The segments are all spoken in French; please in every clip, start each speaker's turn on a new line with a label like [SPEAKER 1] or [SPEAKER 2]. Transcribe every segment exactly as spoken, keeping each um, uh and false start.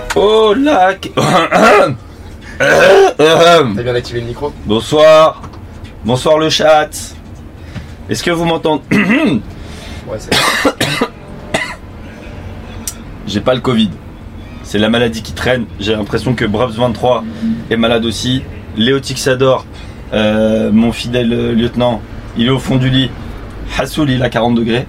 [SPEAKER 1] Oh là.
[SPEAKER 2] T'as bien activé le micro?
[SPEAKER 1] Bonsoir. Bonsoir le chat. Est-ce que vous m'entendez?
[SPEAKER 2] Ouais, c'est
[SPEAKER 1] J'ai pas le Covid. C'est la maladie qui traîne. J'ai l'impression que Braves vingt-trois est malade aussi. Léo Tixador, euh, mon fidèle euh, lieutenant, il est au fond du lit. Hassoul, il a quarante degrés.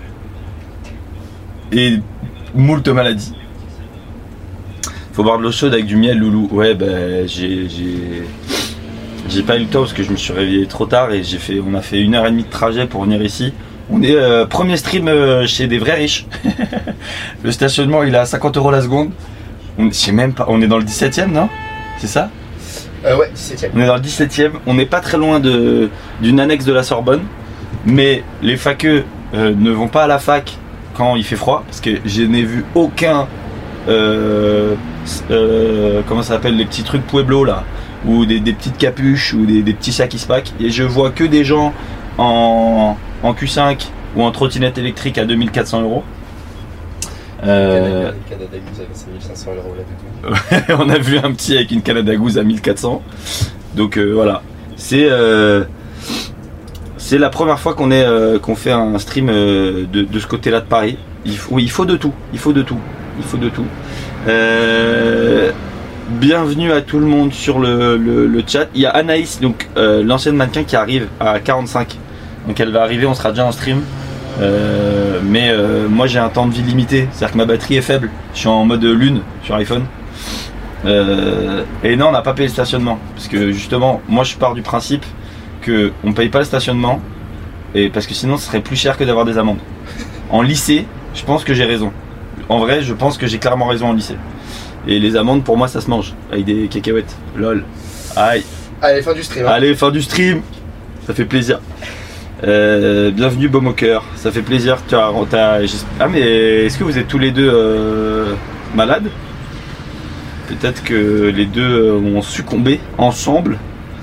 [SPEAKER 1] Et moult maladies. Faut boire de l'eau chaude avec du miel, loulou. Ouais, bah j'ai... j'ai... J'ai pas eu le temps parce que je me suis réveillé trop tard et j'ai fait, on a fait une heure et demie de trajet pour venir ici. On est euh, premier stream euh, chez des vrais riches. Le stationnement il est à cinquante euros la seconde. On, je sais même pas, on est dans le dix-septième, non? C'est ça?
[SPEAKER 2] Euh, ouais, dix-septième.
[SPEAKER 1] On est dans le dix-septième, on n'est pas très loin de, d'une annexe de la Sorbonne. Mais les faqueux euh, ne vont pas à la fac quand il fait froid. Parce que je n'ai vu aucun... Euh, euh, comment ça s'appelle, les petits trucs Pueblo là, ou des, des petites capuches ou des, des petits sacs Ispac, et je vois que des gens en, en Q cinq ou en trottinette électrique à deux mille quatre cents euros. Euh...
[SPEAKER 2] Canada Goose avec cinq mille cinq cents euros là-dedans.
[SPEAKER 1] On a vu un petit avec une Canada Goose à mille quatre cents. Donc euh, voilà, c'est euh, c'est la première fois qu'on est euh, qu'on fait un stream euh, de, de ce côté-là de Paris. Il faut, oui, il faut de tout, il faut de tout, il faut de tout. Euh, bienvenue à tout le monde sur le, le, le chat. Il y a Anaïs, donc euh, l'ancienne mannequin qui arrive à quarante-cinq. Donc elle va arriver, on sera déjà en stream. Euh, mais euh, moi j'ai un temps de vie limité, c'est-à-dire que ma batterie est faible. Je suis en mode lune sur iPhone. Euh, et non, on n'a pas payé le stationnement. Parce que justement, moi je pars du principe que on paye pas le stationnement. Et parce que sinon ce serait plus cher que d'avoir des amendes. En lycée, je pense que j'ai raison. En vrai, je pense que j'ai clairement raison en lycée. Et les amendes, pour moi, ça se mange. Avec des cacahuètes. Lol. Aïe.
[SPEAKER 2] Allez, fin du stream. Hein.
[SPEAKER 1] Allez, fin du stream. Ça fait plaisir. Euh, bienvenue, Baume au cœur. Ça fait plaisir. Tu as, t'as, ah, mais est-ce que vous êtes tous les deux euh, malades? Peut-être que les deux ont succombé ensemble.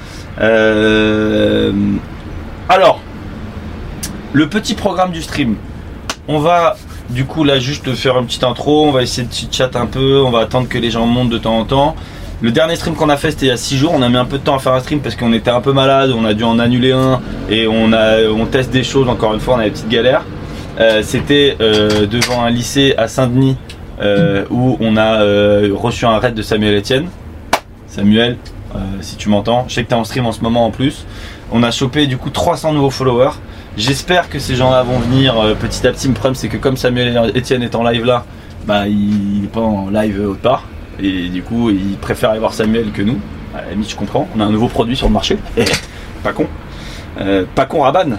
[SPEAKER 1] Euh, alors, le petit programme du stream. On va... Du coup là juste faire une petite intro, on va essayer de chit-chat un peu, on va attendre que les gens montent de temps en temps. Le dernier stream qu'on a fait c'était il y a six jours, on a mis un peu de temps à faire un stream parce qu'on était un peu malade, on a dû en annuler un et on, a, on teste des choses, encore une fois on a des petites galères. Euh, c'était euh, devant un lycée à Saint-Denis euh, où on a euh, reçu un raid de Samuel Etienne. Samuel, euh, si tu m'entends, je sais que tu es en stream en ce moment en plus. On a chopé du coup trois cents nouveaux followers. J'espère que ces gens-là vont venir euh, petit à petit. Le problème c'est que comme Samuel Etienne est en live là, bah il n'est pas en live autre part. Et du coup il préfère aller voir Samuel que nous. À la limite je comprends, on a un nouveau produit sur le marché. Pas con. Euh, pas con Raban.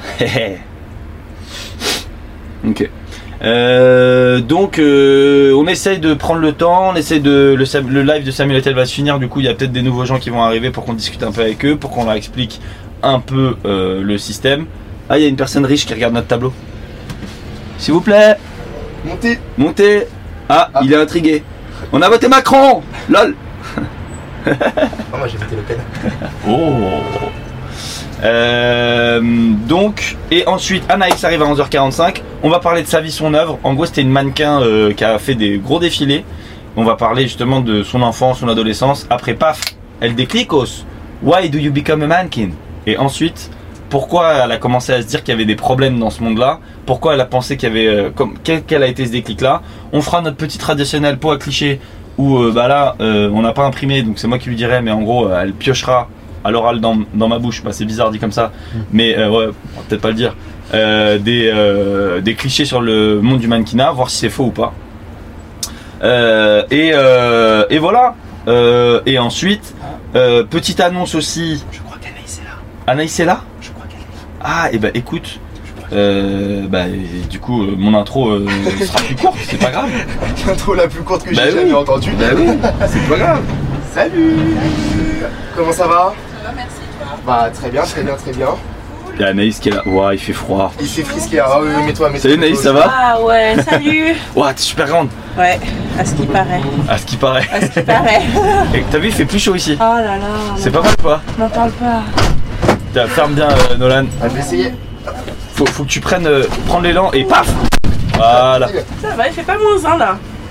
[SPEAKER 1] Ok. Euh, donc euh, on essaye de prendre le temps, on essaye de le, le live de Samuel Etienne va se finir. Du coup il y a peut-être des nouveaux gens qui vont arriver pour qu'on discute un peu avec eux, pour qu'on leur explique un peu euh, le système. Ah, il y a une personne riche qui regarde notre tableau. S'il vous plaît.
[SPEAKER 2] Montez.
[SPEAKER 1] Montez. Ah, ah, il est intrigué. On a voté Macron. Lol.
[SPEAKER 2] Oh, moi j'ai voté Le Pen.
[SPEAKER 1] Oh. Euh, donc, et ensuite, Anaïs arrive à onze heures quarante-cinq. On va parler de sa vie, son œuvre. En gros, c'était une mannequin euh, qui a fait des gros défilés. On va parler justement de son enfance, son adolescence. Après, paf, elle déclic. Why do you become a mannequin? Et ensuite... Pourquoi elle a commencé à se dire qu'il y avait des problèmes dans ce monde-là? Pourquoi elle a pensé qu'il y avait... Euh, comme, quel, quel a été ce déclic-là? On fera notre petit traditionnel pot à cliché où euh, bah là, euh, on n'a pas imprimé, donc c'est moi qui lui dirai, mais en gros, euh, elle piochera à l'oral dans, dans ma bouche. Bah, c'est bizarre dit comme ça, mais euh, ouais, on va peut-être pas le dire. Euh, des, euh, des clichés sur le monde du mannequinat, voir si c'est faux ou pas. Euh, et, euh, et voilà. Euh, et ensuite, euh, petite annonce aussi.
[SPEAKER 2] Je crois qu'Anaïs est là.
[SPEAKER 1] Anaïs est là? Ah, et bah écoute, euh, bah du coup euh, mon intro euh, sera plus courte, c'est pas grave.
[SPEAKER 2] L'intro la plus courte que
[SPEAKER 1] bah
[SPEAKER 2] j'ai
[SPEAKER 1] oui.
[SPEAKER 2] jamais entendue.
[SPEAKER 1] Bah oui, c'est pas grave.
[SPEAKER 2] Salut. Comment ça va?
[SPEAKER 3] Ça va, merci toi.
[SPEAKER 2] Bah très bien, très bien, très bien.
[SPEAKER 1] Il y a Anaïs qui est là, ouah il fait froid.
[SPEAKER 2] Il fait frisqué, ah oui, oui, mets-toi, mets-toi.
[SPEAKER 1] Salut Anaïs, ça va?
[SPEAKER 3] Ah ouais, salut.
[SPEAKER 1] Ouah, t'es super grande.
[SPEAKER 3] Ouais, à ce qui paraît.
[SPEAKER 1] À ce qui paraît.
[SPEAKER 3] À ce qui paraît.
[SPEAKER 1] Et t'as vu, il fait plus chaud ici.
[SPEAKER 3] Oh là là.
[SPEAKER 1] C'est pas mal ou pas?
[SPEAKER 3] M'en parle pas.
[SPEAKER 1] Tiens, ferme bien euh, Nolan.
[SPEAKER 2] On va essayer.
[SPEAKER 1] Faut, faut que tu prennes, euh, prendre l'élan et paf. Voilà.
[SPEAKER 3] Ça va, il fait pas moins un là.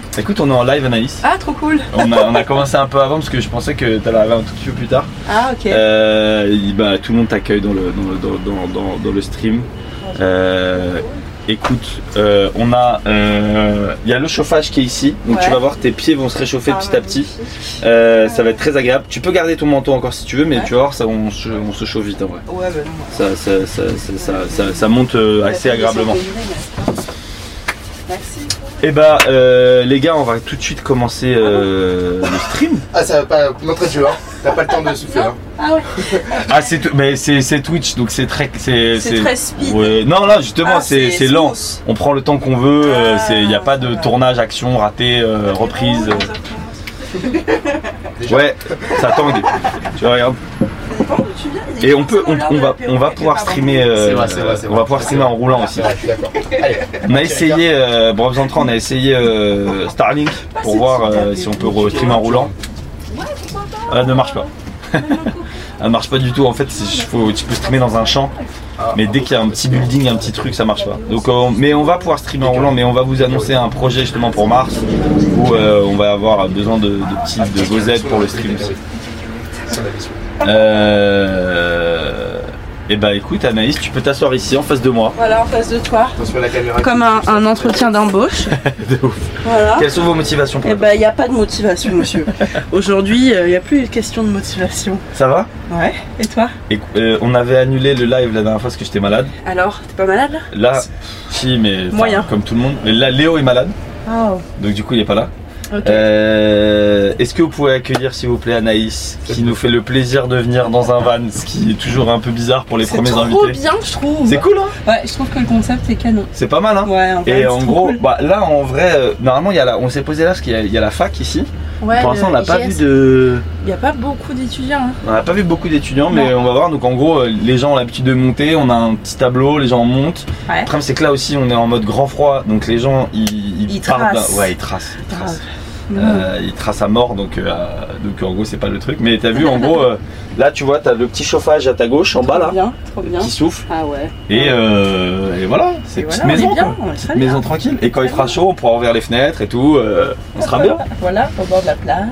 [SPEAKER 1] Écoute, on est en live, Anaïs.
[SPEAKER 3] Ah, trop cool.
[SPEAKER 1] On a, on a commencé un peu avant parce que je pensais que t'allais arriver un tout petit peu plus tard.
[SPEAKER 3] Ah, ok.
[SPEAKER 1] Euh, et bah, tout le monde t'accueille dans le, dans, le- dans, dans, dans, dans le stream. Euh, écoute, euh, on a, euh, il y a le chauffage qui est ici, donc
[SPEAKER 3] Ouais.
[SPEAKER 1] tu vas voir tes pieds vont se réchauffer
[SPEAKER 3] Ah,
[SPEAKER 1] petit à petit. Euh, ça va être très agréable. Tu peux garder ton manteau encore si tu veux, mais
[SPEAKER 3] Ouais.
[SPEAKER 1] tu vas voir, ça, on, se, on se chauffe vite en vrai.
[SPEAKER 3] Ouais, bah non.
[SPEAKER 1] Ça, ça, ça, ça, ça, ça- ça monte euh, assez agréablement.
[SPEAKER 3] Merci.
[SPEAKER 1] Et bah, euh, les gars, on va tout de suite commencer euh, le stream.
[SPEAKER 2] Ah, ça va pas. D'entrée de jeu, hein. T'as pas le temps de souffler, hein.
[SPEAKER 3] Ah ouais.
[SPEAKER 1] Ah, c'est tout- mais c'est c'est Twitch, donc c'est très, c'est
[SPEAKER 3] C'est très speed.
[SPEAKER 1] Ouais. Non, là justement,
[SPEAKER 3] Ah,
[SPEAKER 1] c'est
[SPEAKER 3] c'est
[SPEAKER 1] c'est lent.
[SPEAKER 3] smooth.
[SPEAKER 1] On prend le temps qu'on veut. euh,
[SPEAKER 3] Ah,
[SPEAKER 1] c'est, y a pas de
[SPEAKER 3] voilà.
[SPEAKER 1] tournage, action, raté, euh, reprise.
[SPEAKER 2] Déjà.
[SPEAKER 1] Ouais, ça tangue. Tu vois, regarde. Et on peut, on, on va, on va pouvoir streamer. euh,
[SPEAKER 2] C'est vrai, c'est vrai, c'est
[SPEAKER 1] on
[SPEAKER 2] vrai.
[SPEAKER 1] va pouvoir streamer en roulant aussi.
[SPEAKER 2] Ouais, je suis d'accord. Allez.
[SPEAKER 1] On a essayé, euh, Brave Entrant, on a essayé euh, Starlink pour voir euh, si on peut re- streamer en roulant. Elle ne marche pas. Elle ne marche pas du tout. En fait, c'est- faut, tu peux streamer dans un champ, mais dès qu'il y a un petit building, un petit truc, ça marche pas. Donc, euh, mais on va pouvoir streamer en roulant, mais on va vous annoncer un projet justement pour Mars où euh, on va avoir besoin de, de petits de vos aides pour le stream aussi. Euh, et bah écoute, Anaïs, tu peux t'asseoir ici en face de moi.
[SPEAKER 3] Voilà, en face de toi.
[SPEAKER 2] Attention à la caméra.
[SPEAKER 3] Comme un, un entretien d'embauche.
[SPEAKER 1] De ouf.
[SPEAKER 3] Voilà.
[SPEAKER 1] Quelles sont vos motivations pour
[SPEAKER 3] Eh
[SPEAKER 1] le
[SPEAKER 3] ben, il n'y a pas de motivation, monsieur. Aujourd'hui, il n'y a plus de question de motivation.
[SPEAKER 1] Ça va?
[SPEAKER 3] Ouais. Et toi?
[SPEAKER 1] Et, euh, on avait annulé le live la dernière fois parce que j'étais malade.
[SPEAKER 3] Alors, t'es pas malade là?
[SPEAKER 1] Là, si, mais enfin,
[SPEAKER 3] Moyen.
[SPEAKER 1] comme tout le monde. Mais là, Léo est malade,
[SPEAKER 3] Oh.
[SPEAKER 1] donc du coup, il est pas là.
[SPEAKER 3] Ok.
[SPEAKER 1] Euh, Est-ce que vous pouvez accueillir, s'il vous plaît, Anaïs, qui nous fait le plaisir de venir dans un van, ce qui est toujours un peu bizarre pour les
[SPEAKER 3] C'est
[SPEAKER 1] premiers
[SPEAKER 3] trop
[SPEAKER 1] invités.
[SPEAKER 3] bien, je trouve.
[SPEAKER 1] C'est cool, hein?
[SPEAKER 3] Ouais, je trouve que le concept est canon.
[SPEAKER 1] C'est pas mal, hein?
[SPEAKER 3] Ouais, en fait,
[SPEAKER 1] Et
[SPEAKER 3] c'est
[SPEAKER 1] en
[SPEAKER 3] trop
[SPEAKER 1] gros,
[SPEAKER 3] cool.
[SPEAKER 1] bah, là, en vrai, euh, normalement, il y a la, on s'est posé là parce qu'il y, a- il y a la fac ici.
[SPEAKER 3] Ouais,
[SPEAKER 1] pour l'instant, on
[SPEAKER 3] le
[SPEAKER 1] n'a pas
[SPEAKER 3] I G
[SPEAKER 1] vu
[SPEAKER 3] S.
[SPEAKER 1] de.
[SPEAKER 3] Il n'y a pas beaucoup d'étudiants. Hein.
[SPEAKER 1] On n'a pas vu beaucoup d'étudiants, mais
[SPEAKER 3] Non.
[SPEAKER 1] on va voir. Donc en gros, euh, les gens ont l'habitude de monter. On a un petit tableau, les gens montent.
[SPEAKER 3] Ouais.
[SPEAKER 1] Le problème, c'est que là aussi, on est en mode grand froid. Donc les gens, ils,
[SPEAKER 3] Ils
[SPEAKER 1] partent
[SPEAKER 3] tracent.
[SPEAKER 1] d'un- Ouais, ils tracent. Ils tracent.
[SPEAKER 3] Grave.
[SPEAKER 1] Euh, ils tracent à mort. Donc, euh, donc en gros, c'est pas le truc. Mais t'as vu, en gros, euh, là, tu vois, t'as le petit chauffage à ta gauche, en bas
[SPEAKER 3] Trop
[SPEAKER 1] là,
[SPEAKER 3] bien, trop bien.
[SPEAKER 1] qui souffle.
[SPEAKER 3] Ah ouais.
[SPEAKER 1] Et, euh, et voilà, c'est
[SPEAKER 3] Et
[SPEAKER 1] une petite
[SPEAKER 3] voilà, on
[SPEAKER 1] maison.
[SPEAKER 3] est bien,
[SPEAKER 1] quoi.
[SPEAKER 3] on est
[SPEAKER 1] Petite
[SPEAKER 3] très bien.
[SPEAKER 1] maison tranquille. Et quand il fera chaud, on pourra ouvrir les fenêtres et tout. euh, on sera bien.
[SPEAKER 3] Voilà, au bord de la plage.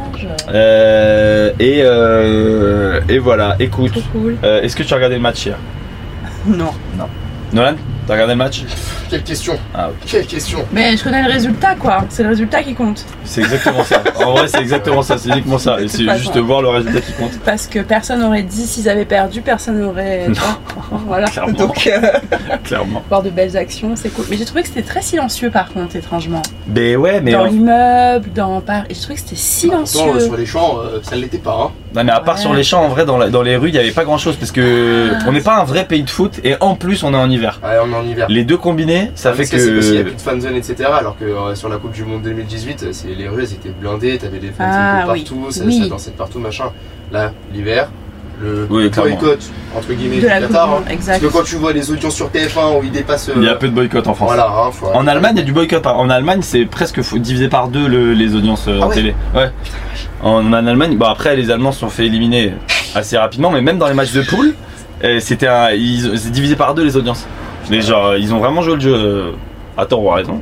[SPEAKER 1] Euh, et, euh, et voilà, écoute.
[SPEAKER 3] Trop cool.
[SPEAKER 1] Euh, Est-ce que tu as regardé le match hier?
[SPEAKER 3] Non.
[SPEAKER 1] Nolan, t'as regardé le match?
[SPEAKER 2] Quelle question.
[SPEAKER 1] Ah, ok.
[SPEAKER 2] Quelle question.
[SPEAKER 3] Mais je connais le résultat, quoi. C'est le résultat qui compte.
[SPEAKER 1] C'est exactement ça. En vrai, c'est exactement ça. C'est uniquement ça. Et
[SPEAKER 3] De
[SPEAKER 1] c'est
[SPEAKER 3] toute
[SPEAKER 1] juste
[SPEAKER 3] façon.
[SPEAKER 1] voir le résultat qui compte.
[SPEAKER 3] Parce que personne n'aurait dit s'ils avaient perdu, personne n'aurait.
[SPEAKER 1] Non.
[SPEAKER 3] Voilà.
[SPEAKER 1] Clairement.
[SPEAKER 3] Donc, euh,
[SPEAKER 1] Clairement.
[SPEAKER 3] voir de belles actions, c'est cool. Mais j'ai trouvé que c'était très silencieux, par contre, étrangement.
[SPEAKER 1] Mais ouais, mais.
[SPEAKER 3] Dans
[SPEAKER 1] en-
[SPEAKER 3] l'immeuble, dans Paris. Et je trouvais que c'était
[SPEAKER 2] Pourtant, euh,
[SPEAKER 3] silencieux.
[SPEAKER 2] sur les champs, euh, ça l'était pas, hein.
[SPEAKER 1] Non, mais à part
[SPEAKER 3] Ouais.
[SPEAKER 1] sur les champs, en vrai, dans, la- dans les rues, il n'y avait pas grand chose. Parce que
[SPEAKER 3] Ah.
[SPEAKER 1] on n'est pas un vrai pays de foot. Et en plus, on est en hiver.
[SPEAKER 2] Ouais, on est en hiver.
[SPEAKER 1] Les deux combinés, ça
[SPEAKER 2] Ah,
[SPEAKER 1] fait
[SPEAKER 2] parce que c'est parce qu'il n'y a
[SPEAKER 1] que.
[SPEAKER 2] plus de fanzone, et cetera. Alors que euh, sur la Coupe du Monde deux mille dix-huit, euh, c'est- les rues elles étaient blindées, t'avais des fanzones
[SPEAKER 3] Ah,
[SPEAKER 2] de
[SPEAKER 3] oui.
[SPEAKER 2] partout, ça,
[SPEAKER 3] Oui.
[SPEAKER 2] ça dansait de partout, machin. Là, l'hiver, le
[SPEAKER 1] Oui, clairement.
[SPEAKER 2] boycott, entre guillemets,
[SPEAKER 3] De
[SPEAKER 2] du
[SPEAKER 3] la Coupe
[SPEAKER 2] Qatar.
[SPEAKER 3] du Monde,
[SPEAKER 2] hein.
[SPEAKER 3] exact.
[SPEAKER 2] Parce que quand tu vois les audiences sur T F un où ils dépassent. euh,
[SPEAKER 1] Il y a peu de boycott en France.
[SPEAKER 2] Voilà, hein, faut
[SPEAKER 1] En Allemagne, il y a du boycott. En Allemagne, c'est presque fou- divisé par deux le- les audiences euh,
[SPEAKER 2] Ah
[SPEAKER 1] en
[SPEAKER 2] ouais.
[SPEAKER 1] télé. Ouais. En, en Allemagne, bon après, les Allemands se sont fait éliminer assez rapidement, mais même dans les matchs de poule, euh, c'était un- ils- c'est divisé par deux les audiences. Mais genre, ils ont vraiment joué le jeu. euh, à tort ou à raison.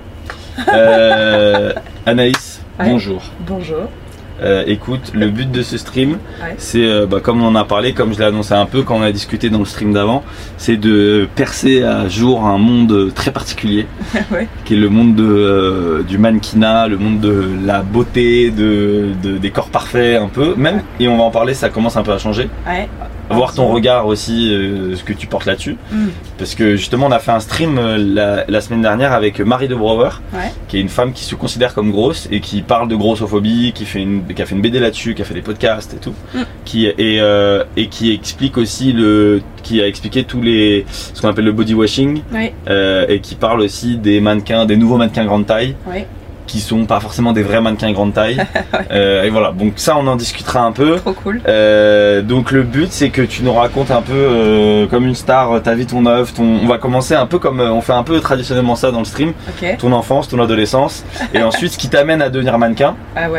[SPEAKER 1] Euh, Anaïs,
[SPEAKER 3] Ouais.
[SPEAKER 1] bonjour.
[SPEAKER 3] Bonjour.
[SPEAKER 1] Euh, écoute, le but de ce stream,
[SPEAKER 3] Ouais.
[SPEAKER 1] c'est, euh, bah, comme on en a parlé, comme je l'ai annoncé un peu quand on a discuté dans le stream d'avant, c'est de percer à jour un monde très particulier,
[SPEAKER 3] Ouais.
[SPEAKER 1] qui est le monde de, euh, du mannequinat, le monde de la beauté, de, de- des corps parfaits un peu, même, et on va en parler, ça commence un peu à changer.
[SPEAKER 3] Ouais.
[SPEAKER 1] Voir ton regard aussi, euh, ce que tu portes là-dessus.
[SPEAKER 3] Mm.
[SPEAKER 1] Parce que justement, on a fait un stream euh, la, la semaine dernière avec Marie de Brouwer,
[SPEAKER 3] Ouais.
[SPEAKER 1] qui est une femme qui se considère comme grosse et qui parle de grossophobie, qui, fait une, qui a fait une B D là-dessus, qui a fait des podcasts et tout.
[SPEAKER 3] Mm.
[SPEAKER 1] Qui, et, euh, et qui explique aussi le. Qui a expliqué tous les. Ce qu'on appelle le body washing.
[SPEAKER 3] Ouais.
[SPEAKER 1] euh, et qui parle aussi des mannequins, des nouveaux mannequins grande taille.
[SPEAKER 3] Ouais.
[SPEAKER 1] Qui sont pas forcément des vrais mannequins grande taille. Euh, et voilà, donc ça on en discutera un peu.
[SPEAKER 3] Trop cool.
[SPEAKER 1] Euh, donc le but c'est que tu nous racontes un peu euh, comme une star ta vie, ton œuvre, ton... on va commencer un peu comme euh, on fait un peu traditionnellement ça dans le stream,
[SPEAKER 3] Ok.
[SPEAKER 1] ton enfance, ton adolescence et ensuite ce qui t'amène à devenir mannequin
[SPEAKER 3] Ah ouais.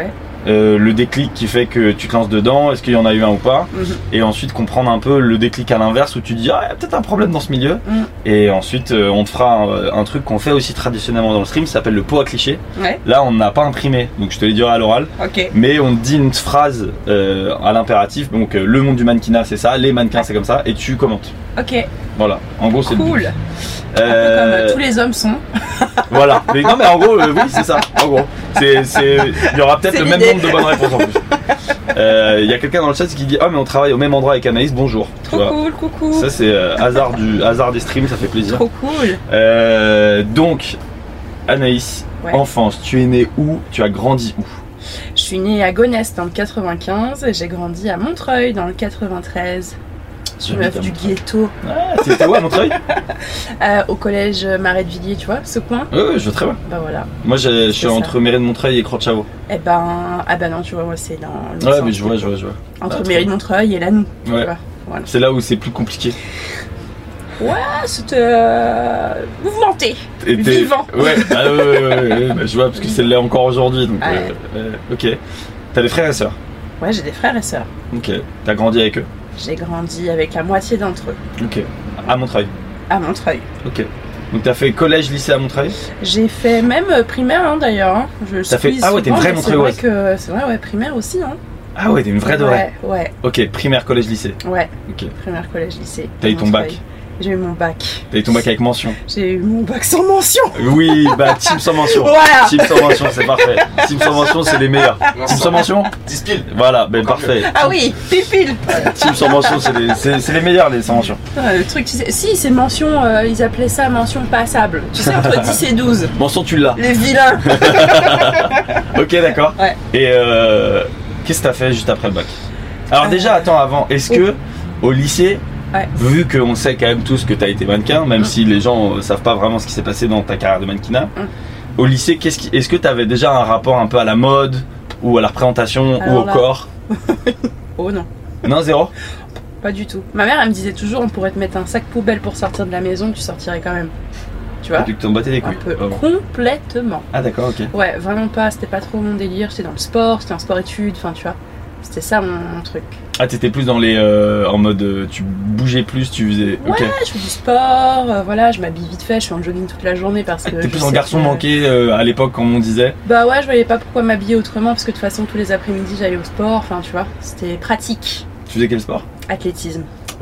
[SPEAKER 1] euh, le déclic qui fait que tu te lances dedans, est-ce qu'il y en a eu un ou pas,
[SPEAKER 3] Mhm.
[SPEAKER 1] et ensuite comprendre un peu le déclic à l'inverse où tu te dis ah il y a peut-être un problème dans ce milieu,
[SPEAKER 3] Mhm.
[SPEAKER 1] et ensuite euh, on te fera un, un truc qu'on fait aussi traditionnellement dans le stream, ça s'appelle le pot à clichés.
[SPEAKER 3] Ouais,
[SPEAKER 1] Là on n'a pas imprimé, donc je te les dirai à l'oral,
[SPEAKER 3] ok.
[SPEAKER 1] mais on te dit une phrase euh, à l'impératif, donc euh, le monde du mannequinat c'est ça, les mannequins c'est comme ça, et tu commentes.
[SPEAKER 3] Ok,
[SPEAKER 1] Voilà, en gros c'est le
[SPEAKER 3] cool.
[SPEAKER 1] but.
[SPEAKER 3] Un peu comme
[SPEAKER 1] Euh,
[SPEAKER 3] euh, tous les hommes sont.
[SPEAKER 1] Voilà, mais non mais en gros, euh, oui c'est ça, en gros. C'est, c'est... Il y aura peut-être
[SPEAKER 3] C'est
[SPEAKER 1] le même
[SPEAKER 3] l'idée.
[SPEAKER 1] nombre de bonnes réponses en plus. Euh, Il y a quelqu'un dans le chat qui dit ah mais on travaille au même endroit avec Anaïs, bonjour. Tu
[SPEAKER 3] Trop
[SPEAKER 1] vois.
[SPEAKER 3] cool, coucou.
[SPEAKER 1] Ça c'est euh, hasard, du, hasard des streams, ça fait plaisir.
[SPEAKER 3] Trop cool.
[SPEAKER 1] Euh, donc, Anaïs,
[SPEAKER 3] Ouais.
[SPEAKER 1] enfance, tu es née où? Tu as grandi où?
[SPEAKER 3] Je suis née à Gonesse dans le quatre-vingt-quinze et j'ai grandi à Montreuil dans le quatre-vingt-treize. Je suis
[SPEAKER 1] J'habite
[SPEAKER 3] meuf
[SPEAKER 1] à
[SPEAKER 3] du
[SPEAKER 1] Montreuil.
[SPEAKER 3] ghetto.
[SPEAKER 1] Ah, t'étais où à Montreuil?
[SPEAKER 3] Euh, au collège Marais de Villiers, tu vois, ce coin.
[SPEAKER 1] Oui, oui, je vois très bien.
[SPEAKER 3] Bah voilà.
[SPEAKER 1] Moi j'ai- je suis
[SPEAKER 3] C'est ça.
[SPEAKER 1] entre Mairie de Montreuil et Croix-de-Chavaux.
[SPEAKER 3] Eh ben, ah bah non, tu vois, moi c'est dans le
[SPEAKER 1] Ouais,
[SPEAKER 3] sens,
[SPEAKER 1] mais je vois, je vois, je vois.
[SPEAKER 3] entre
[SPEAKER 1] Ah,
[SPEAKER 3] Mairie de Montreuil et Lannou. Tu
[SPEAKER 1] Ouais.
[SPEAKER 3] vois. Voilà.
[SPEAKER 1] C'est là où c'est plus compliqué.
[SPEAKER 3] Ouais, c'était euh, mouvementé.
[SPEAKER 1] Et t'es-
[SPEAKER 3] Vivant.
[SPEAKER 1] Ouais, ah, ouais, ouais, ouais, ouais, bah, je vois parce que c'est là encore aujourd'hui. Donc,
[SPEAKER 3] Ouais.
[SPEAKER 1] euh, euh, ok. T'as des frères et sœurs.
[SPEAKER 3] Ouais, j'ai des frères et sœurs.
[SPEAKER 1] Ok. T'as grandi avec eux.
[SPEAKER 3] J'ai grandi avec la moitié d'entre eux
[SPEAKER 1] Ok. À Montreuil.
[SPEAKER 3] à Montreuil.
[SPEAKER 1] Ok. Donc t'as fait collège, lycée à Montreuil.
[SPEAKER 3] J'ai fait même euh, primaire hein, d'ailleurs. Hein. Je
[SPEAKER 1] T'as fait-
[SPEAKER 3] squeeze
[SPEAKER 1] ah ouais, t'es une
[SPEAKER 3] souvent,
[SPEAKER 1] vraie
[SPEAKER 3] mais C'est vrai
[SPEAKER 1] Montreuilloise.
[SPEAKER 3] que c'est vrai, ouais, primaire aussi. Hein.
[SPEAKER 1] Ah ouais, t'es une vraie de vraie.
[SPEAKER 3] Ouais, ouais,
[SPEAKER 1] Ok. Primaire, collège, lycée.
[SPEAKER 3] ouais.
[SPEAKER 1] Ok.
[SPEAKER 3] Primaire, collège, lycée.
[SPEAKER 1] T'as eu ton bac.
[SPEAKER 3] Montreuil. J'ai eu mon bac.
[SPEAKER 1] T'as eu ton bac avec mention.
[SPEAKER 3] J'ai eu mon bac sans mention.
[SPEAKER 1] Oui, bah team sans mention.
[SPEAKER 3] Voilà.
[SPEAKER 1] Team sans mention, c'est parfait. Team sans mention, c'est les meilleurs.
[SPEAKER 2] Non,
[SPEAKER 1] Team
[SPEAKER 2] ça-
[SPEAKER 1] sans mention.
[SPEAKER 2] dix piles.
[SPEAKER 1] Voilà, ben
[SPEAKER 2] Encore
[SPEAKER 1] parfait.
[SPEAKER 3] Ah oui, pile pile.
[SPEAKER 1] Team sans mention, c'est les, c'est, c'est les meilleurs les sans mention.
[SPEAKER 3] Ah, le truc, tu sais- si c'est mention, euh, ils appelaient ça mention passable. Tu sais, entre dix et douze.
[SPEAKER 1] Mention, tu l'as.
[SPEAKER 3] Les vilains.
[SPEAKER 1] Ok, d'accord.
[SPEAKER 3] Ouais.
[SPEAKER 1] Et euh, qu'est-ce que t'as fait juste après le bac? Alors
[SPEAKER 3] Euh,
[SPEAKER 1] déjà, attends, avant, est-ce que au lycée,
[SPEAKER 3] Ouais.
[SPEAKER 1] vu qu'on sait quand même tous que t'as été mannequin, même
[SPEAKER 3] Mm.
[SPEAKER 1] si les gens euh, savent pas vraiment ce qui s'est passé dans ta carrière de mannequinat,
[SPEAKER 3] Mm.
[SPEAKER 1] au lycée, qu'est-ce qui, est-ce que t'avais déjà un rapport un peu à la mode ou à la représentation ou
[SPEAKER 3] Alors
[SPEAKER 1] au
[SPEAKER 3] là-
[SPEAKER 1] corps?
[SPEAKER 3] Oh non,
[SPEAKER 1] Non, zéro.
[SPEAKER 3] pas du tout. Ma mère, elle me disait toujours, on pourrait te mettre un sac poubelle pour sortir de la maison, tu sortirais quand même. Tu vois?
[SPEAKER 1] Tu t'en battais les
[SPEAKER 3] Un
[SPEAKER 1] couilles.
[SPEAKER 3] peu.
[SPEAKER 1] Ah bon.
[SPEAKER 3] Complètement.
[SPEAKER 1] Ah d'accord, ok.
[SPEAKER 3] Ouais, vraiment pas. C'était pas trop mon délire. J'étais dans le sport, j'étais en sport-études, enfin, tu vois. C'était ça mon, mon truc.
[SPEAKER 1] Ah, t'étais plus dans les euh, en mode euh, tu bougeais plus, tu faisais. Ok.
[SPEAKER 3] Ouais, je fais du sport, euh, voilà, je m'habille vite fait, je suis en jogging toute la journée parce que.
[SPEAKER 1] T'es
[SPEAKER 3] je
[SPEAKER 1] plus un
[SPEAKER 3] sais
[SPEAKER 1] garçon
[SPEAKER 3] que-
[SPEAKER 1] manqué euh, à l'époque, comme on disait.
[SPEAKER 3] Bah ouais, je voyais pas pourquoi m'habiller autrement parce que de toute façon, tous les après-midi, j'allais au sport, enfin, tu vois. C'était pratique.
[SPEAKER 1] Tu faisais quel sport?
[SPEAKER 3] Athlétisme.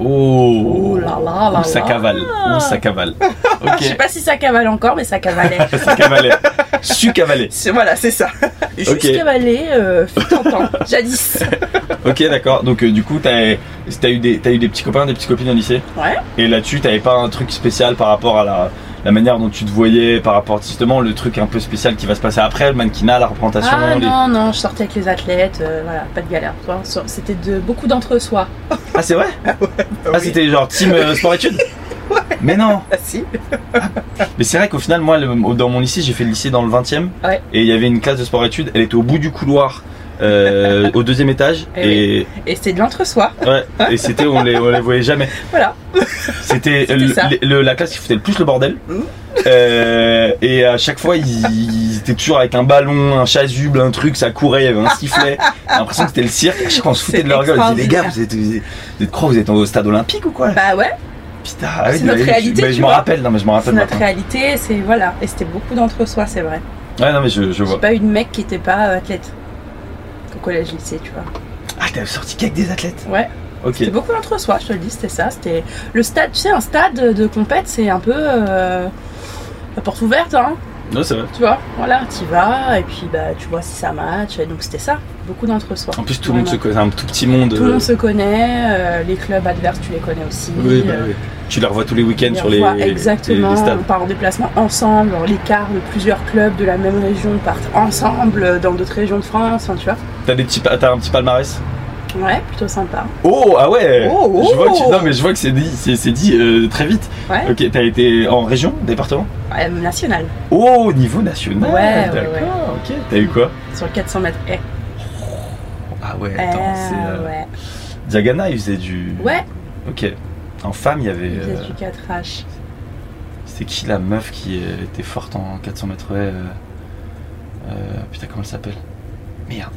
[SPEAKER 1] Oh,
[SPEAKER 3] Oh là là là
[SPEAKER 1] Ouh, ça
[SPEAKER 3] là.
[SPEAKER 1] cavale. Ouh, ça cavale.
[SPEAKER 3] Je sais
[SPEAKER 1] Ok.
[SPEAKER 3] pas si ça cavale encore, mais ça cavalait.
[SPEAKER 1] Ça cavalait. Su cavalait.
[SPEAKER 3] C'est- voilà, c'est ça. Juste
[SPEAKER 1] Ok.
[SPEAKER 3] cavaler, euh, fut en temps, jadis.
[SPEAKER 1] Ok, d'accord. Donc euh, du coup, t'as t'as eu des t'as eu des petits copains, des petites copines au lycée.
[SPEAKER 3] Ouais.
[SPEAKER 1] Et là-dessus, t'avais pas un truc spécial par rapport à la la manière dont tu te voyais, par rapport justement le truc un peu spécial qui va se passer après, le mannequinat, la représentation.
[SPEAKER 3] Ah
[SPEAKER 1] les-
[SPEAKER 3] non, non, je sortais avec les athlètes, euh, voilà, pas de galère. tu vois. Sur- C'était de beaucoup d'entre-soi.
[SPEAKER 1] Ah c'est vrai. Ah c'était genre team euh, sport études. Mais non.
[SPEAKER 3] Ah si.
[SPEAKER 1] Mais c'est vrai qu'au final, moi, le- dans mon lycée, j'ai fait le lycée dans le vingtième.
[SPEAKER 3] Ouais.
[SPEAKER 1] Et il y avait une classe de sport-études. Elle était au bout du couloir, euh, au deuxième étage.
[SPEAKER 3] Eh
[SPEAKER 1] Et,
[SPEAKER 3] Et c'était de l'entre-soi.
[SPEAKER 1] ouais, et c'était, on les, on les voyait jamais.
[SPEAKER 3] Voilà.
[SPEAKER 1] C'était
[SPEAKER 3] C'était
[SPEAKER 1] le-
[SPEAKER 3] ça.
[SPEAKER 1] le- le- la classe qui foutait le plus le bordel.
[SPEAKER 3] Mmh.
[SPEAKER 1] Euh, et à chaque fois, ils, ils étaient toujours avec un ballon, un chasuble, un truc, ça courait, il y avait un sifflet. J'ai l'impression que c'était le cirque. À chaque fois, on se foutait
[SPEAKER 3] C'est
[SPEAKER 1] de leur gueule. On disait, les gars,
[SPEAKER 3] extraordinaire.
[SPEAKER 1] vous êtes, vous êtes, vous êtes quoi? Vous êtes au stade olympique ou quoi?
[SPEAKER 3] Bah ouais,
[SPEAKER 1] Putain, ah oui,
[SPEAKER 3] c'est notre
[SPEAKER 1] mais-
[SPEAKER 3] réalité,
[SPEAKER 1] mais
[SPEAKER 3] tu
[SPEAKER 1] je m'en
[SPEAKER 3] vois.
[SPEAKER 1] rappelle, non, mais je m'en
[SPEAKER 3] c'est
[SPEAKER 1] rappelle
[SPEAKER 3] notre
[SPEAKER 1] maintenant.
[SPEAKER 3] réalité, c'est voilà. Et c'était beaucoup d'entre-soi, c'est vrai.
[SPEAKER 1] Ouais, non, mais je, je
[SPEAKER 3] J'ai
[SPEAKER 1] vois.
[SPEAKER 3] pas eu de mec qui était pas euh, athlète. Au collège, lycée, tu vois.
[SPEAKER 1] Ah, t'as sorti qu'avec des athlètes?
[SPEAKER 3] Ouais.
[SPEAKER 1] Ok.
[SPEAKER 3] C'était beaucoup d'entre-soi, je te le dis, c'était ça. C'était le stade, tu sais, un stade de compète, c'est un peu euh, la porte ouverte, hein.
[SPEAKER 1] Non, c'est vrai.
[SPEAKER 3] Tu vois, voilà, t'y vas et puis bah tu vois si ça match. Et donc c'était ça, beaucoup d'entre-soi.
[SPEAKER 1] En plus, tout le monde se
[SPEAKER 3] Vraiment.
[SPEAKER 1] connaît, un tout petit monde.
[SPEAKER 3] Tout le
[SPEAKER 1] euh,
[SPEAKER 3] monde se connaît, euh, les clubs adverses, tu les connais aussi.
[SPEAKER 1] Oui, bah
[SPEAKER 3] euh,
[SPEAKER 1] oui. Tu les revois tous les week-ends
[SPEAKER 3] on
[SPEAKER 1] sur les,
[SPEAKER 3] revoit
[SPEAKER 1] les-
[SPEAKER 3] exactement,
[SPEAKER 1] les stades.
[SPEAKER 3] on part en déplacement ensemble. Alors, les quarts de plusieurs clubs de la même région partent ensemble dans d'autres régions de France, enfin, tu vois.
[SPEAKER 1] T'as des petits, pa- t'as un petit palmarès.
[SPEAKER 3] Ouais, plutôt sympa.
[SPEAKER 1] Oh, ah ouais.
[SPEAKER 3] Oh,
[SPEAKER 1] Je vois que,
[SPEAKER 3] oh.
[SPEAKER 1] tu- non, mais je vois que c'est dit, c'est, c'est dit euh, très vite.
[SPEAKER 3] Ouais,
[SPEAKER 1] Ok, t'as été en région, département.
[SPEAKER 3] ouais, national,
[SPEAKER 1] Oh, au niveau national.
[SPEAKER 3] Ouais, ouais,
[SPEAKER 1] D'accord.
[SPEAKER 3] ouais.
[SPEAKER 1] Ok. T'as eu quoi?
[SPEAKER 3] sur le quatre cents mètres. Eh,
[SPEAKER 1] Ah ouais.
[SPEAKER 3] eh,
[SPEAKER 1] Attends, c'est euh,
[SPEAKER 3] ouais.
[SPEAKER 1] Diagana, il faisait du.
[SPEAKER 3] Ouais,
[SPEAKER 1] Ok. En femme, il y avait.
[SPEAKER 3] c'est
[SPEAKER 1] euh,
[SPEAKER 3] du quatre H.
[SPEAKER 1] C'était qui la meuf qui euh, était forte en quatre cents mètres haies euh, euh, Putain, comment elle s'appelle? Merde.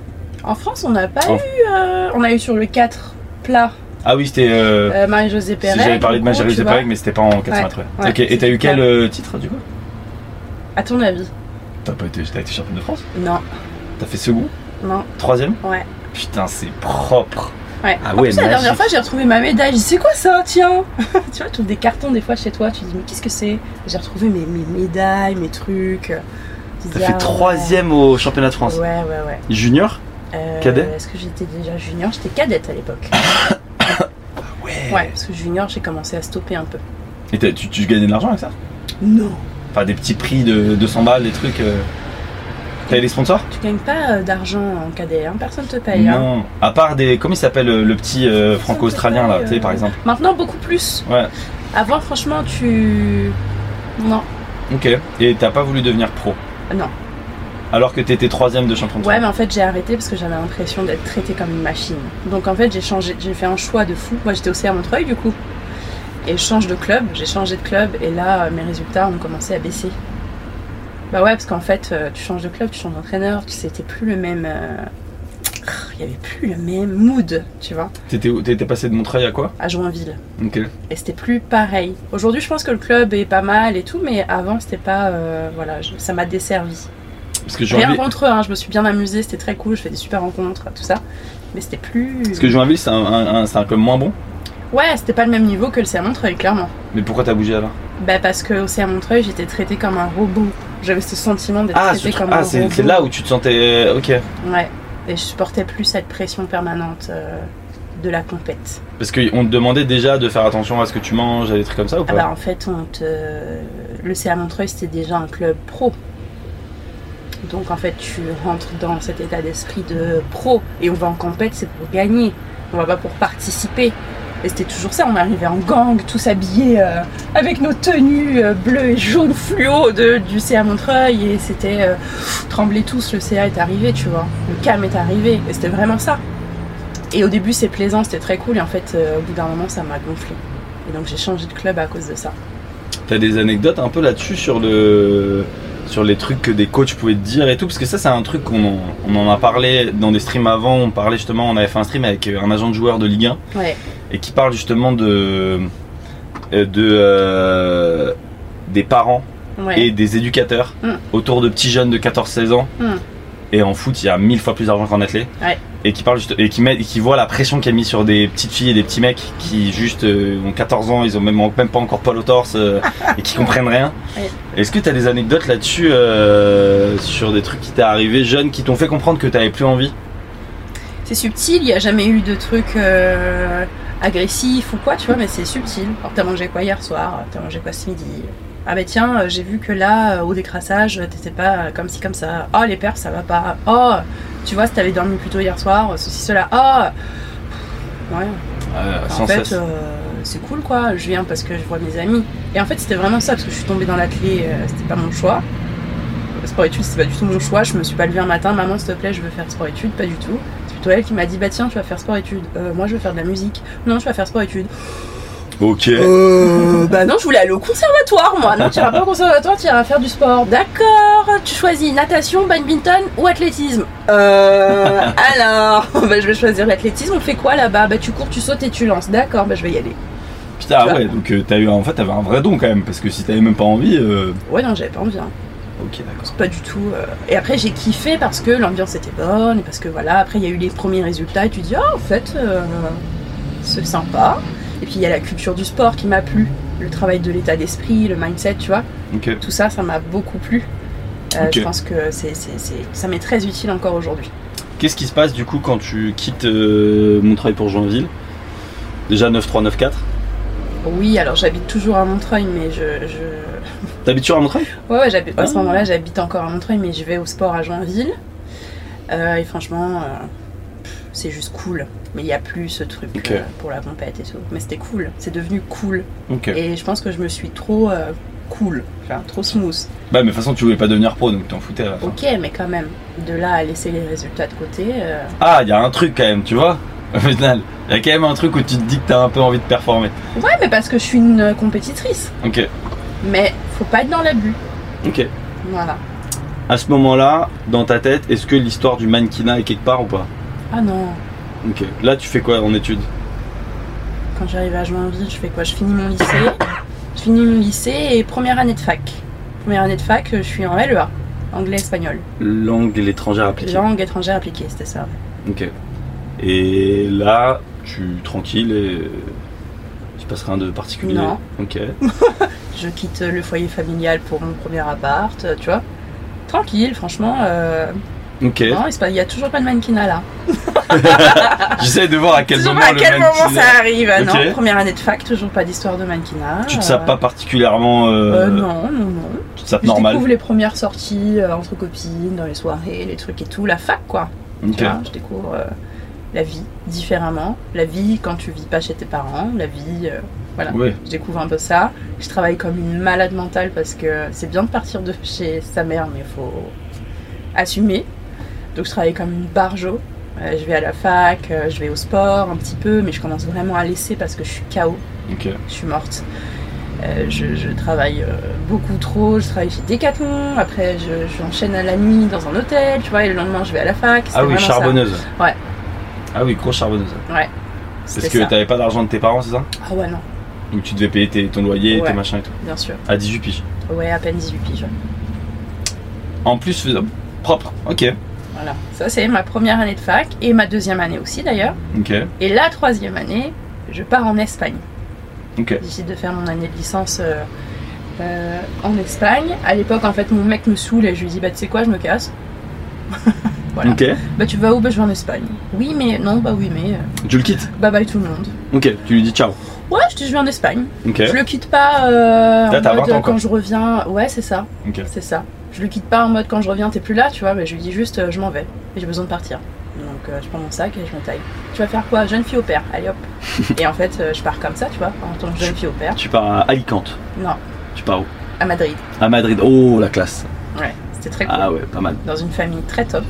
[SPEAKER 3] En France, on n'a pas
[SPEAKER 1] Oh.
[SPEAKER 3] eu. euh, on a eu sur le quatre plat
[SPEAKER 1] Ah oui, c'était. Euh,
[SPEAKER 3] euh, Marie-Josée Pérec.
[SPEAKER 1] J'avais parlé de
[SPEAKER 3] du coup,
[SPEAKER 1] Marie-Josée
[SPEAKER 3] tu vois.
[SPEAKER 1] Pérec, mais c'était pas en quatre cents mètres.
[SPEAKER 3] Ouais,
[SPEAKER 1] Ok, et t'as
[SPEAKER 3] c'était
[SPEAKER 1] eu quel
[SPEAKER 3] pas-
[SPEAKER 1] euh, titre du coup?
[SPEAKER 3] À ton avis?
[SPEAKER 1] T'as pas été, t'as été championne de France?
[SPEAKER 3] Non,
[SPEAKER 1] T'as fait second?
[SPEAKER 3] non,
[SPEAKER 1] Troisième?
[SPEAKER 3] ouais.
[SPEAKER 1] Putain, c'est propre.
[SPEAKER 3] Ouais.
[SPEAKER 1] Ah
[SPEAKER 3] en
[SPEAKER 1] ouais,
[SPEAKER 3] plus, la dernière
[SPEAKER 1] magique.
[SPEAKER 3] fois, j'ai retrouvé ma médaille. J'ai dit, c'est quoi ça? Tiens. Tu vois, tu trouves des cartons des fois chez toi. Tu te dis, mais qu'est-ce que c'est? J'ai retrouvé mes, mes médailles, mes trucs. Tu te
[SPEAKER 1] T'as
[SPEAKER 3] dis,
[SPEAKER 1] fait
[SPEAKER 3] ah,
[SPEAKER 1] troisième au championnat de
[SPEAKER 3] ouais.
[SPEAKER 1] France.
[SPEAKER 3] Ouais, ouais, ouais.
[SPEAKER 1] Junior?
[SPEAKER 3] Euh,
[SPEAKER 1] Cadet?
[SPEAKER 3] Est-ce que j'étais déjà junior? J'étais cadette à l'époque.
[SPEAKER 1] Ouais.
[SPEAKER 3] Ouais, parce que junior, j'ai commencé à stopper un peu.
[SPEAKER 1] Et t'as- tu, tu gagnais de l'argent avec ça?
[SPEAKER 3] Non.
[SPEAKER 1] Enfin, des petits prix de deux cents balles, des trucs. Euh... T'avais des sponsors?
[SPEAKER 3] Tu gagnes pas euh, d'argent en cadet, hein. Personne te paye. Hein.
[SPEAKER 1] Non. À part des. Comment il s'appelle euh, le petit euh, franco-australien là,
[SPEAKER 3] paye,
[SPEAKER 1] tu sais,
[SPEAKER 3] euh,
[SPEAKER 1] par exemple?
[SPEAKER 3] Maintenant, beaucoup plus.
[SPEAKER 1] Ouais.
[SPEAKER 3] Avant, franchement, tu. Non.
[SPEAKER 1] Ok. Et t'as pas voulu devenir pro?
[SPEAKER 3] Non.
[SPEAKER 1] Alors que t'étais troisième de champion de
[SPEAKER 3] Ouais,
[SPEAKER 1] France.
[SPEAKER 3] mais en fait, j'ai arrêté parce que j'avais l'impression d'être traitée comme une machine. Donc, en fait, j'ai changé. J'ai fait un choix de fou. Moi, j'étais au C A Montreuil, du coup. Et je change de club. J'ai changé de club. Et là, euh, mes résultats ont commencé à baisser. Bah ouais, parce qu'en fait, euh, tu changes de club, tu changes d'entraîneur. Tu sais, c'était plus le même. euh, Il y avait plus le même mood, tu vois,
[SPEAKER 1] T'étais, où- t'étais passé de Montreuil à quoi?
[SPEAKER 3] à Joinville.
[SPEAKER 1] Ok.
[SPEAKER 3] Et c'était plus pareil. Aujourd'hui, je pense que le club est pas mal et tout, mais avant, c'était pas. euh, voilà, je- ça m'a desservi.
[SPEAKER 1] Parce que
[SPEAKER 3] Rien
[SPEAKER 1] Joinville,
[SPEAKER 3] contre eux, hein, je me suis bien amusée, c'était très cool, je fais des super rencontres, tout ça. Mais c'était plus.
[SPEAKER 1] parce que Joinville c'est un, un- un- c'est un club moins bon.
[SPEAKER 3] Ouais, c'était pas le même niveau que le C A Montreuil, clairement.
[SPEAKER 1] Mais pourquoi t'as bougé alors?
[SPEAKER 3] Bah, parce qu'au C A Montreuil, j'étais traitée comme un robot. J'avais ce sentiment d'être
[SPEAKER 1] Ah,
[SPEAKER 3] traitée
[SPEAKER 1] ce-
[SPEAKER 3] comme
[SPEAKER 1] ah
[SPEAKER 3] un
[SPEAKER 1] c'est,
[SPEAKER 3] robot.
[SPEAKER 1] c'est là où tu te sentais. Ok.
[SPEAKER 3] Ouais. Et je supportais plus cette pression permanente euh, de la compète.
[SPEAKER 1] Parce qu'on te demandait déjà de faire attention à ce que tu manges, à des trucs comme ça ou
[SPEAKER 3] Ah
[SPEAKER 1] pas?
[SPEAKER 3] bah en fait, on te... le C A Montreuil, c'était déjà un club pro. Donc en fait, tu rentres dans cet état d'esprit de pro. Et on va en compète, c'est pour gagner. On va pas pour participer. Et c'était toujours ça, on arrivait en gang, tous habillés euh, avec nos tenues euh, bleues et jaunes fluo de, du C A Montreuil. Et c'était euh, trembler tous, le C A est arrivé, tu vois. Le C A M est arrivé. Et c'était vraiment ça. Et au début, c'est plaisant, c'était très cool. Et en fait, euh, au bout d'un moment, ça m'a gonflé. Et donc j'ai changé de club à cause de ça.
[SPEAKER 1] T'as des anecdotes un peu là-dessus sur le sur les trucs que des coachs pouvaient te dire et tout, parce que ça c'est un truc qu'on en, on en a parlé dans des streams avant. On parlait justement, on avait fait un stream avec un agent de joueur de Ligue un
[SPEAKER 3] Ouais.
[SPEAKER 1] et qui parle justement de de euh, des parents
[SPEAKER 3] Ouais.
[SPEAKER 1] et des éducateurs
[SPEAKER 3] Mm.
[SPEAKER 1] autour de petits jeunes de quatorze seize ans.
[SPEAKER 3] Mm.
[SPEAKER 1] Et en foot, il y a mille fois plus d'argent qu'en athlète.
[SPEAKER 3] Ouais.
[SPEAKER 1] Et qui parle juste, et qui met, et qui voit la pression qui est mise sur des petites filles et des petits mecs qui juste euh, ont quatorze ans, ils ont même, même pas encore poil au torse euh, et qui comprennent rien.
[SPEAKER 3] Ouais.
[SPEAKER 1] Est-ce que tu as des anecdotes là-dessus euh, sur des trucs qui t'est arrivé jeunes qui t'ont fait comprendre que t'avais plus envie?
[SPEAKER 3] C'est subtil, il n'y a jamais eu de trucs euh, agressifs ou quoi, tu vois, mais c'est subtil. Alors t'as mangé quoi hier soir? T'as mangé quoi ce midi? Ah bah tiens, euh, j'ai vu que là, euh, au décrassage, t'étais pas euh, comme ci, comme ça. Oh, les perfs, ça va pas. Oh, tu vois, si t'avais dormi plus tôt hier soir, ceci, cela. Oh, ouais.
[SPEAKER 1] Euh,
[SPEAKER 3] En
[SPEAKER 1] sans
[SPEAKER 3] fait,
[SPEAKER 1] cesse.
[SPEAKER 3] euh, c'est cool quoi, je viens parce que je vois mes amis. Et en fait, c'était vraiment ça, parce que je suis tombée dans l'athlé, euh, c'était pas mon choix. Le sport études, c'était pas du tout mon choix. Je me suis pas levée un matin, maman, s'il te plaît, je veux faire sport études, pas du tout. C'est plutôt elle qui m'a dit, bah tiens, tu vas faire sport études. Euh, moi, je veux faire de la musique. Non, je vais faire sport études.
[SPEAKER 1] Ok.
[SPEAKER 3] Euh, bah non, je voulais aller au conservatoire, moi. Non, tu iras pas au conservatoire, tu iras faire du sport. D'accord, tu choisis natation, badminton ou athlétisme. Euh, alors, bah, je vais choisir l'athlétisme. On fait quoi là-bas? Bah tu cours, tu sautes et tu lances. D'accord, bah je vais y aller.
[SPEAKER 1] Putain,
[SPEAKER 3] tu vois.
[SPEAKER 1] ouais, donc euh, t'as eu, en fait, t'avais un vrai don quand même, parce que si t'avais même pas envie. euh,
[SPEAKER 3] Ouais, non, j'avais pas envie. Hein.
[SPEAKER 1] Ok, d'accord.
[SPEAKER 3] Pas du tout. euh. Et après, j'ai kiffé parce que l'ambiance était bonne et parce que voilà, après, il y a eu les premiers résultats et tu dis, ah, en fait, euh, c'est sympa. Et puis, il y a la culture du sport qui m'a plu, le travail de l'état d'esprit, le mindset, tu vois.
[SPEAKER 1] Ok.
[SPEAKER 3] Tout ça, ça m'a beaucoup plu. Euh,
[SPEAKER 1] Ok.
[SPEAKER 3] Je pense que c'est, c'est, c'est, ça m'est très utile encore aujourd'hui.
[SPEAKER 1] Qu'est-ce qui se passe du coup quand tu quittes euh, Montreuil pour Joinville? Déjà neuf trois neuf quatre.
[SPEAKER 3] Oui, alors j'habite toujours à Montreuil, mais je. je...
[SPEAKER 1] T'habites toujours à Montreuil?
[SPEAKER 3] Ouais, ouais, j'habite, à ce
[SPEAKER 1] Ah.
[SPEAKER 3] moment-là, j'habite encore à Montreuil, mais je vais au sport à Joinville. Euh, et franchement, euh, c'est juste cool. Mais il n'y a plus ce truc
[SPEAKER 1] Ok.
[SPEAKER 3] euh, pour la compète et tout. Mais c'était cool, c'est devenu cool.
[SPEAKER 1] Ok.
[SPEAKER 3] Et je pense que je me suis trop euh, cool, enfin, trop smooth.
[SPEAKER 1] Bah, mais de toute façon, tu voulais pas devenir pro donc t'en foutais à la fin.
[SPEAKER 3] Ok, mais quand même, de là à laisser les résultats de côté. euh,
[SPEAKER 1] Ah, il y a un truc quand même, tu vois? Au final, il y a quand même un truc où tu te dis que t'as un peu envie de performer.
[SPEAKER 3] Ouais, mais parce que je suis une compétitrice.
[SPEAKER 1] Ok.
[SPEAKER 3] Mais faut pas être dans l'abus.
[SPEAKER 1] Ok.
[SPEAKER 3] Voilà.
[SPEAKER 1] à ce moment-là, dans ta tête, est-ce que l'histoire du mannequinat est quelque part ou pas?
[SPEAKER 3] Ah non.
[SPEAKER 1] Ok. Là, tu fais quoi en études?
[SPEAKER 3] Quand j'arrive à Joinville, je fais quoi? Je finis mon lycée. Je finis mon lycée et première année de fac. Première année de fac, je suis en L E A, anglais-espagnol.
[SPEAKER 1] Langue étrangère appliquée.
[SPEAKER 3] Langue étrangère appliquée, c'était ça.
[SPEAKER 1] Ok. Et là, tu tranquille et il se passe rien de particulier.
[SPEAKER 3] Non.
[SPEAKER 1] Ok.
[SPEAKER 3] Je quitte le foyer familial pour mon premier appart, tu vois. Tranquille, franchement. Euh...
[SPEAKER 1] Ok.
[SPEAKER 3] Non, il n'y a toujours pas de mannequinat là.
[SPEAKER 1] J'essaie de voir à quel
[SPEAKER 3] toujours
[SPEAKER 1] moment
[SPEAKER 3] à
[SPEAKER 1] le
[SPEAKER 3] quel
[SPEAKER 1] mannequinat...
[SPEAKER 3] moment ça arrive.
[SPEAKER 1] Ok.
[SPEAKER 3] Non, première année de fac, toujours pas d'histoire de mannequinat.
[SPEAKER 1] Tu te sapes pas particulièrement... Euh...
[SPEAKER 3] Euh, non, non, non.
[SPEAKER 1] Tu te sapes
[SPEAKER 3] Je
[SPEAKER 1] normal.
[SPEAKER 3] découvre les premières sorties euh, entre copines, dans les soirées, les trucs et tout. La fac, quoi.
[SPEAKER 1] Ok.
[SPEAKER 3] Tu vois, je découvre euh, la vie différemment. La vie quand tu vis pas chez tes parents. La vie... Euh, voilà.
[SPEAKER 1] Ouais.
[SPEAKER 3] Je découvre un peu ça. Je travaille comme une malade mentale parce que c'est bien de partir de chez sa mère, mais il faut assumer. Donc je travaille comme une barjo. Euh, je vais à la fac, euh, je vais au sport un petit peu, mais je commence vraiment à laisser parce que je suis K O.
[SPEAKER 1] Ok.
[SPEAKER 3] Je suis morte. Euh, je, je travaille euh, beaucoup trop. Je travaille chez Decathlon. Après, je, j'enchaîne à la nuit dans un hôtel, tu vois, et le lendemain, je vais à la fac. C'était
[SPEAKER 1] Ah oui,
[SPEAKER 3] vraiment
[SPEAKER 1] charbonneuse.
[SPEAKER 3] ça. Ouais.
[SPEAKER 1] Ah oui, grosse charbonneuse.
[SPEAKER 3] Ouais.
[SPEAKER 1] Parce
[SPEAKER 3] C'était
[SPEAKER 1] que
[SPEAKER 3] ça.
[SPEAKER 1] t'avais pas d'argent de tes parents, c'est ça?
[SPEAKER 3] Ah ouais, non,
[SPEAKER 1] Donc tu devais payer tes- ton loyer,
[SPEAKER 3] Ouais.
[SPEAKER 1] tes machins et tout.
[SPEAKER 3] bien sûr.
[SPEAKER 1] À dix-huit piges.
[SPEAKER 3] Ouais, à peine dix-huit piges. Ouais.
[SPEAKER 1] En plus, faisable. Propre. Ok.
[SPEAKER 3] Voilà. Ça, c'est ma première année de fac et ma deuxième année aussi d'ailleurs.
[SPEAKER 1] Ok.
[SPEAKER 3] Et la troisième année, je pars en Espagne.
[SPEAKER 1] Ok.
[SPEAKER 3] Je décide de faire mon année de licence euh, euh, en Espagne. À l'époque, en fait, mon mec me saoule et je lui dis, bah tu sais quoi, je me casse. Voilà.
[SPEAKER 1] Ok.
[SPEAKER 3] Bah tu vas où? Bah je vais en Espagne. Oui, mais non, bah oui, mais euh,
[SPEAKER 1] Tu le quittes?
[SPEAKER 3] bye bye tout le monde.
[SPEAKER 1] Ok. Tu lui dis ciao.
[SPEAKER 3] Ouais, je dis je vais en Espagne.
[SPEAKER 1] Ok.
[SPEAKER 3] Je le quitte pas euh,
[SPEAKER 1] Là,
[SPEAKER 3] en
[SPEAKER 1] t'as
[SPEAKER 3] mode
[SPEAKER 1] vingt ans,
[SPEAKER 3] quand
[SPEAKER 1] quoi.
[SPEAKER 3] je reviens. Ouais, c'est ça,
[SPEAKER 1] Ok.
[SPEAKER 3] c'est ça. Je le quitte pas en mode quand je reviens, t'es plus là, tu vois. Mais je lui dis juste, euh, je m'en vais. Et j'ai besoin de partir. Donc euh, je prends mon sac et je me taille. Tu vas faire quoi? Jeune fille au père. Allez hop. Et en fait, euh, je pars comme ça, tu vois, en tant que jeune fille au père.
[SPEAKER 1] Tu pars à Alicante.
[SPEAKER 3] Non,
[SPEAKER 1] Tu pars où?
[SPEAKER 3] à Madrid.
[SPEAKER 1] À Madrid. Oh, la classe.
[SPEAKER 3] Ouais, c'était très cool.
[SPEAKER 1] Ah ouais, pas mal.
[SPEAKER 3] Dans une famille très top.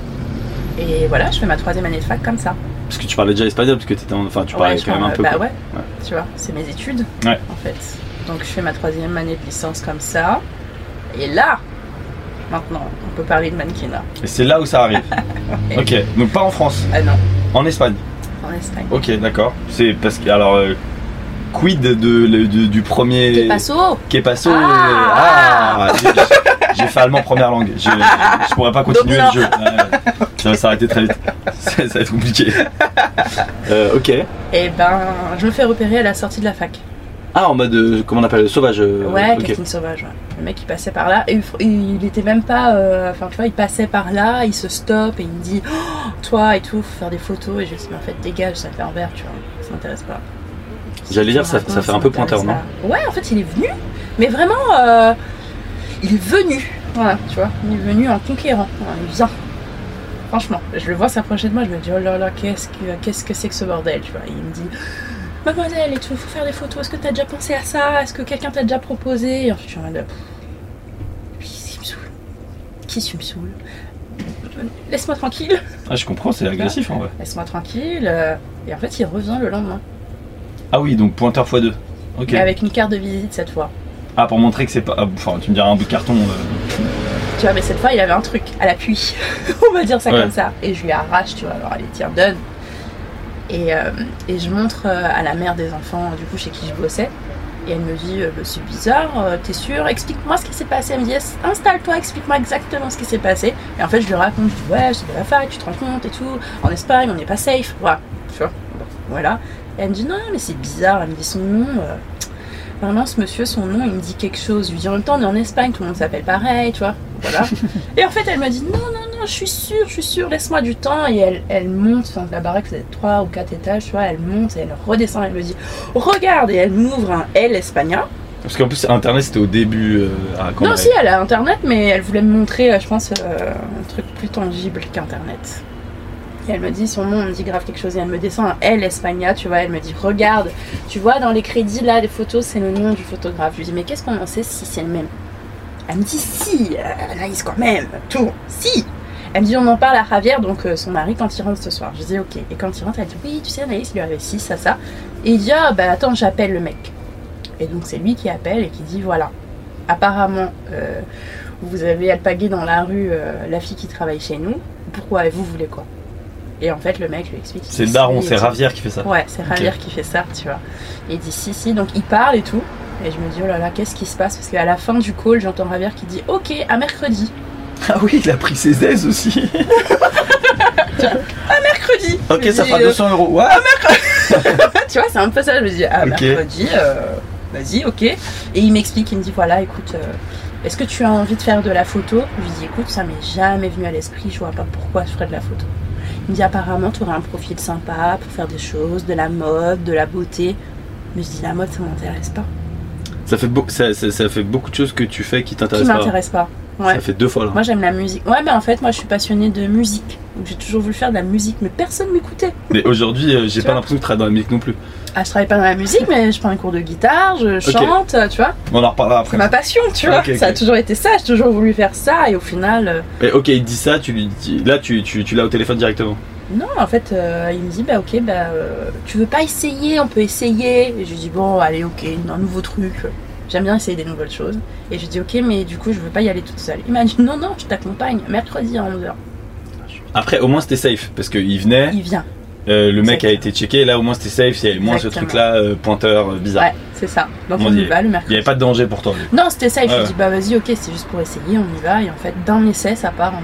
[SPEAKER 3] Et voilà, je fais ma troisième année de fac comme ça.
[SPEAKER 1] Parce que tu parlais déjà espagnol, parce que t'étais en... Enfin, tu
[SPEAKER 3] Ouais,
[SPEAKER 1] parlais
[SPEAKER 3] je
[SPEAKER 1] quand même
[SPEAKER 3] parle-
[SPEAKER 1] un peu.
[SPEAKER 3] Bah
[SPEAKER 1] quoi.
[SPEAKER 3] ouais,
[SPEAKER 1] Ouais.
[SPEAKER 3] tu vois, c'est mes études
[SPEAKER 1] Ouais.
[SPEAKER 3] en fait. Donc je fais ma troisième année de licence comme ça. Et là, maintenant, on peut parler de mannequinat.
[SPEAKER 1] Et c'est là où ça arrive.
[SPEAKER 3] Et-
[SPEAKER 1] Ok. Donc pas en France.
[SPEAKER 3] Ah non,
[SPEAKER 1] En Espagne.
[SPEAKER 3] en Espagne.
[SPEAKER 1] Ok, d'accord. C'est parce que... Alors... euh, Quid de, de- de- du premier...
[SPEAKER 3] T'es passo.
[SPEAKER 1] Que passo?
[SPEAKER 3] Ah,
[SPEAKER 1] Ah, j'ai- J'ai fait allemand première langue. Je, je pourrais pas continuer
[SPEAKER 3] Donc
[SPEAKER 1] le jeu. Ouais, ça va s'arrêter très vite. Ça, ça va être compliqué. Euh, ok.
[SPEAKER 3] Et ben, je me fais repérer à la sortie de la fac.
[SPEAKER 1] Ah, en mode, euh, comment on appelle, sauvage. euh,
[SPEAKER 3] Ouais,
[SPEAKER 1] ok.
[SPEAKER 3] casting sauvage. Ouais. Le mec il passait par là et il, il était même pas. euh, Enfin, tu vois, il passait par là, il se stoppe et il me dit oh, toi et tout, faut faire des photos. Et je lui dis mais en fait, dégage, ça fait un verre, tu vois, ça m'intéresse pas.
[SPEAKER 1] J'allais dire, ça,
[SPEAKER 3] Raconte,
[SPEAKER 1] ça fait un peu
[SPEAKER 3] m'intéresse
[SPEAKER 1] pointeur, non?
[SPEAKER 3] pas. Ouais, en fait, il est venu, mais vraiment, euh, il est venu. Voilà, tu vois, il est venu en conquérant. Voilà, il vient. Franchement, je le vois s'approcher de moi, je me dis oh là là, qu'est-ce que qu'est-ce que c'est que ce bordel, tu vois. Et il me dit mademoiselle et tout, faut faire des photos. Est-ce que t'as déjà pensé à ça? Est-ce que quelqu'un t'a déjà proposé? Et ensuite, je suis en mode qui me saoule? Qui me saoule? Laisse-moi tranquille.
[SPEAKER 1] Ah, je comprends, c'est agressif en vrai.
[SPEAKER 3] Laisse-moi tranquille. euh, Et en fait, il revient le lendemain.
[SPEAKER 1] Ah oui, donc pointeur fois deux. Ok.
[SPEAKER 3] Mais avec une carte de visite cette fois.
[SPEAKER 1] Ah, pour montrer que c'est pas. ah, Enfin, tu me diras un bout de carton. euh,
[SPEAKER 3] Tu vois, mais cette fois, il avait un truc à l'appui. On va dire ça
[SPEAKER 1] Ouais.
[SPEAKER 3] comme ça. Et je lui arrache, tu vois. Alors, allez, tiens, donne. Et, euh, et je montre euh, à la mère des enfants, du coup, chez qui je bossais. Et elle me dit, euh, bah, c'est bizarre, euh, t'es sûre? Explique-moi ce qui s'est passé. Elle me dit, installe-toi, explique-moi exactement ce qui s'est passé. Et en fait, je lui raconte, je dis, ouais, c'est de la fac, tu te rends compte et tout. En Espagne, on n'est pas safe. Voilà. Tu vois. Bon, voilà. Et elle me dit, non, mais c'est bizarre. Elle me dit, son nom. Euh... Vraiment, ce monsieur, son nom, il me dit quelque chose. Je lui dis, en même temps, on est en Espagne, tout le monde s'appelle pareil, tu vois. Voilà. Et en fait, elle m'a dit, non, non, non, je suis sûre, je suis sûre, laisse-moi du temps. Et elle, elle monte, enfin, la baraque, c'est trois ou quatre étages, tu vois. Elle monte et elle redescend. Elle me dit, regarde. Et elle m'ouvre un L espagnol.
[SPEAKER 1] Parce qu'en plus, Internet, c'était au début. euh, à quand
[SPEAKER 3] Non,
[SPEAKER 1] on
[SPEAKER 3] si, elle a Internet, mais elle voulait me montrer, euh, je pense, euh, un truc plus tangible qu'Internet. Et elle me dit, son nom, on me dit grave quelque chose. Et elle me descend un L Espagna, tu vois. Elle me dit, regarde, tu vois, dans les crédits, là, des photos, c'est le nom du photographe. Je lui dis, mais qu'est-ce qu'on en sait si c'est le même? Elle me dit, si, euh, Anaïs, quand même, tout, si. Elle me dit, on en parle à Javier, donc euh, son mari, quand il rentre ce soir. Je dis, ok. Et quand il rentre, elle dit, oui, tu sais, Anaïs, il lui avait ci, ça, ça. Et il dit, ah, bah attends, j'appelle le mec. Et donc, c'est lui qui appelle et qui dit, voilà. Apparemment, euh, vous avez alpagué dans la rue euh, la fille qui travaille chez nous, pourquoi et vous voulez quoi? Et en fait le mec lui explique.
[SPEAKER 1] C'est le daron, c'est Ravière qui fait ça.
[SPEAKER 3] Ouais, c'est Ravière
[SPEAKER 1] okay.
[SPEAKER 3] qui fait ça, tu vois. Et il dit si, si, donc il parle et tout. Et je me dis oh là là, qu'est-ce qui se passe? Parce qu'à la fin du call, j'entends Ravière qui dit ok, à mercredi.
[SPEAKER 1] Ah oui, il a pris ses aises aussi.
[SPEAKER 3] À mercredi.
[SPEAKER 1] Ok,
[SPEAKER 3] je
[SPEAKER 1] ça
[SPEAKER 3] dis,
[SPEAKER 1] fera deux cents euros. Ouais.
[SPEAKER 3] À mercredi. Tu vois, c'est un peu ça. Je me dis à
[SPEAKER 1] okay.
[SPEAKER 3] mercredi, euh, vas-y, ok. Et il m'explique, il me dit voilà, écoute, euh, est-ce que tu as envie de faire de la photo? Je lui dis écoute, ça m'est jamais venu à l'esprit, je vois pas pourquoi je ferais de la photo. Il me dit apparemment, tu aurais un profil sympa pour faire des choses, de la mode, de la beauté. Mais je dis la mode, ça m'intéresse pas.
[SPEAKER 1] Ça fait, beau, ça, ça, ça fait beaucoup de choses que tu fais qui t'intéressent
[SPEAKER 3] pas.
[SPEAKER 1] Qui
[SPEAKER 3] m'intéressent pas. Ouais.
[SPEAKER 1] Ça fait deux fois là.
[SPEAKER 3] Moi j'aime la musique. Ouais, mais en fait, moi je suis passionnée de musique. Donc j'ai toujours voulu faire de la musique, mais personne m'écoutait.
[SPEAKER 1] Mais aujourd'hui, euh, j'ai
[SPEAKER 3] tu
[SPEAKER 1] pas
[SPEAKER 3] vois
[SPEAKER 1] l'impression que tu travailles dans la musique non plus.
[SPEAKER 3] Ah, je travaille pas dans la musique, mais je prends un cours de guitare, je chante, okay. tu vois.
[SPEAKER 1] On en reparlera après.
[SPEAKER 3] C'est ma passion, tu vois. Okay, ça okay. a toujours été ça, j'ai toujours voulu faire ça, et au final. Euh...
[SPEAKER 1] Mais ok, il dit ça, tu lui dis. Là, tu, tu, tu l'as au téléphone directement.
[SPEAKER 3] Non, en fait, euh, il me dit, bah ok, bah euh, tu veux pas essayer, on peut essayer. Et je lui dis, bon, allez, ok, un nouveau truc. J'aime bien essayer des nouvelles choses. Et je lui dis, ok, mais du coup, je veux pas y aller toute seule. Il m'a dit, non, non, je t'accompagne, mercredi à onze heures.
[SPEAKER 1] Après, au moins, c'était safe, parce qu'il venait.
[SPEAKER 3] Il vient.
[SPEAKER 1] Euh, le mec Exactement. a été checké, là, au moins, c'était safe, il y avait moins Exactement. ce truc-là, euh, pointeur, euh, bizarre.
[SPEAKER 3] Ouais, c'est ça. Donc, on, on y va le mercredi.
[SPEAKER 1] Il n'y avait pas de danger pour toi.
[SPEAKER 3] Non, c'était safe.
[SPEAKER 1] Ouais.
[SPEAKER 3] Je lui dis, bah vas-y, ok, c'est juste pour essayer, on y va. Et en fait, d'un essai, ça part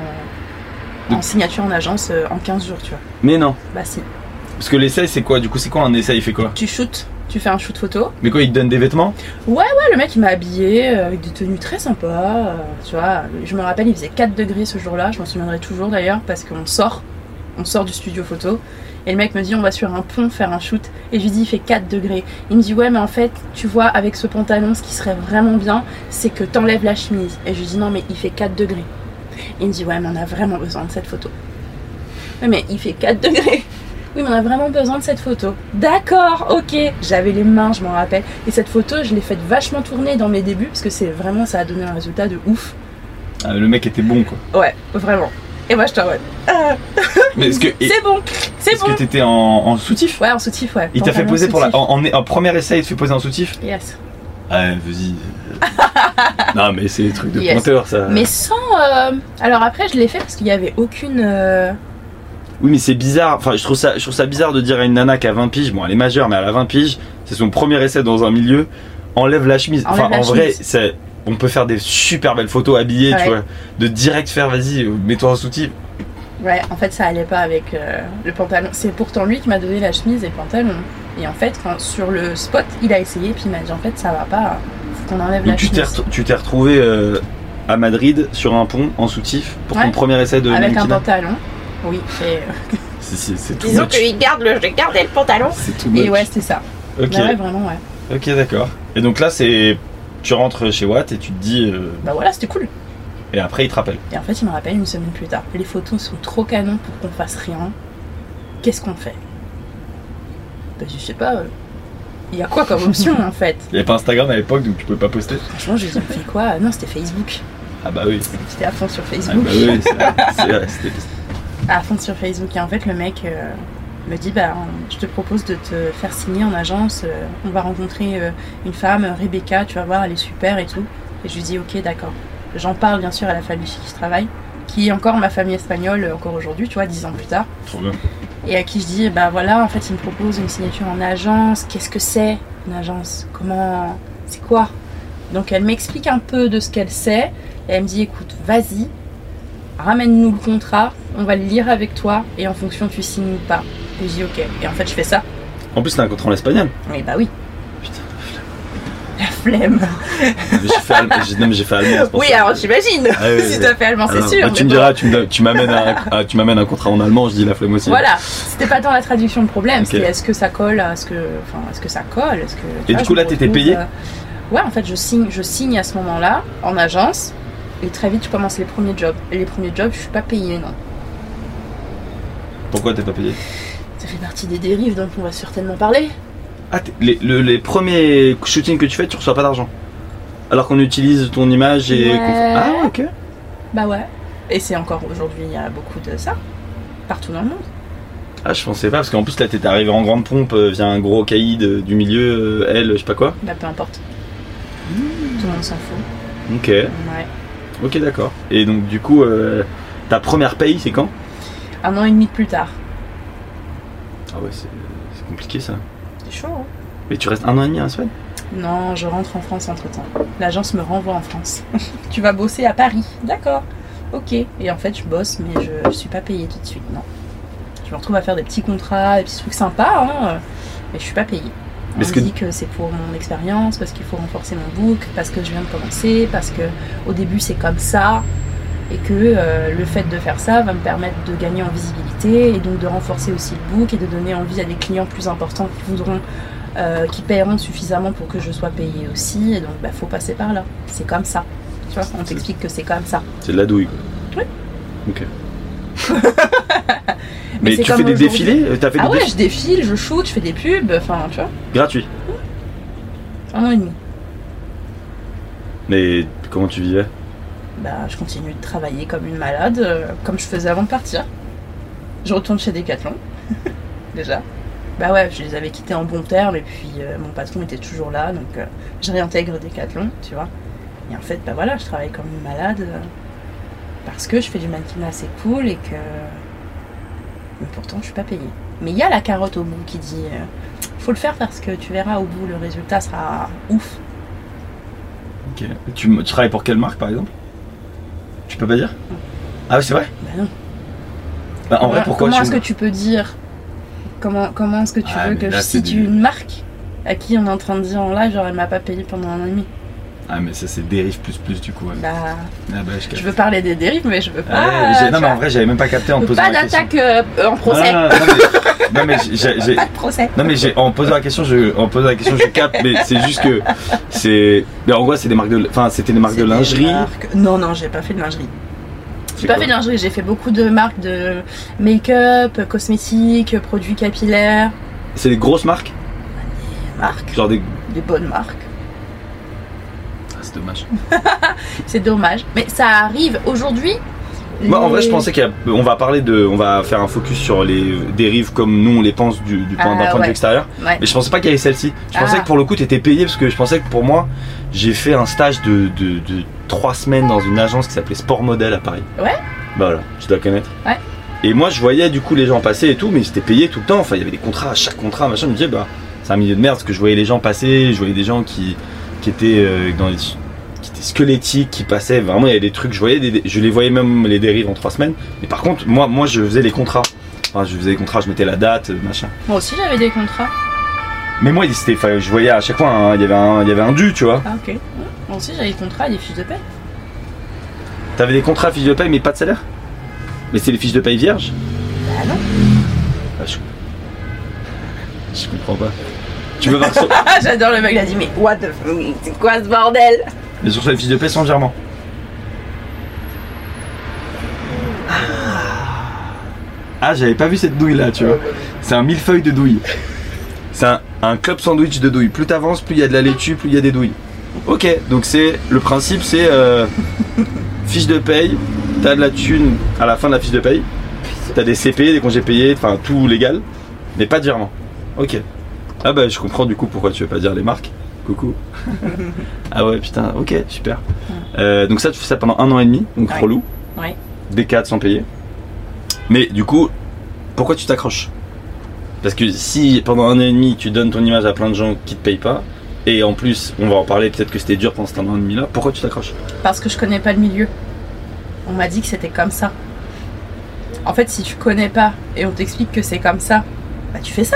[SPEAKER 3] en, en signature en agence euh, en quinze jours, tu vois.
[SPEAKER 1] Mais non.
[SPEAKER 3] Bah si.
[SPEAKER 1] Parce que l'essai, c'est quoi? Du coup, c'est quoi un essai? Il fait quoi?
[SPEAKER 3] Tu shootes. Tu fais un shoot photo.
[SPEAKER 1] Mais quoi, il te donne des vêtements?
[SPEAKER 3] Ouais, ouais, le mec il m'a habillé euh, avec des tenues très sympas. Euh, tu vois, je me rappelle, il faisait quatre degrés ce jour-là. Je m'en souviendrai toujours d'ailleurs parce qu'on sort, on sort du studio photo. Et le mec me dit, on va sur un pont faire un shoot. Et je lui dis, il fait quatre degrés. Il me dit, ouais, mais en fait, tu vois, avec ce pantalon, ce qui serait vraiment bien, c'est que t'enlèves la chemise. Et je lui dis, non, mais il fait quatre degrés. Et il me dit, ouais, mais on a vraiment besoin de cette photo. Ouais, mais il fait quatre degrés. Oui, mais on a vraiment besoin de cette photo. D'accord, ok. J'avais les mains, je m'en rappelle. Et cette photo, je l'ai faite vachement tourner dans mes débuts parce que c'est vraiment, ça a donné un résultat de ouf.
[SPEAKER 1] Ah, le mec était bon, quoi.
[SPEAKER 3] Ouais, vraiment. Et moi, je t'en mode. Ah.
[SPEAKER 1] Mais est-ce que
[SPEAKER 3] c'est bon, c'est bon.
[SPEAKER 1] Est-ce que t'étais en, en soutif?
[SPEAKER 3] Ouais, en soutif, ouais.
[SPEAKER 1] Il t'a fait poser pour la. En, en, en premier essai, il te fait poser en soutif?
[SPEAKER 3] Yes.
[SPEAKER 1] Ouais, vas-y. Non, mais c'est des trucs de yes. pointeur, ça.
[SPEAKER 3] Mais sans. Euh... Alors après, je l'ai fait parce qu'il n'y avait aucune. Euh...
[SPEAKER 1] Oui, mais c'est bizarre. Enfin, je trouve ça, je trouve ça bizarre de dire à une nana qui a vingt piges, bon, elle est majeure, mais elle a vingt piges, c'est son premier essai dans un milieu, enlève la chemise.
[SPEAKER 3] Enlève
[SPEAKER 1] enfin,
[SPEAKER 3] la
[SPEAKER 1] en
[SPEAKER 3] chemise.
[SPEAKER 1] vrai, c'est, on peut faire des super belles photos habillées,
[SPEAKER 3] ouais.
[SPEAKER 1] tu vois. De direct faire, vas-y, mets-toi en soutif.
[SPEAKER 3] Ouais, en fait, ça allait pas avec euh, le pantalon. C'est pourtant lui qui m'a donné la chemise et le pantalon. Et en fait, quand, sur le spot, il a essayé, puis il m'a dit, en fait, ça va pas, faut qu'on enlève
[SPEAKER 1] Donc
[SPEAKER 3] la
[SPEAKER 1] tu
[SPEAKER 3] chemise.
[SPEAKER 1] T'es, tu t'es retrouvé euh, à Madrid sur un pont en soutif pour ouais. ton premier essai de
[SPEAKER 3] avec
[SPEAKER 1] mannequinat.
[SPEAKER 3] Un pantalon, oui. Et...
[SPEAKER 1] C'est, c'est, c'est tout
[SPEAKER 3] Disons
[SPEAKER 1] much.
[SPEAKER 3] qu'il garde le, j'ai gardé le pantalon.
[SPEAKER 1] C'est tout much.
[SPEAKER 3] Et ouais, c'était ça.
[SPEAKER 1] Ok.
[SPEAKER 3] Bah ouais, vraiment, ouais.
[SPEAKER 1] Ok, d'accord. Et donc là, c'est, tu rentres chez Watt et tu te dis. Euh...
[SPEAKER 3] Bah voilà, c'était cool.
[SPEAKER 1] Et après, il te rappelle.
[SPEAKER 3] Et en fait, il me rappelle une semaine plus tard. Les photos sont trop canons pour qu'on fasse rien. Qu'est-ce qu'on fait? Bah je sais pas. Il euh... y a quoi comme option en fait?
[SPEAKER 1] Il n'y avait pas Instagram à l'époque, donc tu pouvais pas poster.
[SPEAKER 3] Franchement, j'ai dit, on fait quoi? Non, c'était Facebook.
[SPEAKER 1] Ah bah oui.
[SPEAKER 3] J'étais à fond sur Facebook.
[SPEAKER 1] Ah bah oui, c'est vrai. C'est vrai c'était...
[SPEAKER 3] À fond sur Facebook. Et en fait, le mec euh, me dit, bah, je te propose de te faire signer en agence. Euh, on va rencontrer euh, une femme, Rebecca, tu vas voir, elle est super et tout. Et je lui dis, ok, d'accord. J'en parle bien sûr à la famille chez qui je travaille, qui est encore ma famille espagnole, encore aujourd'hui, tu vois, dix ans plus tard.
[SPEAKER 1] Trop bien.
[SPEAKER 3] Et à qui je dis, bah voilà, en fait, il me propose une signature en agence. Qu'est-ce que c'est une agence? Comment? C'est quoi? Donc elle m'explique un peu de ce qu'elle sait. Et elle me dit, écoute, vas-y, ramène-nous le contrat, on va le lire avec toi, et en fonction, tu signes ou pas. Et je dis, ok. Et en fait, je fais ça.
[SPEAKER 1] En plus, c'est un contrat en espagnol.
[SPEAKER 3] Oui, bah oui.
[SPEAKER 1] Putain,
[SPEAKER 3] la flemme.
[SPEAKER 1] J'ai fait allemand. J'ai, non, mais j'ai fait allemand.
[SPEAKER 3] Oui,
[SPEAKER 1] ça.
[SPEAKER 3] Alors j'imagine. Ah, oui, si t'as fait allemand, c'est alors, sûr.
[SPEAKER 1] Bah, tu me
[SPEAKER 3] bon.
[SPEAKER 1] diras, tu, me, tu, m'amènes un, tu m'amènes un contrat en allemand, je dis la flemme aussi.
[SPEAKER 3] Voilà, c'était pas tant la traduction le problème,
[SPEAKER 1] okay.
[SPEAKER 3] c'est est-ce que ça colle, est-ce que, enfin, est-ce que ça colle, est-ce que.
[SPEAKER 1] Et vois, du coup là, t'étais payé
[SPEAKER 3] euh... Ouais, en fait, je signe, je signe à ce moment-là en agence, et très vite, je commence les premiers jobs. Et les premiers jobs, je suis pas payée, non.
[SPEAKER 1] Pourquoi t'es pas payé?
[SPEAKER 3] Ça fait partie des dérives dont on va certainement parler.
[SPEAKER 1] Ah, les, le, les premiers shootings que tu fais, tu reçois pas d'argent. Alors qu'on utilise ton image et...
[SPEAKER 3] Ouais.
[SPEAKER 1] Qu'on... Ah ouais, ok.
[SPEAKER 3] Bah ouais. Et c'est encore aujourd'hui, il y a beaucoup de ça. Partout dans le monde.
[SPEAKER 1] Ah, je pensais pas, parce qu'en plus là, t'étais arrivé en grande pompe euh, via un gros caïd euh, du milieu, euh, elle, je sais pas quoi.
[SPEAKER 3] Bah peu importe. Mmh. Tout le monde s'en fout.
[SPEAKER 1] Ok.
[SPEAKER 3] Ouais.
[SPEAKER 1] Ok, d'accord. Et donc du coup, euh, ta première paye, c'est quand?
[SPEAKER 3] Un an et demi plus tard.
[SPEAKER 1] Ah ouais, c'est c'est compliqué ça.
[SPEAKER 3] C'est chaud, hein?
[SPEAKER 1] Mais tu restes un an et demi à Suède?
[SPEAKER 3] Non, je rentre en France entre temps. L'agence me renvoie en France. Tu vas bosser à Paris. D'accord. Ok. Et en fait, je bosse, mais je, je suis pas payée tout de suite. Non. Je me retrouve à faire des petits contrats, des petits trucs sympas, hein, mais je suis pas payée. On me
[SPEAKER 1] Est-ce que-
[SPEAKER 3] dit que c'est pour mon expérience, parce qu'il faut renforcer mon book, parce que je viens de commencer, parce que au début c'est comme ça, et que euh, le fait de faire ça va me permettre de gagner en visibilité et donc de renforcer aussi le book et de donner envie à des clients plus importants qui voudront, euh, qui paieront suffisamment pour que je sois payée aussi. Et donc bah faut passer par là. C'est comme ça. Tu vois, on t'explique que c'est comme ça.
[SPEAKER 1] C'est de la douille.
[SPEAKER 3] Oui.
[SPEAKER 1] Ok.
[SPEAKER 3] Mais
[SPEAKER 1] Mais
[SPEAKER 3] c'est
[SPEAKER 1] tu
[SPEAKER 3] comme
[SPEAKER 1] fais des
[SPEAKER 3] aujourd'hui.
[SPEAKER 1] défilés? T'as fait
[SPEAKER 3] Ah
[SPEAKER 1] des
[SPEAKER 3] ouais,
[SPEAKER 1] défilés
[SPEAKER 3] je défile, je shoot, je fais des pubs, enfin tu vois,
[SPEAKER 1] gratuits?
[SPEAKER 3] un an et demi.
[SPEAKER 1] Mais comment tu vivais?
[SPEAKER 3] Bah, je continue de travailler comme une malade, euh, comme je faisais avant de partir. Je retourne chez Decathlon, déjà. Bah ouais, je les avais quittés en bons termes et puis euh, mon patron était toujours là, donc euh, je réintègre Decathlon, tu vois. Et en fait, bah voilà, je travaille comme une malade euh, parce que je fais du mannequinat assez cool et que... Mais pourtant, je suis pas payée. Mais il y a la carotte au bout qui dit euh, faut le faire parce que tu verras au bout, le résultat sera ouf.
[SPEAKER 1] Ok. Tu, tu travailles pour quelle marque par exemple? Tu peux pas dire? Ah ouais, c'est vrai?
[SPEAKER 3] Bah non.
[SPEAKER 1] Bah, en vrai,
[SPEAKER 3] Comment-
[SPEAKER 1] pourquoi
[SPEAKER 3] Comment
[SPEAKER 1] tu...
[SPEAKER 3] est-ce que tu peux dire Comment, comment est-ce que tu
[SPEAKER 1] Ah,
[SPEAKER 3] veux
[SPEAKER 1] mais
[SPEAKER 3] que
[SPEAKER 1] là,
[SPEAKER 3] je
[SPEAKER 1] c'est
[SPEAKER 3] situe
[SPEAKER 1] du-
[SPEAKER 3] une marque à qui on est en train de dire en live, genre elle m'a pas payé pendant un an et demi?
[SPEAKER 1] Ah mais ça c'est dérive plus plus du coup. Ouais.
[SPEAKER 3] Bah,
[SPEAKER 1] Ah bah je capte.
[SPEAKER 3] je veux parler des dérives, mais je veux pas.
[SPEAKER 1] Ouais, j'ai- non
[SPEAKER 3] tu
[SPEAKER 1] mais
[SPEAKER 3] vois.
[SPEAKER 1] en vrai j'avais même pas capté en te
[SPEAKER 3] Je veux
[SPEAKER 1] posant
[SPEAKER 3] pas
[SPEAKER 1] la question.
[SPEAKER 3] d'attaque euh, en procès.
[SPEAKER 1] Non, non, non, mais, non, mais j'ai, j'ai-
[SPEAKER 3] Pas de procès.
[SPEAKER 1] non mais j'ai, en posant la question, je, en posant la question, je capte, mais c'est juste que c'est, mais en gros c'est des marques de, enfin c'était des marques
[SPEAKER 3] C'est
[SPEAKER 1] de
[SPEAKER 3] des
[SPEAKER 1] lingerie.
[SPEAKER 3] marques- Non, non, j'ai pas fait de lingerie.
[SPEAKER 1] C'est
[SPEAKER 3] J'ai pas
[SPEAKER 1] quoi
[SPEAKER 3] fait de lingerie, j'ai fait beaucoup de marques de make-up, cosmétiques, produits capillaires,
[SPEAKER 1] C'est des grosses marques,
[SPEAKER 3] marques,
[SPEAKER 1] genre des,
[SPEAKER 3] des bonnes marques.
[SPEAKER 1] ah, c'est dommage.
[SPEAKER 3] C'est dommage, mais ça arrive aujourd'hui.
[SPEAKER 1] Moi en
[SPEAKER 3] les-
[SPEAKER 1] vrai je pensais qu'on va parler de, on va faire un focus sur les dérives comme nous on les pense du, du point,
[SPEAKER 3] Ah,
[SPEAKER 1] d'un point de
[SPEAKER 3] ouais.
[SPEAKER 1] vue extérieur.
[SPEAKER 3] Ouais.
[SPEAKER 1] Mais je pensais pas qu'il y avait celle-ci. Je pensais
[SPEAKER 3] Ah.
[SPEAKER 1] que pour le coup tu étais payé parce que je pensais que pour moi j'ai fait un stage de, de, de trois semaines dans une agence qui s'appelait Sport Model à Paris.
[SPEAKER 3] Ouais.
[SPEAKER 1] Bah voilà, tu dois connaître.
[SPEAKER 3] Ouais.
[SPEAKER 1] Et moi je voyais du coup les gens passer et tout, mais c'était payé tout le temps. Enfin il y avait des contrats à chaque contrat, machin. Je me disais bah c'est un milieu de merde parce que je voyais les gens passer, je voyais des gens qui, qui étaient euh, dans les, qui étaient squelettiques, qui passaient. Vraiment il y avait des trucs, je voyais des, je les voyais même les dérives en trois semaines. Mais par contre moi moi je faisais les contrats. Enfin je faisais les contrats, je mettais la date, machin.
[SPEAKER 3] Moi aussi j'avais des contrats.
[SPEAKER 1] Mais moi, c'était, enfin, je voyais à chaque fois, hein, il y avait un, il y avait un dû, tu vois.
[SPEAKER 3] Ah ok. Moi aussi j'avais des contrats et des fiches de paie.
[SPEAKER 1] T'avais des contrats, fiches de paye, mais pas de salaire. Mais c'est les fiches de paye vierges.
[SPEAKER 3] Bah non.
[SPEAKER 1] Ah, je... je comprends pas. Tu veux voir sur...
[SPEAKER 3] Ah j'adore le mec, il a dit mais what the fuck, c'est quoi ce bordel?
[SPEAKER 1] Mais sur les fiches de paye sans virement. Ah, j'avais pas vu cette douille là, tu vois. C'est un millefeuille de douille. C'est un, un club sandwich de douille. Plus t'avances, plus il y a de la laitue, plus il y a des douilles. Ok, donc c'est le principe, c'est euh, fiche de paye. T'as de la thune à la fin de la fiche de paye. T'as des C P, des congés payés, enfin tout légal, mais pas de virement. Ok. Ah bah je comprends du coup pourquoi tu veux pas dire les marques. Coucou. Ah ouais putain, ok, super. Euh, donc ça tu fais ça pendant un an et demi, donc
[SPEAKER 3] Ouais.
[SPEAKER 1] relou.
[SPEAKER 3] Ouais.
[SPEAKER 1] D quatre sans payer. Mais du coup, pourquoi tu t'accroches? Parce que si pendant un an et demi tu donnes ton image à plein de gens qui te payent pas, et en plus on va en parler, peut-être que c'était dur pendant cet un an et demi là, pourquoi tu t'accroches?
[SPEAKER 3] Parce que je connais pas le milieu. On m'a dit que c'était comme ça. En fait, si tu connais pas et on t'explique que c'est comme ça, bah tu fais ça.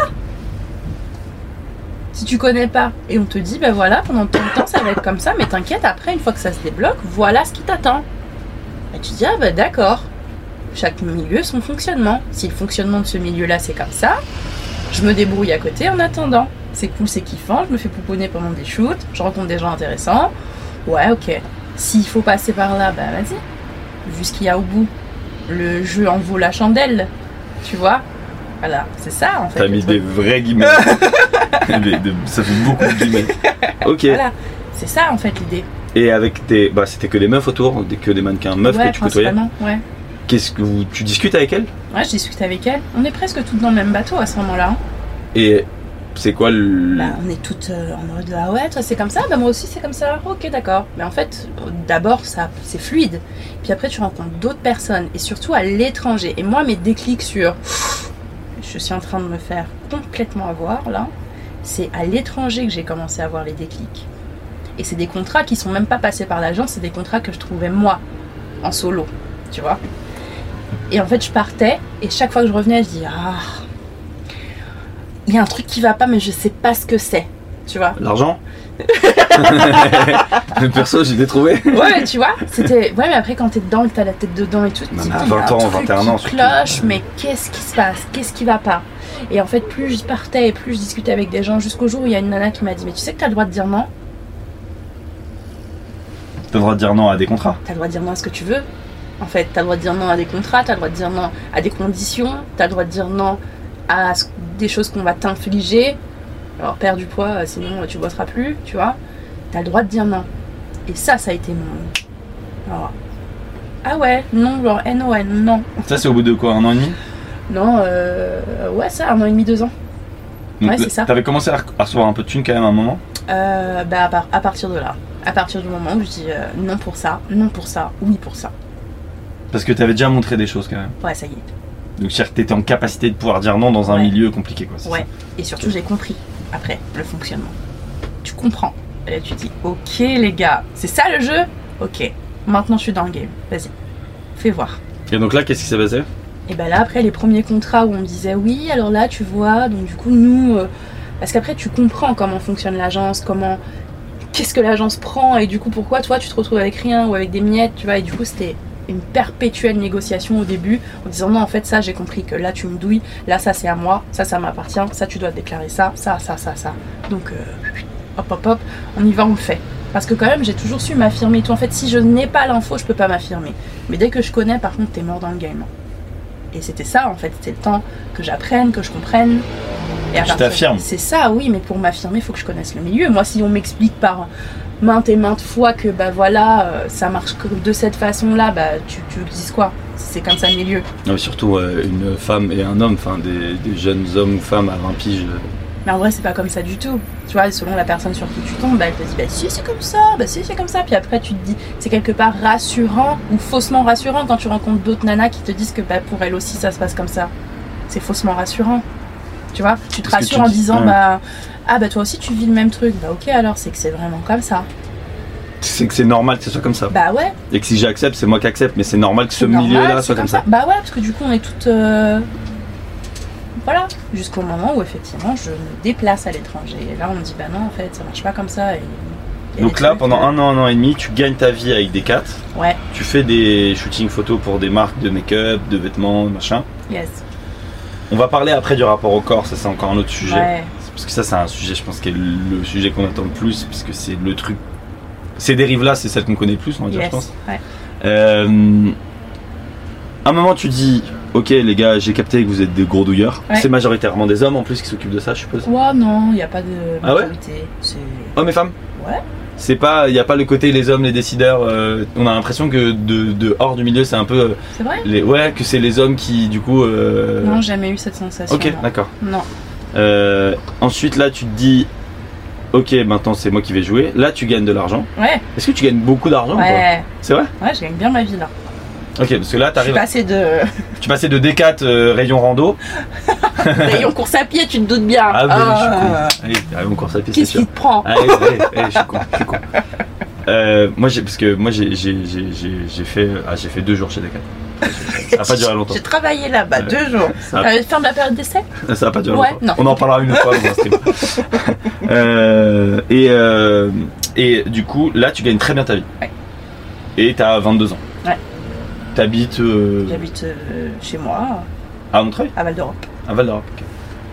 [SPEAKER 3] Si tu connais pas et on te dit bah voilà, pendant tout le temps ça va être comme ça, mais t'inquiète, après une fois que ça se débloque, voilà ce qui t'attend. Et tu dis ah bah d'accord. Chaque milieu son fonctionnement. Si le fonctionnement de ce milieu-là c'est comme ça, je me débrouille à côté en attendant. C'est cool, c'est kiffant, je me fais pouponner pendant des shoots, je rencontre des gens intéressants. Ouais, ok. S'il faut passer par là, bah vas-y. Vu ce qu'il y a au bout, le jeu en vaut la chandelle, tu vois. Voilà, c'est ça en fait.
[SPEAKER 1] T'as
[SPEAKER 3] le
[SPEAKER 1] mis
[SPEAKER 3] truc.
[SPEAKER 1] des vrais guillemets. Des- de- ça fait beaucoup de guillemets. Ok.
[SPEAKER 3] Voilà, c'est ça en fait l'idée.
[SPEAKER 1] Et avec tes, bah c'était que des meufs autour, des- que des mannequins meufs
[SPEAKER 3] Ouais,
[SPEAKER 1] que tu côtoyais.
[SPEAKER 3] principalement, ouais.
[SPEAKER 1] Qu'est-ce que vous, tu discutes avec elles?
[SPEAKER 3] Ouais, je discute avec elle. On est presque toutes dans le même bateau à ce moment-là. hein.
[SPEAKER 1] Et c'est quoi le.
[SPEAKER 3] Bah, on est toutes euh, en mode ah ouais, toi c'est comme ça, bah moi aussi c'est comme ça, ok d'accord. Mais en fait, d'abord ça c'est fluide, puis après tu rencontres d'autres personnes et surtout à l'étranger. Et moi mes déclics sur, je suis en train de me faire complètement avoir là, c'est à l'étranger que j'ai commencé à avoir les déclics. Et c'est des contrats qui sont même pas passés par l'agence, c'est des contrats que je trouvais moi en solo, tu vois. Et en fait je partais et chaque fois que je revenais je dis ah. Il y a un truc qui va pas, mais je sais pas ce que c'est, tu vois.
[SPEAKER 1] L'argent. Perso, j'ai des trouvé.
[SPEAKER 3] Ouais, tu vois, c'était. Ouais, mais après, quand t'es dedans, que t'as la tête dedans et tout, tu te dis,
[SPEAKER 1] à
[SPEAKER 3] il y a
[SPEAKER 1] vingt ans,
[SPEAKER 3] un truc
[SPEAKER 1] vingt et un ans,
[SPEAKER 3] qui
[SPEAKER 1] surtout.
[SPEAKER 3] cloche, mais qu'est-ce qui se passe? Qu'est-ce qui va pas? Et en fait, plus je partais et plus je discutais avec des gens, jusqu'au jour où il y a une nana qui m'a dit, mais tu sais que t'as le droit de dire non?
[SPEAKER 1] T'as le droit de dire non à des contrats.
[SPEAKER 3] T'as le droit de dire non à ce que tu veux. En fait, t'as le droit de dire non à des contrats, t'as le droit de dire non à des conditions, t'as le droit de dire non à ce- des choses qu'on va t'infliger. Alors, perds du poids, euh, sinon euh, tu bosseras plus, tu vois. T'as le droit de dire non. Et ça, ça a été mon. Alors, ah ouais, non, genre N O N, non.
[SPEAKER 1] Ça, c'est au bout de quoi, un an et demi?
[SPEAKER 3] Non, euh, ouais, ça, un an et demi, deux ans.
[SPEAKER 1] Donc,
[SPEAKER 3] Ouais, c'est ça.
[SPEAKER 1] T'avais commencé à, à recevoir un peu de thunes quand même à un moment.
[SPEAKER 3] Euh, bah, à, par- à partir de là. À partir du moment où je dis euh, non pour ça, non pour ça, oui pour ça.
[SPEAKER 1] Parce que t'avais déjà montré des choses quand même.
[SPEAKER 3] Ouais, ça y est.
[SPEAKER 1] Donc, c'est-à-dire que t'étais en capacité de pouvoir dire non dans un
[SPEAKER 3] Ouais.
[SPEAKER 1] milieu compliqué, quoi. c'est
[SPEAKER 3] Ouais.
[SPEAKER 1] ça.
[SPEAKER 3] Et surtout, j'ai compris, après, le fonctionnement. Tu comprends. Et là, tu dis, ok, les gars, c'est ça le jeu? Ok. Maintenant, je suis dans le game. Vas-y. Fais voir.
[SPEAKER 1] Et donc là, qu'est-ce qui s'est passé?
[SPEAKER 3] Et ben là, après les premiers contrats où on me disait oui, alors là, tu vois, donc du coup, nous. euh, parce qu'après, tu comprends comment fonctionne l'agence, comment. Qu'est-ce que l'agence prend, et du coup, pourquoi toi, tu te retrouves avec rien ou avec des miettes, tu vois, et du coup, c'était une perpétuelle négociation au début, en disant non, en fait, ça, j'ai compris que là, tu me douilles, là, ça, c'est à moi, ça, ça m'appartient, ça, tu dois déclarer ça, ça, ça, ça, ça. Donc, euh, hop, hop, hop, on y va, on le fait. Parce que quand même, j'ai toujours su m'affirmer et tout. En fait, si je n'ai pas l'info, je peux pas m'affirmer. Mais dès que je connais, par contre, t'es mort dans le game. Et c'était ça, en fait. C'était le temps que j'apprenne, que je comprenne. Et à
[SPEAKER 1] Tu
[SPEAKER 3] partir-
[SPEAKER 1] t'affirmes.
[SPEAKER 3] C'est ça, oui, mais pour m'affirmer, il faut que je connaisse le milieu. Moi, si on m'explique par maintes et maintes fois que, bah voilà, euh, ça marche que de cette façon-là, bah tu, tu dises quoi? C'est comme ça le milieu.
[SPEAKER 1] Non, surtout euh, une femme et un homme, enfin des, des jeunes hommes ou femmes à vingt piges. euh,
[SPEAKER 3] Mais en vrai, c'est pas comme ça du tout. Tu vois, selon la personne sur qui tu tombes, bah, elle te dit, bah si, c'est comme ça, bah si, c'est comme ça. Puis après, tu te dis, c'est quelque part rassurant ou faussement rassurant quand tu rencontres d'autres nanas qui te disent que bah, pour elles aussi, ça se passe comme ça. C'est faussement rassurant. Tu vois, tu te
[SPEAKER 1] Parce que
[SPEAKER 3] rassures
[SPEAKER 1] tu
[SPEAKER 3] en
[SPEAKER 1] dis-
[SPEAKER 3] disant,
[SPEAKER 1] ouais.
[SPEAKER 3] bah, ah bah toi aussi, tu vis le même truc. Bah ok, alors c'est que c'est vraiment comme ça.
[SPEAKER 1] C'est que c'est normal que ce soit comme ça.
[SPEAKER 3] Bah ouais.
[SPEAKER 1] Et que si j'accepte, c'est moi qui accepte, mais c'est normal que ce
[SPEAKER 3] c'est normal,
[SPEAKER 1] milieu-là
[SPEAKER 3] c'est
[SPEAKER 1] soit comme ça.
[SPEAKER 3] Bah ouais, parce que du coup, on est toutes. euh, Voilà. Jusqu'au moment où effectivement, je me déplace à l'étranger. Et là, on me dit, bah non, en fait, ça marche pas comme ça. Et... et
[SPEAKER 1] Donc
[SPEAKER 3] les
[SPEAKER 1] là,
[SPEAKER 3] trucs,
[SPEAKER 1] pendant
[SPEAKER 3] euh,
[SPEAKER 1] un an, un an et demi, tu gagnes ta vie avec des quatre.
[SPEAKER 3] Ouais,
[SPEAKER 1] Tu fais des shootings photos pour des marques de make-up, de vêtements, machin.
[SPEAKER 3] yes.
[SPEAKER 1] On va parler après du rapport au corps, ça c'est encore un autre sujet.
[SPEAKER 3] Ouais.
[SPEAKER 1] Parce que ça c'est un sujet, je pense, qui est le sujet qu'on attend le plus, puisque c'est le truc. Ces dérives-là, c'est celles qu'on connaît le plus, on va dire,
[SPEAKER 3] Yes.
[SPEAKER 1] je pense.
[SPEAKER 3] Ouais.
[SPEAKER 1] Euh, à un moment, tu dis, ok les gars, j'ai capté que vous êtes des gros douilleurs.
[SPEAKER 3] Ouais.
[SPEAKER 1] C'est majoritairement des hommes en plus qui s'occupent de ça, je suppose.
[SPEAKER 3] Ouais, non, il n'y a pas de
[SPEAKER 1] Ah ouais
[SPEAKER 3] majorité. C'est...
[SPEAKER 1] Hommes et femmes.
[SPEAKER 3] Ouais.
[SPEAKER 1] C'est pas, il n'y a pas le côté les hommes, les décideurs. euh, on a l'impression que de, de hors du milieu, c'est un peu, euh,
[SPEAKER 3] C'est vrai?
[SPEAKER 1] les, ouais, que c'est les hommes qui, du coup. euh,
[SPEAKER 3] Non, j'ai jamais eu cette sensation.
[SPEAKER 1] Ok,
[SPEAKER 3] non.
[SPEAKER 1] d'accord.
[SPEAKER 3] Non.
[SPEAKER 1] Euh, ensuite, là, tu te dis, ok, maintenant c'est moi qui vais jouer. Là, tu gagnes de l'argent.
[SPEAKER 3] Ouais,
[SPEAKER 1] Est-ce que tu gagnes beaucoup d'argent ou pas?
[SPEAKER 3] ouais.
[SPEAKER 1] C'est vrai?
[SPEAKER 3] Ouais, je gagne bien ma vie là.
[SPEAKER 1] Ok, parce que là,
[SPEAKER 3] Je suis
[SPEAKER 1] t'arrives,
[SPEAKER 3] passée de
[SPEAKER 1] tu passais de D quatre euh, rayon rando.
[SPEAKER 3] rayon course à pied, tu te doutes bien.
[SPEAKER 1] Ah, bah, je suis
[SPEAKER 3] Ah,
[SPEAKER 1] con. Allez, rayon course à pied, c'est
[SPEAKER 3] Qu'est-ce
[SPEAKER 1] sûr.
[SPEAKER 3] qui te prend?
[SPEAKER 1] Allez, allez, allez, je suis con, je suis con. Euh, moi, j'ai, parce que moi, j'ai, j'ai, j'ai, j'ai, j'ai fait, ah, j'ai fait deux jours chez D quatre. Ça n'a pas duré longtemps.
[SPEAKER 3] J'ai travaillé là-bas
[SPEAKER 1] Ouais.
[SPEAKER 3] deux jours.
[SPEAKER 1] Ça
[SPEAKER 3] T'avais fait de la période d'essai?
[SPEAKER 1] Ça n'a pas duré
[SPEAKER 3] Ouais,
[SPEAKER 1] longtemps.
[SPEAKER 3] non.
[SPEAKER 1] On en parlera une autre fois dans un stream. euh, et, euh, et du coup, là, tu gagnes très bien ta vie.
[SPEAKER 3] Ouais.
[SPEAKER 1] Et t'as vingt-deux ans.
[SPEAKER 3] Ouais.
[SPEAKER 1] T'habites euh,
[SPEAKER 3] J'habite euh, chez moi,
[SPEAKER 1] à Montreuil,
[SPEAKER 3] à Val d'Europe.
[SPEAKER 1] à Val d'Europe. ok.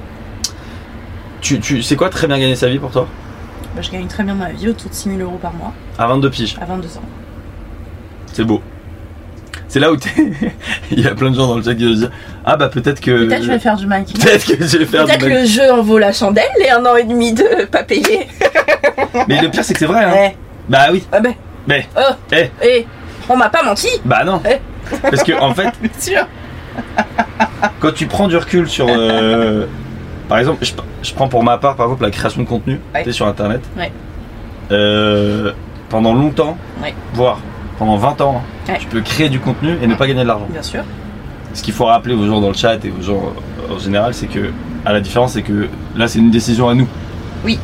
[SPEAKER 1] Tu, tu, c'est quoi très bien gagner sa vie pour toi?
[SPEAKER 3] Bah, je gagne très bien ma vie, autour de six mille euros par mois,
[SPEAKER 1] À vingt-deux piges.
[SPEAKER 3] à vingt-deux ans.
[SPEAKER 1] C'est beau. C'est là où t'es. Il y a plein de gens dans le chat qui vont dire, ah bah peut-être que.
[SPEAKER 3] Peut-être je vais faire du mannequin.
[SPEAKER 1] Peut-être que je vais faire
[SPEAKER 3] Peut-être
[SPEAKER 1] du
[SPEAKER 3] le jeu en vaut la chandelle et un an et demi de pas payer.
[SPEAKER 1] Mais le pire c'est que c'est vrai hein.
[SPEAKER 3] Ouais.
[SPEAKER 1] Bah oui.
[SPEAKER 3] Ah ben,
[SPEAKER 1] Mais.
[SPEAKER 3] oh,
[SPEAKER 1] Eh.
[SPEAKER 3] eh, on m'a pas menti,
[SPEAKER 1] Bah non.
[SPEAKER 3] Eh.
[SPEAKER 1] Parce que en fait,
[SPEAKER 3] bien sûr.
[SPEAKER 1] quand tu prends du recul sur. euh, par exemple, je, je prends pour ma part, par exemple, la création de contenu
[SPEAKER 3] Ouais.
[SPEAKER 1] tu sais, sur internet.
[SPEAKER 3] Ouais.
[SPEAKER 1] Euh, pendant longtemps,
[SPEAKER 3] Ouais.
[SPEAKER 1] voire pendant vingt ans, hein,
[SPEAKER 3] Ouais.
[SPEAKER 1] tu peux créer du contenu et ne pas gagner de l'argent.
[SPEAKER 3] Bien sûr.
[SPEAKER 1] Ce qu'il faut rappeler aux gens dans le chat et aux gens euh, en général, c'est que, à la différence, c'est que là, c'est une décision à nous.
[SPEAKER 3] Oui.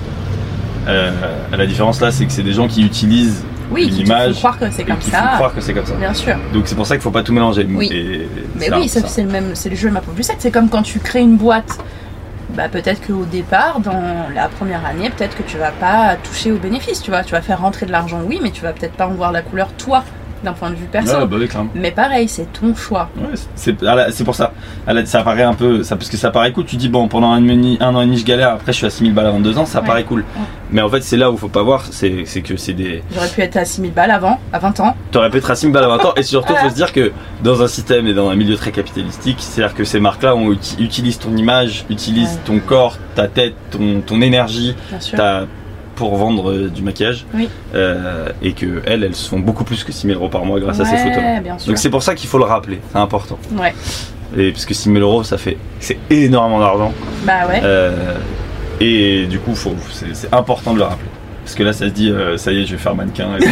[SPEAKER 1] Euh, à la différence là, c'est que c'est des gens qui utilisent
[SPEAKER 3] Oui,
[SPEAKER 1] une
[SPEAKER 3] qui te
[SPEAKER 1] image
[SPEAKER 3] font croire que c'est
[SPEAKER 1] et
[SPEAKER 3] comme
[SPEAKER 1] qui
[SPEAKER 3] ça.
[SPEAKER 1] font croire que c'est comme ça.
[SPEAKER 3] Bien sûr.
[SPEAKER 1] Donc c'est pour ça qu'il faut pas tout mélanger.
[SPEAKER 3] Oui.
[SPEAKER 1] Et
[SPEAKER 3] Mais
[SPEAKER 1] c'est
[SPEAKER 3] oui,
[SPEAKER 1] un-
[SPEAKER 3] ça,
[SPEAKER 1] ça.
[SPEAKER 3] c'est le même, c'est le jeu ma pauvre Lucette. C'est comme quand tu crées une boîte. Bah peut-être qu'au départ, dans la première année, peut-être que tu vas pas toucher aux bénéfices, tu vois. Tu vas faire rentrer de l'argent, oui, mais tu vas peut-être pas en voir la couleur toi, d'un point de vue perso.
[SPEAKER 1] Ouais, bah oui, clairement.
[SPEAKER 3] Mais pareil, c'est ton choix.
[SPEAKER 1] Ouais, c'est à la- c'est pour ça. À la- ça paraît un peu, ça, parce que ça paraît cool. Tu dis bon, pendant un, demi- un an et demi je galère, après je suis à six mille balles à vingt-deux ans, ça
[SPEAKER 3] Ouais.
[SPEAKER 1] paraît cool.
[SPEAKER 3] Ouais.
[SPEAKER 1] Mais en fait, c'est là où faut pas voir, c'est c'est que c'est des.
[SPEAKER 3] J'aurais pu être à six mille balles avant, à vingt ans.
[SPEAKER 1] T'aurais pu être à six mille balles à vingt ans, et surtout
[SPEAKER 3] Voilà.
[SPEAKER 1] faut se dire que dans un système et dans un milieu très capitalistique, c'est-à-dire que ces marques-là on uti- utilisent ton image, utilisent
[SPEAKER 3] Ouais.
[SPEAKER 1] ton corps, ta tête, ton, ton énergie,
[SPEAKER 3] Bien sûr.
[SPEAKER 1] ta pour vendre euh, du maquillage,
[SPEAKER 3] Oui.
[SPEAKER 1] euh, et que elles, elles se font beaucoup plus que six mille euros par mois grâce à ces photos.
[SPEAKER 3] Ouais, bien sûr.
[SPEAKER 1] Donc c'est pour ça qu'il faut le rappeler, c'est important.
[SPEAKER 3] Ouais.
[SPEAKER 1] Et parce que six mille euros, ça fait, c'est énormément d'argent.
[SPEAKER 3] Bah ouais.
[SPEAKER 1] Euh, et du coup, faut, c'est, c'est important de le rappeler. Parce que là, ça se dit, euh, ça y est, je vais faire mannequin. Et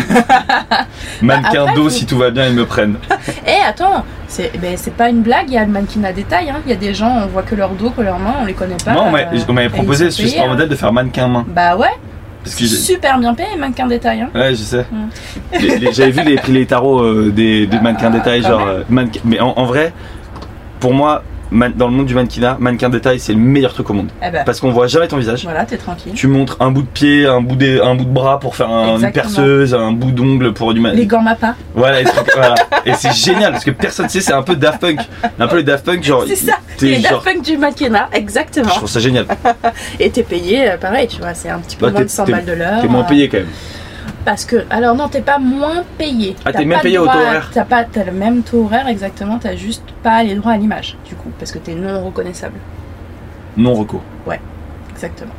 [SPEAKER 1] mannequin
[SPEAKER 3] après,
[SPEAKER 1] d'eau,
[SPEAKER 3] faut-
[SPEAKER 1] si tout va bien, ils me prennent.
[SPEAKER 3] Eh attends, c'est ben, c'est pas une blague, il y a le mannequin à détail. Hein. Il y a des gens, on voit que leur dos, que leurs mains, on les connaît pas.
[SPEAKER 1] Moi, on m'a-
[SPEAKER 3] euh,
[SPEAKER 1] on m'avait
[SPEAKER 3] et
[SPEAKER 1] proposé
[SPEAKER 3] ils
[SPEAKER 1] ce
[SPEAKER 3] sont payés,
[SPEAKER 1] super
[SPEAKER 3] hein.
[SPEAKER 1] modèle de faire mannequin main.
[SPEAKER 3] Bah ouais,
[SPEAKER 1] Parce que j'ai-
[SPEAKER 3] super bien payé, mannequin détail. Hein.
[SPEAKER 1] Ouais, je sais.
[SPEAKER 3] Mm.
[SPEAKER 1] Les- les- J'avais vu les prix les tarots euh, des, des
[SPEAKER 3] Ah,
[SPEAKER 1] mannequins détail,
[SPEAKER 3] quand
[SPEAKER 1] genre
[SPEAKER 3] même.
[SPEAKER 1] euh, mannequin- mais en, en vrai, pour moi, man- dans le monde du mannequinat, mannequin détail, c'est le meilleur truc au monde.
[SPEAKER 3] Eh ben,
[SPEAKER 1] Parce qu'on voit jamais ton visage.
[SPEAKER 3] voilà, t'es tranquille.
[SPEAKER 1] Tu montres un bout de pied, un bout de, un bout de bras pour faire un- une
[SPEAKER 3] Exactement.
[SPEAKER 1] perceuse, un bout d'ongle pour du man-
[SPEAKER 3] Les gants Mappa,
[SPEAKER 1] Voilà, les trucs, voilà. Et c'est génial parce que personne, tu sais, c'est un peu Daft Punk. Un peu les Daft Punk, genre.
[SPEAKER 3] c'est ça,
[SPEAKER 1] t'es
[SPEAKER 3] les
[SPEAKER 1] genre-
[SPEAKER 3] Daft Punk du mannequinat, exactement.
[SPEAKER 1] Je trouve ça génial.
[SPEAKER 3] Et t'es payé, euh, pareil, tu vois, c'est un petit peu
[SPEAKER 1] Bah,
[SPEAKER 3] moins
[SPEAKER 1] t'es-
[SPEAKER 3] de cent
[SPEAKER 1] t'es-
[SPEAKER 3] balles de l'heure.
[SPEAKER 1] T'es moins
[SPEAKER 3] euh,
[SPEAKER 1] payé quand même.
[SPEAKER 3] Parce que, alors non, t'es pas moins payé.
[SPEAKER 1] Ah,
[SPEAKER 3] T'as
[SPEAKER 1] t'es même
[SPEAKER 3] pas
[SPEAKER 1] payé au
[SPEAKER 3] droit
[SPEAKER 1] taux
[SPEAKER 3] à-
[SPEAKER 1] horaire.
[SPEAKER 3] T'as pas, t'as le même taux horaire exactement, t'as juste pas les droits à l'image, du coup, parce que t'es non reconnaissable.
[SPEAKER 1] Non recours.
[SPEAKER 3] Exactement.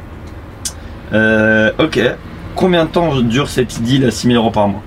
[SPEAKER 1] Euh, ok. Combien de temps dure cette idylle à six mille euros par mois?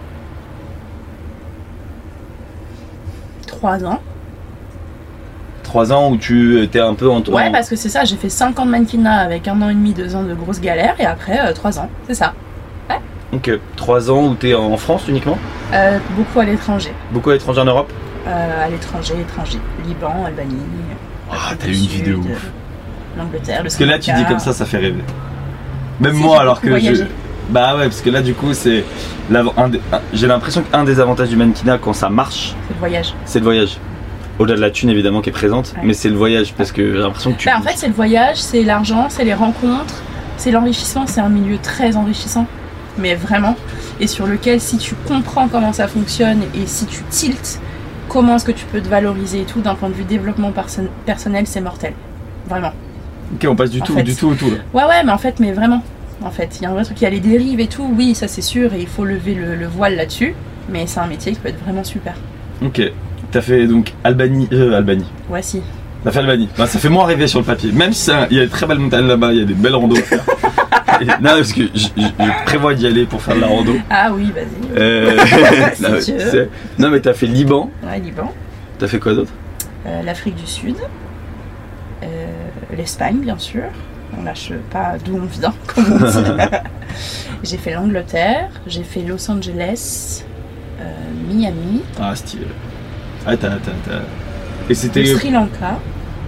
[SPEAKER 3] Trois ans.
[SPEAKER 1] Trois ans où tu étais un peu en toi.
[SPEAKER 3] Ouais, parce que c'est ça, j'ai fait cinq ans de mannequinat avec un an et demi, deux ans de grosses galères, et après euh, trois ans, c'est ça.
[SPEAKER 1] Ok. Trois ans où t'es en France uniquement?
[SPEAKER 3] Euh, beaucoup à l'étranger.
[SPEAKER 1] Beaucoup à l'étranger en Europe?
[SPEAKER 3] Euh, à l'étranger, étranger. Liban, Albanie.
[SPEAKER 1] Ah,
[SPEAKER 3] Afrique
[SPEAKER 1] t'as
[SPEAKER 3] du
[SPEAKER 1] eu une
[SPEAKER 3] Sud,
[SPEAKER 1] vidéo
[SPEAKER 3] euh,
[SPEAKER 1] ouf.
[SPEAKER 3] L'Angleterre, le
[SPEAKER 1] Parce que là, tu dis comme ça, ça fait rêver. Même
[SPEAKER 3] Si,
[SPEAKER 1] moi,
[SPEAKER 3] j'ai
[SPEAKER 1] alors
[SPEAKER 3] beaucoup
[SPEAKER 1] que je.
[SPEAKER 3] voyagé.
[SPEAKER 1] Bah ouais, parce que là, du coup, c'est. l'av- un des- un- J'ai l'impression qu'un des avantages du mannequinat quand ça marche,
[SPEAKER 3] C'est le voyage.
[SPEAKER 1] c'est le voyage. Au-delà de la thune évidemment qui est présente,
[SPEAKER 3] Ouais.
[SPEAKER 1] mais c'est le voyage parce que j'ai l'impression que tu.
[SPEAKER 3] Bah, en fait, c'est le voyage, c'est l'argent, c'est les rencontres, c'est l'enrichissement. C'est un milieu très enrichissant, mais vraiment. Et sur lequel, si tu comprends comment ça fonctionne et si tu tiltes comment est-ce que tu peux te valoriser et tout, d'un point de vue développement perso- personnel, c'est mortel. Vraiment.
[SPEAKER 1] Ok, on passe du
[SPEAKER 3] En
[SPEAKER 1] tout,
[SPEAKER 3] fait.
[SPEAKER 1] du tout au tout là.
[SPEAKER 3] Ouais, ouais, mais en fait, mais vraiment. En fait, il y a un vrai truc, il y a les dérives et tout, oui, ça c'est sûr, et il faut lever le, le voile là-dessus, mais c'est un métier qui peut être vraiment super.
[SPEAKER 1] Ok. T'as fait donc Albanie, euh, Albanie.
[SPEAKER 3] Ouais, si.
[SPEAKER 1] T'as fait Albanie. Bah, ça fait moins rêver sur le papier. Même si ça- il y a de très belles montagnes là-bas, il y a des belles randos à faire. Et- non, parce que je, je- je prévois d'y aller pour faire de la rando.
[SPEAKER 3] Ah oui, vas-y.
[SPEAKER 1] Euh,
[SPEAKER 3] Si
[SPEAKER 1] non, mais,
[SPEAKER 3] tu
[SPEAKER 1] tu
[SPEAKER 3] veux.
[SPEAKER 1] sais- non, mais t'as fait Liban.
[SPEAKER 3] Ouais, Liban.
[SPEAKER 1] T'as fait quoi d'autre?
[SPEAKER 3] Euh, L'Afrique du Sud, euh, l'Espagne bien sûr, on lâche pas d'où on vient, comme on dit. J'ai fait l'Angleterre, j'ai fait Los Angeles, euh, Miami,
[SPEAKER 1] Ah, stylé. Ah, t'as. t'as- t'as- Et c'était,
[SPEAKER 3] le Sri Lanka.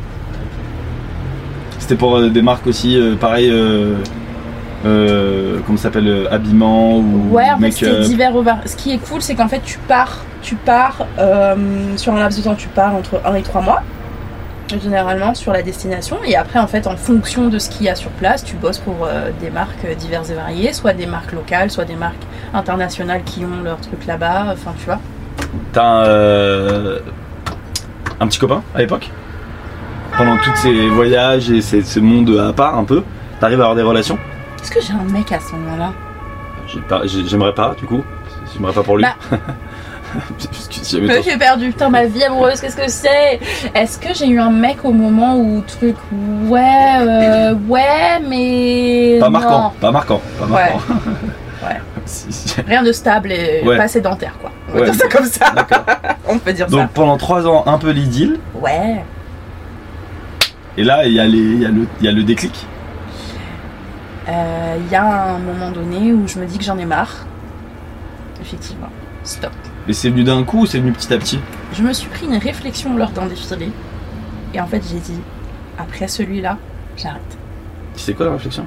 [SPEAKER 1] c'était pour euh, des marques aussi, euh, pareil, euh, euh, comment ça s'appelle, euh, habillement ou
[SPEAKER 3] Ouais, en fait c'était
[SPEAKER 1] make-up.
[SPEAKER 3] divers over. Ce qui est cool, c'est qu'en fait tu pars, tu pars euh, sur un laps de temps, tu pars entre un et trois mois. Généralement sur la destination, et après en fait en fonction de ce qu'il y a sur place, tu bosses pour euh, des marques diverses et variées, soit des marques locales, soit des marques internationales qui ont leur truc là-bas, enfin tu vois.
[SPEAKER 1] T'as un, euh, un petit copain à l'époque? Pendant tous ces voyages et ces, ce monde à part un peu, t'arrives à avoir des relations?
[SPEAKER 3] Est-ce que j'ai un mec à ce moment-là?
[SPEAKER 1] J'ai pas- j'ai- J'aimerais pas du coup. J'aimerais pas pour lui.
[SPEAKER 3] Bah.
[SPEAKER 1] Parce que si jamais
[SPEAKER 3] Je
[SPEAKER 1] t'en-
[SPEAKER 3] suis perdu, putain ma vie amoureuse, qu'est-ce que c'est? Est-ce que j'ai eu un mec au moment où truc ouais euh, ouais mais
[SPEAKER 1] Pas
[SPEAKER 3] non.
[SPEAKER 1] marquant, pas marquant, pas
[SPEAKER 3] Ouais.
[SPEAKER 1] marquant.
[SPEAKER 3] Ouais.
[SPEAKER 1] Si, si.
[SPEAKER 3] Rien de stable et
[SPEAKER 1] Ouais.
[SPEAKER 3] pas sédentaire quoi. On va
[SPEAKER 1] Ouais.
[SPEAKER 3] dire ça comme ça.
[SPEAKER 1] D'accord.
[SPEAKER 3] On peut dire
[SPEAKER 1] Donc pendant trois ans, un peu l'idylle,
[SPEAKER 3] ça. Ouais.
[SPEAKER 1] Et là, il y, a les- il y, a le- il y a le déclic.
[SPEAKER 3] Il euh, y a un moment donné où je me dis que j'en ai marre. Effectivement. Stop.
[SPEAKER 1] Et c'est venu d'un coup ou c'est venu petit à petit?
[SPEAKER 3] Je me suis pris une réflexion lors d'un défilé. Et en fait, j'ai dit, après celui-là, j'arrête.
[SPEAKER 1] C'est quoi la réflexion?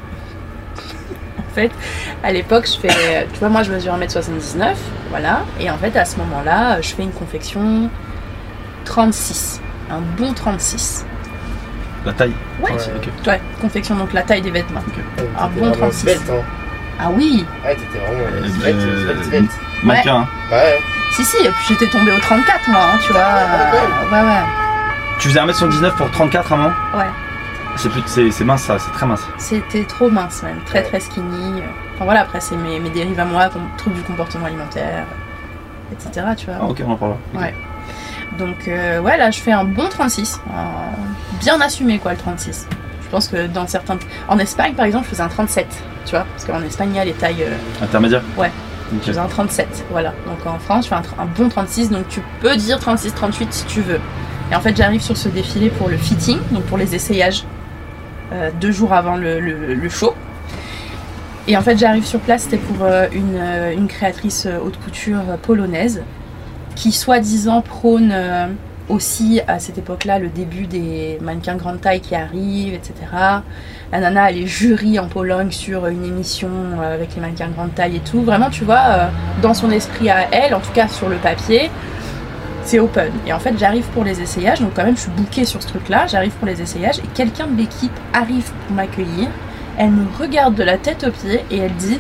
[SPEAKER 3] En fait, à l'époque, je fais. Tu vois, moi, je mesure un mètre soixante-dix-neuf. Voilà. Et en fait, à ce moment-là, je fais une confection trente-six. Un bon trente-six.
[SPEAKER 1] La taille?
[SPEAKER 3] Ouais.
[SPEAKER 2] Ouais.
[SPEAKER 1] Ok.
[SPEAKER 3] Ouais, confection, donc la taille des vêtements.
[SPEAKER 2] Ouais,
[SPEAKER 3] Un
[SPEAKER 2] t'étais
[SPEAKER 3] bon
[SPEAKER 2] vraiment
[SPEAKER 3] trente-six.
[SPEAKER 2] svelte, hein.
[SPEAKER 3] Ah oui.
[SPEAKER 2] Ouais, t'étais vraiment
[SPEAKER 1] Euh,
[SPEAKER 2] euh, svelte,
[SPEAKER 1] euh,
[SPEAKER 2] svelte, svelte.
[SPEAKER 1] Mannequin, hein.
[SPEAKER 2] Ouais.
[SPEAKER 3] Si, si, et puis j'étais tombée au trente-quatre, moi, hein, tu vois.
[SPEAKER 2] Ah,
[SPEAKER 3] euh, ouais, ouais.
[SPEAKER 1] Tu faisais un mètre soixante-dix-neuf pour trente-quatre à un moment?
[SPEAKER 3] Ouais.
[SPEAKER 1] C'est plus- c'est c'est mince ça, c'est très mince.
[SPEAKER 3] C'était trop mince, même. Très,
[SPEAKER 2] Ouais.
[SPEAKER 3] très skinny. Enfin voilà, après, c'est mes, mes dérives à moi, com- troubles du comportement alimentaire, et cetera, tu vois.
[SPEAKER 1] Ah ok, on en parlera.
[SPEAKER 3] Ouais. Donc, euh, ouais, là, je fais un bon trente-six. Un- Bien assumé, quoi, le trente-six. Je pense que dans certains. En Espagne, par exemple, je faisais un trente-sept, tu vois. Parce qu'en Espagne, il y a les tailles. euh,
[SPEAKER 1] Intermédiaire?
[SPEAKER 3] Ouais.
[SPEAKER 1] Ok.
[SPEAKER 3] Je faisais un trente-sept, voilà. Donc en France, je fais un, tr- un bon trente-six, donc tu peux dire trente-six trente-huit si tu veux. Et en fait, j'arrive sur ce défilé pour le fitting, donc pour les essayages, euh, deux jours avant le, le- le show. Et en fait, j'arrive sur place, c'était pour euh, une, euh, une créatrice euh, haute couture euh, polonaise, qui soi-disant prône euh, aussi à cette époque-là le début des mannequins grande taille qui arrivent, et cetera. La nana, elle est jury en Pologne sur une émission euh, avec les mannequins grande taille et tout. Vraiment, tu vois, euh, dans son esprit à elle, en tout cas sur le papier, c'est open. Et en fait, j'arrive pour les essayages, donc quand même, je suis bookée sur ce truc-là. J'arrive pour les essayages et quelqu'un de l'équipe arrive pour m'accueillir. Elle me regarde de la tête aux pieds et elle dit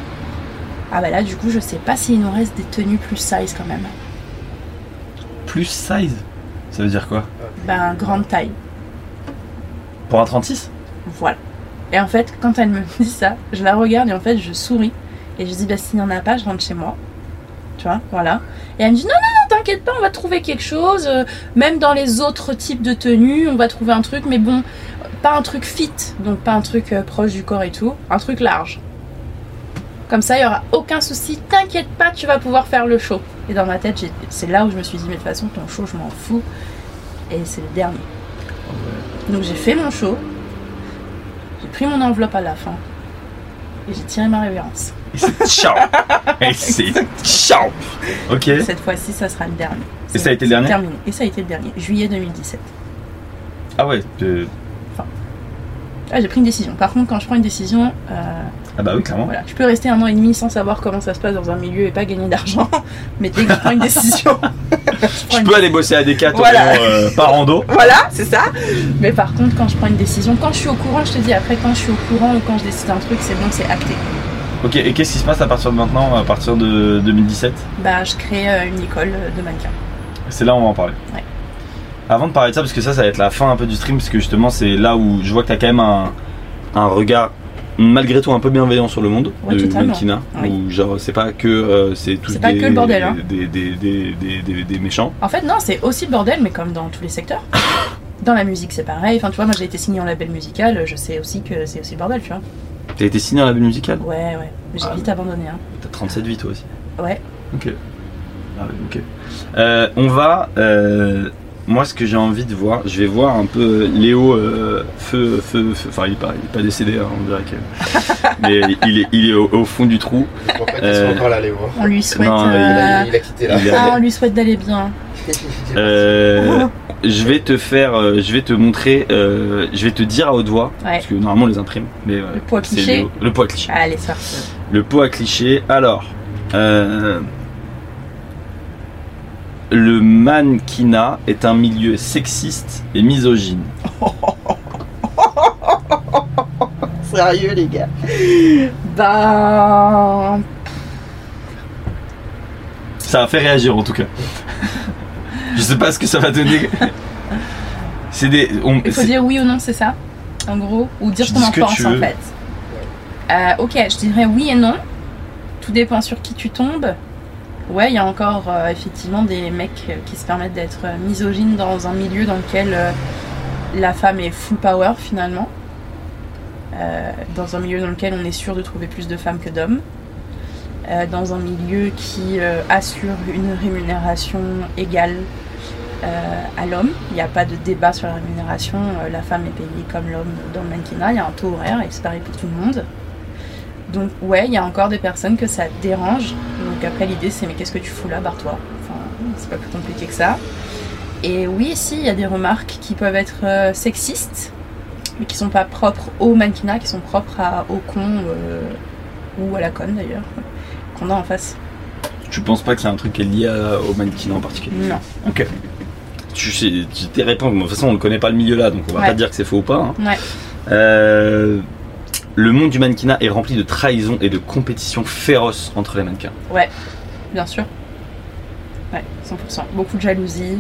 [SPEAKER 3] « Ah bah là, du coup, je sais pas s'il nous reste des tenues plus size quand même.
[SPEAKER 1] Plus size? Ça veut dire quoi?
[SPEAKER 3] Ben, grande taille.
[SPEAKER 1] Pour un trente-six?
[SPEAKER 3] Voilà. » Et en fait, quand elle me dit ça, je la regarde et en fait, je souris. Et je dis, bah s'il n'y en a pas, je rentre chez moi. Tu vois, voilà. Et elle me dit, non, non, non, t'inquiète pas, on va trouver quelque chose. Euh, même dans les autres types de tenues, on va trouver un truc. Mais bon, pas un truc fit, donc pas un truc euh, proche du corps et tout. Un truc large. Comme ça, il n'y aura aucun souci. T'inquiète pas, tu vas pouvoir faire le show. Et dans ma tête, j'ai- c'est là où je me suis dit, mais de toute façon, ton show, je m'en fous. Et c'est le dernier. Donc j'ai fait mon show. J'ai pris mon enveloppe à la fin. Et j'ai tiré ma révérence.
[SPEAKER 1] Et c'est ciao. Et c'est ciao. Ok.
[SPEAKER 3] Cette fois-ci, ça sera le dernier.
[SPEAKER 1] Et ça a été le dernier?
[SPEAKER 3] Terminé. Et ça a été le dernier. Juillet deux mille dix-sept.
[SPEAKER 1] Ah ouais. euh,
[SPEAKER 3] Ah, j'ai pris une décision. Par contre, quand je prends une décision, euh,
[SPEAKER 1] Ah bah oui, clairement.
[SPEAKER 3] voilà, je peux rester un an et demi sans savoir comment ça se passe dans un milieu et pas gagner d'argent. Mais dès que je prends une décision, je, prends
[SPEAKER 1] Je
[SPEAKER 3] une-
[SPEAKER 1] peux aller bosser à Decathlon
[SPEAKER 3] Voilà.
[SPEAKER 1] euh, par rando.
[SPEAKER 3] Voilà, c'est ça. Mais par contre, quand je prends une décision, quand je suis au courant, je te dis après, quand je suis au courant ou quand je décide un truc, c'est bon, c'est acté.
[SPEAKER 1] Ok, et qu'est-ce qui se passe à partir de maintenant, à partir de deux mille dix-sept?
[SPEAKER 3] Bah, je crée euh, une école de mannequin.
[SPEAKER 1] C'est là où on va en parler.
[SPEAKER 3] Ouais.
[SPEAKER 1] Avant de parler de ça, parce que ça, ça va être la fin un peu du stream, parce que justement, c'est là où je vois que tu as quand même un, un regard malgré tout un peu bienveillant sur le monde
[SPEAKER 3] Ouais,
[SPEAKER 1] de
[SPEAKER 3] totalement.
[SPEAKER 1] mannequinat.
[SPEAKER 3] Oui.
[SPEAKER 1] Où genre, c'est pas que euh, c'est tous
[SPEAKER 3] C'est pas
[SPEAKER 1] des,
[SPEAKER 3] que le bordel, hein.
[SPEAKER 1] des, des, des, des, des- des méchants.
[SPEAKER 3] En fait, non, c'est aussi le bordel, mais comme dans tous les secteurs. Dans la musique, c'est pareil. Enfin, tu vois, moi, j'ai été signée en label musical. Je sais aussi que c'est aussi le bordel, tu vois.
[SPEAKER 1] T'as été signé à la label musicale?
[SPEAKER 3] Ouais, ouais. Mais j'ai
[SPEAKER 1] Ah.
[SPEAKER 3] vite abandonné, hein.
[SPEAKER 1] T'as trente-sept vies toi aussi.
[SPEAKER 3] Ouais.
[SPEAKER 1] Ok. Ah ouais, ok. Euh, on va. euh, moi, ce que j'ai envie de voir, je vais voir un peu Léo euh, feu, feu, feu. Enfin, il est pas, il est pas décédé, hein, on dirait que. Mais il est, il est au, au fond du trou.
[SPEAKER 2] Je crois pas qu'ils
[SPEAKER 1] Euh,
[SPEAKER 2] sont encore là, Léo.
[SPEAKER 3] On lui souhaite.
[SPEAKER 1] Non, mais
[SPEAKER 2] Il
[SPEAKER 3] euh,
[SPEAKER 2] a, il a quitté là.
[SPEAKER 1] il a-
[SPEAKER 3] Ah, on lui souhaite d'aller bien.
[SPEAKER 1] Euh, je vais te faire, euh, je vais te montrer, euh, je vais te dire à haute voix,
[SPEAKER 3] Ouais.
[SPEAKER 1] parce que normalement on les imprime, mais euh,
[SPEAKER 3] Le pot à
[SPEAKER 1] c'est
[SPEAKER 3] cliché.
[SPEAKER 1] Léo. Le pot à cliché.
[SPEAKER 3] Allez, sorti.
[SPEAKER 1] Le pot à cliché. Alors, euh, le mannequinat est un milieu sexiste et misogyne.
[SPEAKER 3] Sérieux, les gars. Ben.
[SPEAKER 1] Ça a fait réagir en tout cas. Je sais pas ce que ça va donner. C'est des. on-
[SPEAKER 3] Il faut
[SPEAKER 1] c'est-
[SPEAKER 3] dire oui ou non, c'est ça? En gros? Ou dire
[SPEAKER 1] Tu
[SPEAKER 3] ce qu'on
[SPEAKER 1] dis
[SPEAKER 3] en
[SPEAKER 1] ce que
[SPEAKER 3] pense,
[SPEAKER 1] tu
[SPEAKER 3] en
[SPEAKER 1] veux.
[SPEAKER 3] fait. Euh, ok, je dirais oui et non. Tout dépend sur qui tu tombes. Ouais, il y a encore euh, effectivement des mecs euh, qui se permettent d'être euh, misogynes dans un milieu dans lequel euh, la femme est full power finalement. Euh, dans un milieu dans lequel on est sûr de trouver plus de femmes que d'hommes. Euh, dans un milieu qui euh, assure une rémunération égale euh, à l'homme. Il n'y a pas de débat sur la rémunération. Euh, la femme est payée comme l'homme dans le mannequinat. Il y a un taux horaire et c'est pareil pour tout le monde. Donc ouais, il y a encore des personnes que ça dérange. Donc après l'idée c'est mais qu'est-ce que tu fous là, barre-toi. Enfin, c'est pas plus compliqué que ça. Et oui, si, il y a des remarques qui peuvent être euh, sexistes, mais qui sont pas propres au mannequinat, qui sont propres à, au con euh, ou à la conne d'ailleurs, qu'on a en face.
[SPEAKER 1] Tu penses pas que c'est un truc qui est lié à, au mannequinat en particulier?
[SPEAKER 3] Non.
[SPEAKER 1] Ok. Tu sais, tu t'es répondu. De toute façon, on ne connaît pas le milieu là, donc on va
[SPEAKER 3] Ouais.
[SPEAKER 1] pas dire que c'est faux ou pas. Hein.
[SPEAKER 3] Ouais.
[SPEAKER 1] Euh, le monde du mannequinat est rempli de trahison et de compétition féroce entre les mannequins.
[SPEAKER 3] Ouais, bien sûr. Ouais, cent pour cent. Beaucoup de jalousie.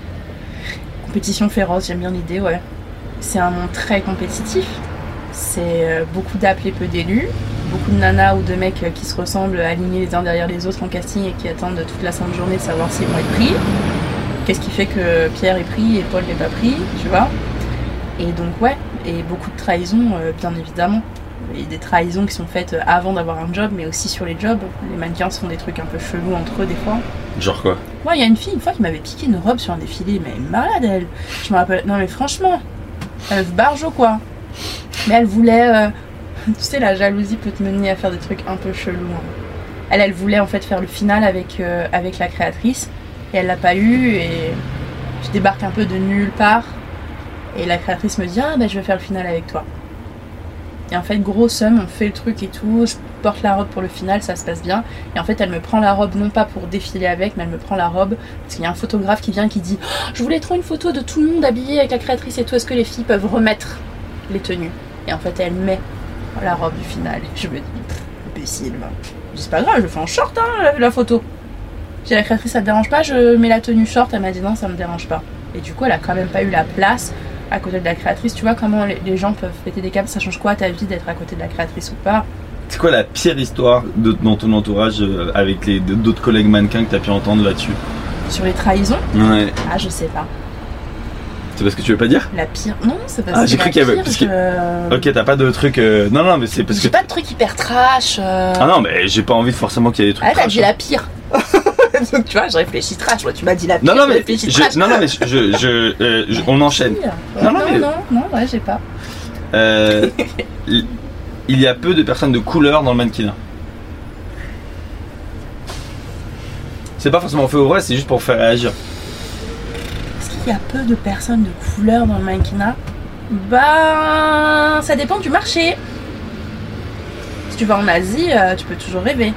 [SPEAKER 3] Compétition féroce, j'aime bien l'idée, ouais. C'est un monde très compétitif. C'est euh, beaucoup d'appelés, peu d'élus. Beaucoup de nanas ou de mecs euh, qui se ressemblent, alignés les uns derrière les autres en casting et qui attendent toute la sainte journée de savoir s'ils vont être pris. Qu'est-ce qui fait que Pierre est pris et Paul n'est pas pris, tu vois. Et donc, ouais, et beaucoup de trahisons, euh, bien évidemment. Et des trahisons qui sont faites avant d'avoir un job, mais aussi sur les jobs. Les mannequins se font des trucs un peu chelous entre eux, des fois.
[SPEAKER 1] Genre quoi?
[SPEAKER 3] Ouais, il y a une fille, une fois, qui m'avait piqué une robe sur un défilé, mais elle est malade, elle. Je me rappelle, non mais franchement, elle barjo quoi. Mais elle voulait, euh, tu sais, la jalousie peut te mener à faire des trucs un peu chelous. Hein. Elle, elle voulait en fait faire le final avec, euh, avec la créatrice, et elle l'a pas eu, et je débarque un peu de nulle part, et la créatrice me dit, ah bah je vais faire le final avec toi. Et en fait, gros somme, on fait le truc et tout, je porte la robe pour le final, ça se passe bien. Et en fait, elle me prend la robe, non pas pour défiler avec, mais elle me prend la robe parce qu'il y a un photographe qui vient qui dit oh, je voulais trop une photo de tout le monde habillé avec la créatrice et tout, est-ce que les filles peuvent remettre les tenues? Et en fait, elle met la robe du final. Et je me dis, pff, imbécile. Bah. Je dis, c'est pas grave, je fais en short hein, la, la photo. J'ai la créatrice, ça te dérange pas, je mets la tenue short. Elle m'a dit non, ça me dérange pas. Et du coup, elle a quand même pas eu la place à côté de la créatrice. Tu vois comment les, les gens peuvent péter des câbles, ça change quoi à ta vie d'être à côté de la créatrice ou pas?
[SPEAKER 1] C'est quoi la pire histoire de, dans ton entourage euh, avec les d'autres collègues mannequins que t'as pu entendre là-dessus?
[SPEAKER 3] Sur les trahisons?
[SPEAKER 1] Ouais.
[SPEAKER 3] Ah, je sais pas.
[SPEAKER 1] C'est parce que tu veux pas dire?
[SPEAKER 3] La pire? Non, c'est parce
[SPEAKER 1] Ah,
[SPEAKER 3] que
[SPEAKER 1] j'ai
[SPEAKER 3] la
[SPEAKER 1] cru qu'il y avait-
[SPEAKER 3] pire,
[SPEAKER 1] parce que-
[SPEAKER 3] je-
[SPEAKER 1] Ok, t'as pas de truc. euh, Non, non, mais c'est parce que.
[SPEAKER 3] J'ai pas de truc hyper trash. euh.
[SPEAKER 1] Ah non, mais j'ai pas envie forcément qu'il y ait des trucs.
[SPEAKER 3] Ah, t'as
[SPEAKER 1] trash,
[SPEAKER 3] dit
[SPEAKER 1] hein.
[SPEAKER 3] la pire. Donc tu vois, je réfléchis trash. Moi, tu m'as dit la pire.
[SPEAKER 1] Non, non,
[SPEAKER 3] je
[SPEAKER 1] mais,
[SPEAKER 3] réfléchis
[SPEAKER 1] je,
[SPEAKER 3] trash.
[SPEAKER 1] non, non, mais je, je, je, euh, je- on enchaîne.
[SPEAKER 3] Pire.
[SPEAKER 1] Non, non,
[SPEAKER 3] non,
[SPEAKER 1] mais-
[SPEAKER 3] non, non, ouais, j'ai pas.
[SPEAKER 1] Euh, il il y a peu de personnes de couleur dans le mannequinat. C'est pas forcément fait au vrai, c'est juste pour faire réagir.
[SPEAKER 3] Est-ce qu'il y a peu de personnes de couleur dans le mannequinat? Bah, ça dépend du marché. Si tu vas en Asie, euh, tu peux toujours rêver.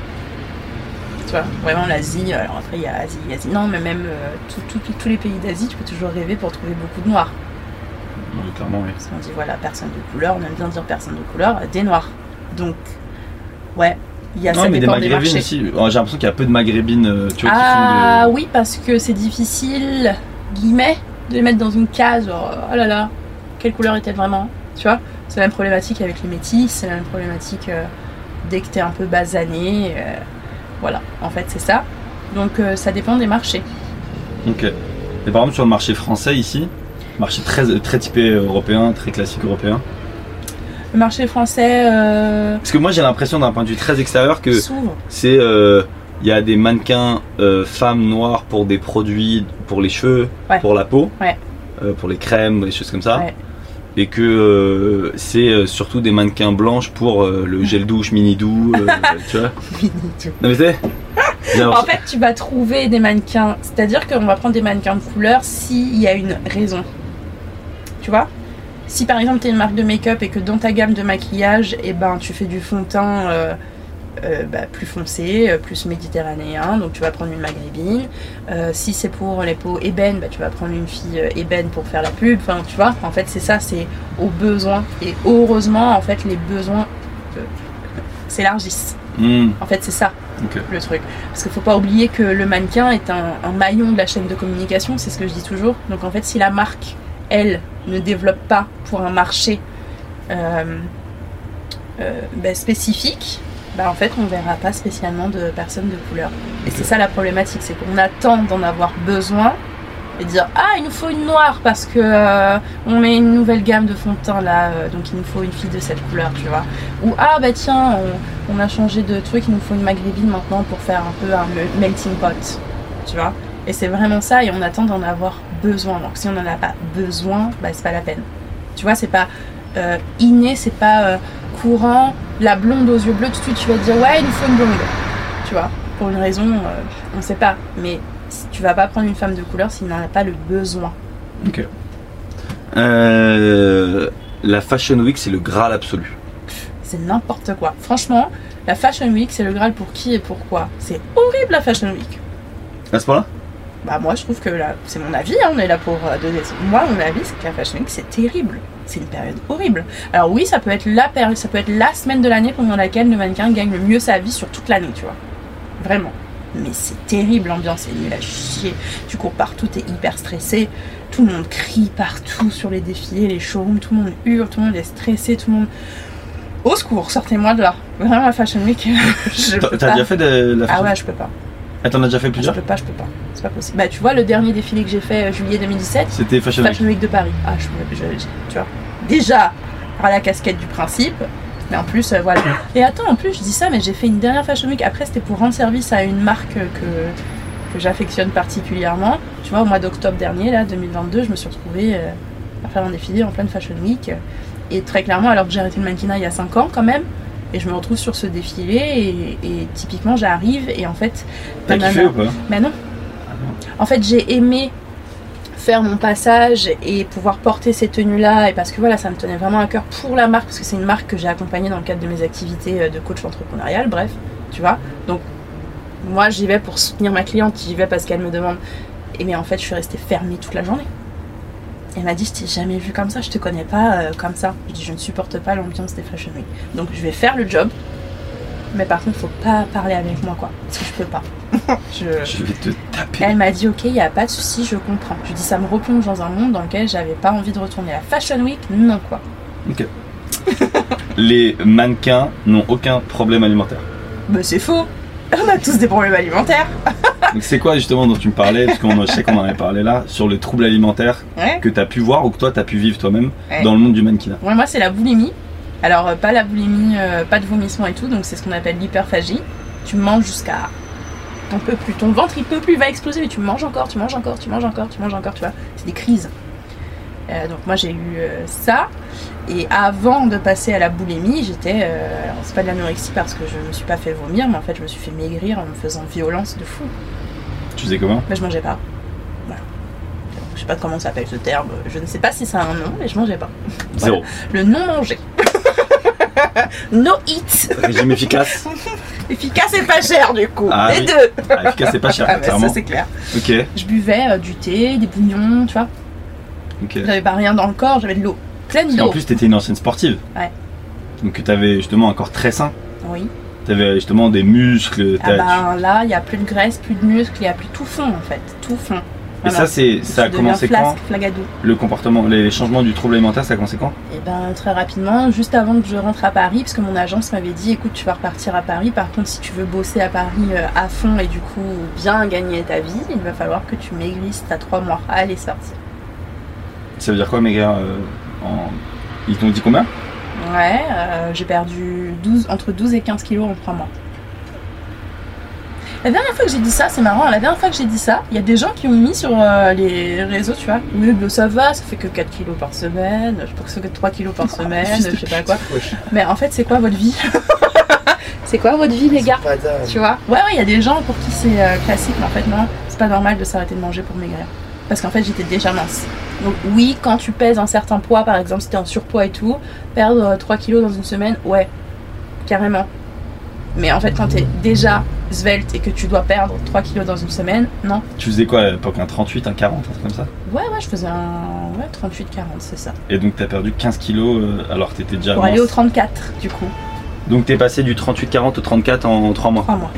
[SPEAKER 3] Tu vois, vraiment l'Asie, alors après il y a Asie, Asie. Non, mais même euh, tout- tout- tous les pays d'Asie, tu peux toujours rêver pour trouver beaucoup de noirs.
[SPEAKER 1] Oui, clairement, oui.
[SPEAKER 3] Parce qu'on dit voilà, personne de couleur, on aime bien dire personne de couleur, des noirs. Donc, ouais, il y a
[SPEAKER 1] Non,
[SPEAKER 3] ça
[SPEAKER 1] mais des
[SPEAKER 3] dépend des
[SPEAKER 1] maghrébines
[SPEAKER 3] marchés.
[SPEAKER 1] aussi. Oh, j'ai l'impression qu'il y a peu de maghrébines, euh, tu vois,
[SPEAKER 3] Ah
[SPEAKER 1] qui font de.
[SPEAKER 3] oui, parce que c'est difficile, guillemets, de les mettre dans une case, genre, oh là là, quelle couleur est-elle vraiment? Tu vois, c'est la même problématique avec les métis, c'est la même problématique euh, dès que t'es un peu basané. euh, voilà, en fait, c'est ça. Donc, euh, ça dépend des marchés.
[SPEAKER 1] Ok. Et par exemple, sur le marché français ici, marché très, très typé européen, très classique européen.
[SPEAKER 3] Le marché français euh,
[SPEAKER 1] Parce que moi, j'ai l'impression d'un point de vue très extérieur que
[SPEAKER 3] s'ouvre.
[SPEAKER 1] c'est. euh, Il y a des mannequins euh, femmes noires pour des produits, pour les cheveux,
[SPEAKER 3] Ouais.
[SPEAKER 1] pour la peau,
[SPEAKER 3] Ouais.
[SPEAKER 1] euh, pour les crèmes, des choses comme ça.
[SPEAKER 3] Ouais.
[SPEAKER 1] Et que euh, c'est euh, surtout des mannequins blanches pour euh, le gel douche mini doux, euh, tu vois. Non mais c'est. j'ai
[SPEAKER 3] En
[SPEAKER 1] l'impression-
[SPEAKER 3] fait, tu vas trouver des mannequins, c'est-à-dire qu'on va prendre des mannequins de couleur s'il y a une raison. Tu vois? Si par exemple tu es une marque de make-up et que dans ta gamme de maquillage, eh ben, tu fais du fond de teint euh, euh, bah, plus foncé, euh, plus méditerranéen, donc tu vas prendre une maghrébine. Euh, si c'est pour les peaux ébènes, bah, tu vas prendre une fille euh, ébène pour faire la pub. Enfin, tu vois, en fait, c'est ça, c'est aux besoins. Et heureusement, en fait, les besoins euh, s'élargissent.
[SPEAKER 1] Hmm,
[SPEAKER 3] En fait, c'est ça
[SPEAKER 1] ok.
[SPEAKER 3] le truc. Parce qu'il faut pas oublier que le mannequin est un, un maillon de la chaîne de communication, c'est ce que je dis toujours. Donc en fait, si la marque, elle, ne développe pas pour un marché euh, euh, ben, spécifique, ben, en fait, on verra pas spécialement de personnes de couleur. Et c'est ça la problématique, c'est qu'on attend d'en avoir besoin et dire ah il nous faut une noire parce que euh, on met une nouvelle gamme de fond de teint là, euh, donc il nous faut une fille de cette couleur, tu vois. Ou ah bah tiens on, on a changé de truc, il nous faut une maghrébine maintenant pour faire un peu un me- melting pot, tu vois. Et c'est vraiment ça, et on attend d'en avoir besoin. Donc si on n'en a pas besoin, bah, c'est pas la peine. Tu vois, c'est pas euh, inné, c'est pas euh, courant. La blonde aux yeux bleus, tout de suite tu vas te dire ouais, il nous faut une blonde. Tu vois, pour une raison, euh, on sait pas. Mais tu vas pas prendre une femme de couleur s'il n'en a pas le besoin.
[SPEAKER 1] Ok. Euh, la Fashion Week, c'est le Graal absolu.
[SPEAKER 3] C'est n'importe quoi. Franchement, la Fashion Week, c'est le Graal pour qui et pourquoi. C'est horrible la Fashion Week.
[SPEAKER 1] À ce point-là?
[SPEAKER 3] Bah moi je trouve que là, c'est mon avis, hein, on est là pour euh, donner. Moi mon avis c'est que la Fashion Week c'est terrible. C'est une période horrible. Alors oui, ça peut être la période, ça peut être la semaine de l'année pendant laquelle le mannequin gagne le mieux sa vie sur toute l'année, tu vois. Vraiment. Mais c'est terrible, l'ambiance est nulle à chier. Tu cours partout, t'es hyper stressé. Tout le monde crie partout sur les défilés, les showrooms, tout le monde hurle, tout le monde est stressé, tout le monde. Au secours, sortez-moi de là. Vraiment la Fashion Week. je peux
[SPEAKER 1] T'as
[SPEAKER 3] pas.
[SPEAKER 1] déjà fait de la Fashion
[SPEAKER 3] Ah ouais,
[SPEAKER 1] Week?
[SPEAKER 3] je peux pas.
[SPEAKER 1] Ah, t'en as déjà fait plusieurs?
[SPEAKER 3] Je peux pas, je peux pas. C'est pas possible. Bah tu vois, le dernier défilé que j'ai fait euh, juillet deux mille dix-sept,
[SPEAKER 1] C'était Fashion Week.
[SPEAKER 3] Fashion Week de Paris. Ah, je, je, je- tu vois. Déjà, par la casquette du principe, mais en plus, euh, voilà. Et attends, en plus, je dis ça, mais j'ai fait une dernière Fashion Week. Après, c'était pour rendre service à une marque que, que j'affectionne particulièrement. Tu vois, au mois d'octobre dernier, là, deux mille vingt-deux, je me suis retrouvée euh, à faire un défilé en pleine Fashion Week. Et très clairement, alors que j'ai arrêté le mannequinat il y a cinq ans quand même, et je me retrouve sur ce défilé, et, et typiquement, j'arrive, et en fait...
[SPEAKER 1] T'as
[SPEAKER 3] la
[SPEAKER 1] kiffé
[SPEAKER 3] nana-
[SPEAKER 1] ou pas?
[SPEAKER 3] Mais non. En fait, j'ai aimé faire mon passage et pouvoir porter ces tenues-là, et parce que voilà, ça me tenait vraiment à cœur pour la marque, parce que c'est une marque que j'ai accompagnée dans le cadre de mes activités de coach entrepreneurial, bref, tu vois. Donc, moi, j'y vais pour soutenir ma cliente, j'y vais parce qu'elle me demande. Et mais en fait, je suis restée fermée toute la journée. Elle m'a dit, je t'ai jamais vu comme ça, je te connais pas euh, comme ça. Je dis, je ne supporte pas l'ambiance des Fashion Week. Donc, je vais faire le job, mais par contre, faut pas parler avec moi, quoi, parce que je peux pas. je...
[SPEAKER 1] Je vais te taper.
[SPEAKER 3] Elle m'a dit ok, il n'y a pas de souci, je comprends. Je dis ça me replonge dans un monde dans lequel j'avais pas envie de retourner. La Fashion Week, non quoi.
[SPEAKER 1] Ok. Les mannequins n'ont aucun problème alimentaire.
[SPEAKER 3] Mais c'est faux. On a tous des problèmes alimentaires.
[SPEAKER 1] Donc c'est quoi justement dont tu me parlais, parce qu'on je sais qu'on en avait parlé là, sur les troubles alimentaires
[SPEAKER 3] Ouais.
[SPEAKER 1] que tu as pu voir ou que toi tu as pu vivre toi-même
[SPEAKER 3] Ouais.
[SPEAKER 1] dans le monde du mannequinat.
[SPEAKER 3] Ouais, moi c'est la boulimie. Alors euh, pas la boulimie, euh, pas de vomissement et tout, donc c'est ce qu'on appelle l'hyperphagie. Tu manges jusqu'à t'en peux plus, ton ventre il peut plus, il va exploser, mais tu manges encore, tu manges encore, tu manges encore, tu manges encore, tu vois. C'est des crises. Euh, donc moi j'ai eu euh, ça. Et avant de passer à la boulimie, j'étais, euh, alors c'est pas de l'anorexie parce que je me suis pas fait vomir, mais en fait je me suis fait maigrir en me faisant violence de fou.
[SPEAKER 1] Tu faisais comment?
[SPEAKER 3] Mais je mangeais pas. Voilà. Je sais pas comment ça s'appelle ce terme, je ne sais pas si ça a un nom, mais je mangeais pas.
[SPEAKER 1] Zéro.
[SPEAKER 3] Le non manger. No eat.
[SPEAKER 1] Régime efficace.
[SPEAKER 3] Efficace et pas cher du coup.
[SPEAKER 1] Ah
[SPEAKER 3] Les
[SPEAKER 1] oui.
[SPEAKER 3] deux.
[SPEAKER 1] Ah, efficace c'est pas cher,
[SPEAKER 3] Ah, bah,
[SPEAKER 1] clairement.
[SPEAKER 3] ça c'est clair.
[SPEAKER 1] Ok,
[SPEAKER 3] Je buvais euh, du thé, des bouillons, tu vois.
[SPEAKER 1] ok.
[SPEAKER 3] J'avais pas rien dans le corps, j'avais de l'eau. Pleine
[SPEAKER 1] Parce qu'en
[SPEAKER 3] d'eau.
[SPEAKER 1] plus t'étais une ancienne sportive.
[SPEAKER 3] Ouais.
[SPEAKER 1] Donc t'avais justement un corps très sain.
[SPEAKER 3] Oui.
[SPEAKER 1] T'avais justement des muscles.
[SPEAKER 3] Ah
[SPEAKER 1] t'as-
[SPEAKER 3] bah là, il y a plus de graisse, plus de muscles, il y a plus tout fond en fait. Tout fond.
[SPEAKER 1] Et ça, c'est, ça a
[SPEAKER 3] Tu deviens
[SPEAKER 1] commencé quand?
[SPEAKER 3] flasque, flagadou.
[SPEAKER 1] Le comportement, les changements du trouble alimentaire, ça a commencé quand?
[SPEAKER 3] Et ben très rapidement, juste avant que je rentre à Paris, parce que mon agence m'avait dit écoute, tu vas repartir à Paris, par contre si tu veux bosser à Paris euh, à fond et du coup bien gagner ta vie, il va falloir que tu maigrisses, t'as trois mois. Allez, c'est parti.
[SPEAKER 1] Ça veut dire quoi, mes gars euh, en... Ils t'ont dit combien?
[SPEAKER 3] Ouais, euh, j'ai perdu douze, entre douze et quinze kilos en trois mois. La dernière fois que j'ai dit ça, c'est marrant, la dernière fois que j'ai dit ça, il y a des gens qui ont mis sur euh, les réseaux, tu vois, oui, bah, ça va, ça fait que quatre kilos par semaine, je pense que ça fait que trois kilos par semaine, je sais pas quoi. Mais en fait, c'est quoi votre vie? C'est quoi votre vie, les gars?
[SPEAKER 2] Pas d'âme.
[SPEAKER 3] Tu vois? Ouais, ouais, il y a des gens pour qui c'est euh, classique, mais en fait, non, c'est pas normal de s'arrêter de manger pour maigrir. Parce qu'en fait, j'étais déjà mince. Donc, oui, quand tu pèses un certain poids, par exemple, si t'es en surpoids et tout, perdre euh, trois kilos dans une semaine, ouais, carrément. Mais en fait, quand t'es déjà svelte et que tu dois perdre trois kilos dans une semaine, non.
[SPEAKER 1] Tu faisais quoi à l'époque? Un trente-huit, un quarante, un truc comme ça?
[SPEAKER 3] Ouais, ouais, je faisais un ouais, trente-huit quarante, c'est ça.
[SPEAKER 1] Et donc t'as perdu quinze kilos euh, alors que t'étais déjà
[SPEAKER 3] Pour
[SPEAKER 1] mince.
[SPEAKER 3] aller au trente-quatre, du coup,
[SPEAKER 1] Donc t'es passé du trente-huit quarante au trente-quatre en trois mois.
[SPEAKER 3] trois mois.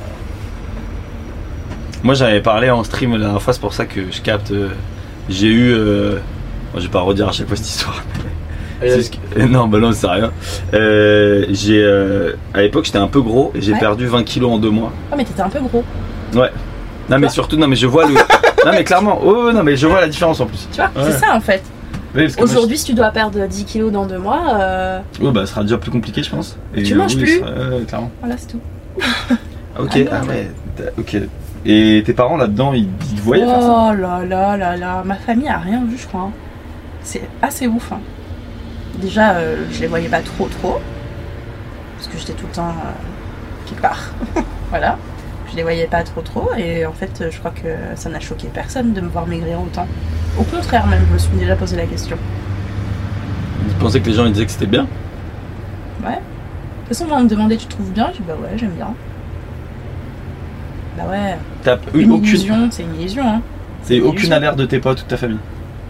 [SPEAKER 1] Moi j'avais parlé en stream la dernière fois, c'est pour ça que je capte. euh, j'ai eu. Euh, bon, je vais pas redire à chaque fois cette histoire. C'est ce que- Non, bah non, c'est rien. Euh, j'ai, euh, à l'époque, j'étais un peu gros et j'ai
[SPEAKER 3] Ouais.
[SPEAKER 1] perdu vingt kilos en deux mois.
[SPEAKER 3] Oh, mais t'étais un peu gros,
[SPEAKER 1] Ouais. Non, mais
[SPEAKER 3] Quoi
[SPEAKER 1] surtout, non, mais je vois le. Non, mais clairement, oh, non, mais je vois la différence en plus.
[SPEAKER 3] tu vois,
[SPEAKER 1] Ouais.
[SPEAKER 3] c'est ça en fait.
[SPEAKER 1] Oui, parce que moi,
[SPEAKER 3] Aujourd'hui, si tu dois perdre dix kilos dans deux mois, euh,
[SPEAKER 1] je- oh, bah, ça sera déjà plus compliqué, je pense. Et,
[SPEAKER 3] Tu
[SPEAKER 1] euh,
[SPEAKER 3] manges
[SPEAKER 1] oui,
[SPEAKER 3] plus
[SPEAKER 1] ça- euh, clairement.
[SPEAKER 3] voilà, c'est tout.
[SPEAKER 1] Ah, ok,
[SPEAKER 3] Ah non.
[SPEAKER 1] ah ouais, t'as- ok. Et tes parents là-dedans, ils, ils te voyaient faire ça?
[SPEAKER 3] Oh là là là là, ma famille a rien vu, je crois. Hein. C'est assez ouf. Hein. Déjà, euh, je les voyais pas trop trop, parce que j'étais tout le temps euh, quelque part. Voilà. Je les voyais pas trop trop, et en fait, je crois que ça n'a choqué personne de me voir maigrir autant. Au contraire, même, je me suis déjà posé la question.
[SPEAKER 1] Tu pensais que les gens ils disaient que c'était bien?
[SPEAKER 3] Ouais. De toute façon, on me demandait, tu trouves bien? Je dis bah ouais, j'aime bien. Bah ouais.
[SPEAKER 1] T'as eu
[SPEAKER 3] Une
[SPEAKER 1] aucune,
[SPEAKER 3] illusion, c'est une illusion. Hein.
[SPEAKER 1] c'est
[SPEAKER 3] une
[SPEAKER 1] aucune
[SPEAKER 3] illusion.
[SPEAKER 1] alerte de tes potes ou de ta famille?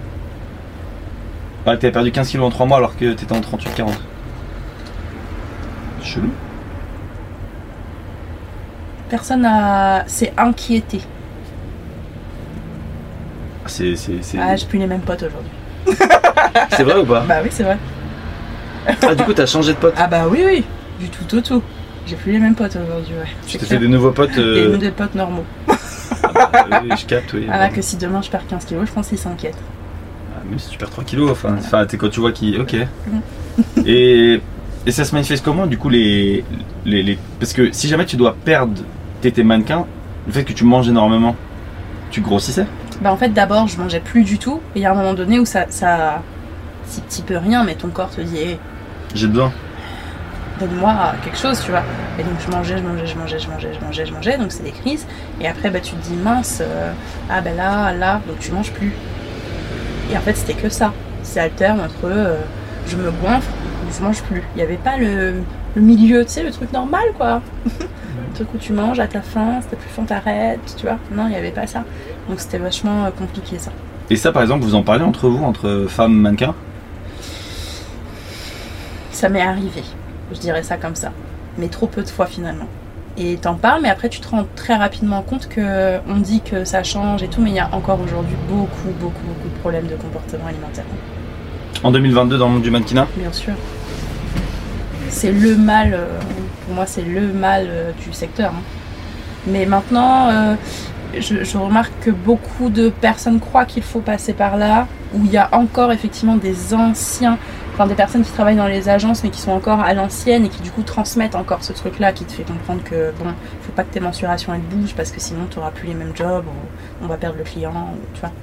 [SPEAKER 1] Bah, t'avais perdu quinze kilos en trois mois alors que t'étais en trente-huit quarante. Chelou.
[SPEAKER 3] Personne n'a... s'est inquiété.
[SPEAKER 1] C'est, c'est, c'est...
[SPEAKER 3] Ah, j'ai plus les mêmes potes aujourd'hui.
[SPEAKER 1] c'est vrai ou pas?
[SPEAKER 3] Bah oui, c'est vrai.
[SPEAKER 1] Ah, du coup, t'as changé de pote?
[SPEAKER 3] Ah bah oui, oui. Du tout au tout. J'ai plus les mêmes potes aujourd'hui, ouais.
[SPEAKER 1] Tu
[SPEAKER 3] C'est
[SPEAKER 1] t'es
[SPEAKER 3] clair.
[SPEAKER 1] fait des nouveaux potes
[SPEAKER 3] Et
[SPEAKER 1] euh...
[SPEAKER 3] des potes normaux.
[SPEAKER 1] ah bah, oui, je capte, oui.
[SPEAKER 3] Ah là, que si demain je perds quinze kilos, je pense qu'ils s'inquiètent.
[SPEAKER 1] Ah, même si tu perds trois kilos, enfin,
[SPEAKER 3] Voilà.
[SPEAKER 1] enfin t'es quand tu vois qui. Ok.
[SPEAKER 3] Mhm.
[SPEAKER 1] et, et ça se manifeste comment du coup les, les, les. Parce que si jamais tu dois perdre, t'étais mannequin, le fait que tu manges énormément, tu grossissais?
[SPEAKER 3] Bah en fait, d'abord, je mangeais plus du tout. Et il y a un moment donné où ça. ça si petit peu rien, mais ton corps te dit hey,
[SPEAKER 1] J'ai besoin.
[SPEAKER 3] donne-moi quelque chose, tu vois. Et donc je mangeais, je mangeais, je mangeais, je mangeais, je mangeais, je mangeais, donc c'est des crises. Et après, bah, tu te dis mince, euh, ah ben là, là, donc tu manges plus. Et en fait, c'était que ça. C'est alterne entre euh, je me goinfre ou je mange plus. Il n'y avait pas le, le milieu, tu sais, le truc normal, quoi. Le truc où tu manges à ta faim, si t'as plus faim, t'arrêtes, tu vois. Non, il n'y avait pas ça. Donc c'était vachement euh, compliqué, ça.
[SPEAKER 1] Et ça, par exemple, vous en parlez entre vous, entre femmes mannequins?
[SPEAKER 3] Ça m'est arrivé, je dirais ça comme ça. Mais trop peu de fois, finalement. Et t'en parles, mais après tu te rends très rapidement compte que on dit que ça change et tout, mais il y a encore aujourd'hui beaucoup, beaucoup, beaucoup de problèmes de comportement alimentaire.
[SPEAKER 1] En deux mille vingt-deux, dans le monde du mannequinat?
[SPEAKER 3] Bien sûr. C'est le mal, euh, pour moi c'est le mal euh, du secteur. Hein. Mais maintenant, euh, je, je remarque que beaucoup de personnes croient qu'il faut passer par là, où il y a encore effectivement des anciens, enfin des personnes qui travaillent dans les agences mais qui sont encore à l'ancienne et qui du coup transmettent encore ce truc-là qui te fait comprendre que bon, faut pas que tes mensurations elles bougent parce que sinon tu n'auras plus les mêmes jobs, ou on va perdre le client, ou, tu vois.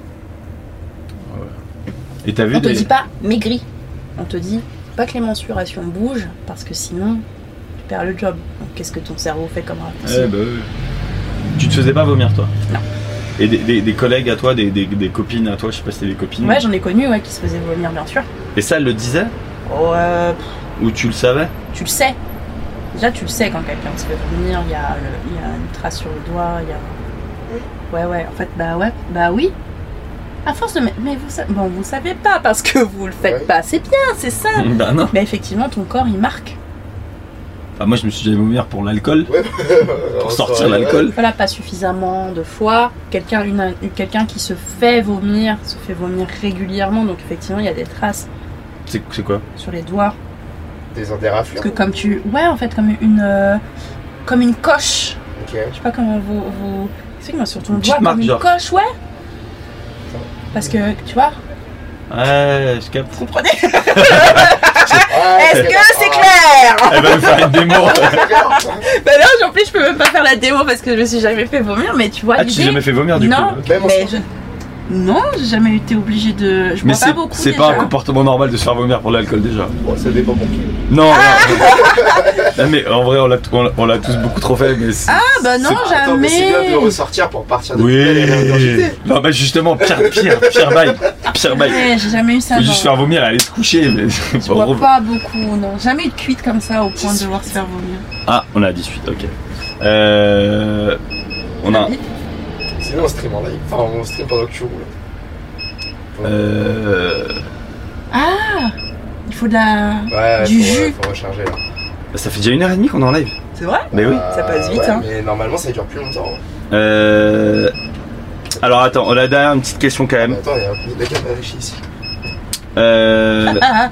[SPEAKER 1] Et t'as vu
[SPEAKER 3] On te
[SPEAKER 1] des...
[SPEAKER 3] dit pas maigri, on te dit pas que les mensurations bougent parce que sinon tu perds le job. Donc qu'est-ce que ton cerveau fait comme raccourci?
[SPEAKER 1] Eh bah oui. Tu te faisais pas vomir toi?
[SPEAKER 3] Non.
[SPEAKER 1] Et des, des, des collègues à toi, des, des, des copines à toi, je sais pas si c'était des copines.
[SPEAKER 3] Ouais, j'en ai connu ouais, qui se faisaient vomir bien sûr.
[SPEAKER 1] Et ça, elle le disait?
[SPEAKER 3] Oh, euh,
[SPEAKER 1] Ou tu le savais?
[SPEAKER 3] tu le sais. Déjà tu le sais quand quelqu'un se fait vomir, il y, a le- il y a une trace sur le doigt, il y a... Ouais ouais, en fait bah ouais, bah oui. À force de mettre... Mais vous savez... Bon, vous savez pas parce que vous le faites
[SPEAKER 2] Ouais.
[SPEAKER 3] pas, c'est bien, c'est ça.
[SPEAKER 1] Bah non.
[SPEAKER 3] Mais effectivement ton corps il marque.
[SPEAKER 1] Enfin, moi je me suis déjà vomir pour l'alcool,
[SPEAKER 2] Ouais.
[SPEAKER 1] pour sortir l'alcool.
[SPEAKER 3] Voilà, pas suffisamment de fois. Quelqu'un une, une- quelqu'un qui se fait vomir, se fait vomir régulièrement, donc effectivement il y a des traces
[SPEAKER 1] C'est c'est quoi?
[SPEAKER 3] sur les doigts.
[SPEAKER 2] Des, des raflures.
[SPEAKER 3] Parce que comme tu... Ouais, en fait, comme une... euh, comme une coche.
[SPEAKER 2] Ok.
[SPEAKER 3] Je sais pas comment vous... vous... C'est que moi, sur ton
[SPEAKER 1] Une
[SPEAKER 3] doigt,
[SPEAKER 1] petite marque,
[SPEAKER 3] comme une
[SPEAKER 1] genre.
[SPEAKER 3] coche, ouais. Parce que, tu vois,
[SPEAKER 1] Ouais, je capte.
[SPEAKER 3] vous comprenez?
[SPEAKER 2] Ah,
[SPEAKER 3] Est-ce
[SPEAKER 2] ok,
[SPEAKER 3] que c'est
[SPEAKER 2] ah,
[SPEAKER 3] clair?
[SPEAKER 1] Elle va nous faire une démo.
[SPEAKER 3] Bah non, en plus, je peux même pas faire la démo parce que je me suis jamais fait vomir, mais tu vois
[SPEAKER 1] Ah, tu t'es
[SPEAKER 3] l'idée.
[SPEAKER 1] jamais fait vomir du
[SPEAKER 3] Non,
[SPEAKER 1] coup? Ok.
[SPEAKER 2] Même en
[SPEAKER 3] mais
[SPEAKER 2] sport.
[SPEAKER 3] je... Non, j'ai jamais été obligée de... Je
[SPEAKER 1] Mais
[SPEAKER 3] bois pas
[SPEAKER 1] c'est
[SPEAKER 3] beaucoup
[SPEAKER 1] c'est
[SPEAKER 3] déjà.
[SPEAKER 1] pas un comportement normal de se faire vomir pour l'alcool déjà.
[SPEAKER 2] Bon, ça dépend pour qui.
[SPEAKER 1] Non, non. Non, mais en vrai on l'a on l'a- on l'a tous beaucoup trop fait mais c'est...
[SPEAKER 3] Ah bah non,
[SPEAKER 1] c'est-
[SPEAKER 2] Attends, mais c'est bien de le
[SPEAKER 3] jamais.
[SPEAKER 2] ressortir pour partir de poubelle et
[SPEAKER 1] Oui.
[SPEAKER 2] réingurgiter.
[SPEAKER 1] Non bah justement, pire, pire, pire bail. Pire bail.
[SPEAKER 3] Ouais, j'ai jamais eu ça.
[SPEAKER 1] Faut
[SPEAKER 3] non.
[SPEAKER 1] juste faire vomir et aller se coucher mais c'est
[SPEAKER 3] Je
[SPEAKER 1] pas
[SPEAKER 3] bois
[SPEAKER 1] drôle.
[SPEAKER 3] pas beaucoup, non. Jamais eu de cuite comme ça au point de devoir se faire vomir.
[SPEAKER 1] Ah, on a dix-huit, ok. Euh... On a...
[SPEAKER 2] Sinon, on stream en live. Enfin, on stream pendant que tu roules.
[SPEAKER 1] Euh...
[SPEAKER 3] Ah, il faut de la...
[SPEAKER 2] Ouais,
[SPEAKER 3] Du
[SPEAKER 2] faut,
[SPEAKER 3] jus.
[SPEAKER 2] ouais, faut recharger là.
[SPEAKER 1] Ça fait déjà une heure et demie qu'on est en live.
[SPEAKER 3] C'est vrai?
[SPEAKER 1] Mais oui.
[SPEAKER 3] Ça passe vite,
[SPEAKER 2] ouais,
[SPEAKER 3] hein.
[SPEAKER 2] Mais normalement, ça dure plus longtemps.
[SPEAKER 1] Euh... Alors attends, on a derrière une petite question quand
[SPEAKER 2] Mais
[SPEAKER 1] même.
[SPEAKER 2] attends, il y a un peu de caméra ici.
[SPEAKER 1] Euh...
[SPEAKER 3] Ah,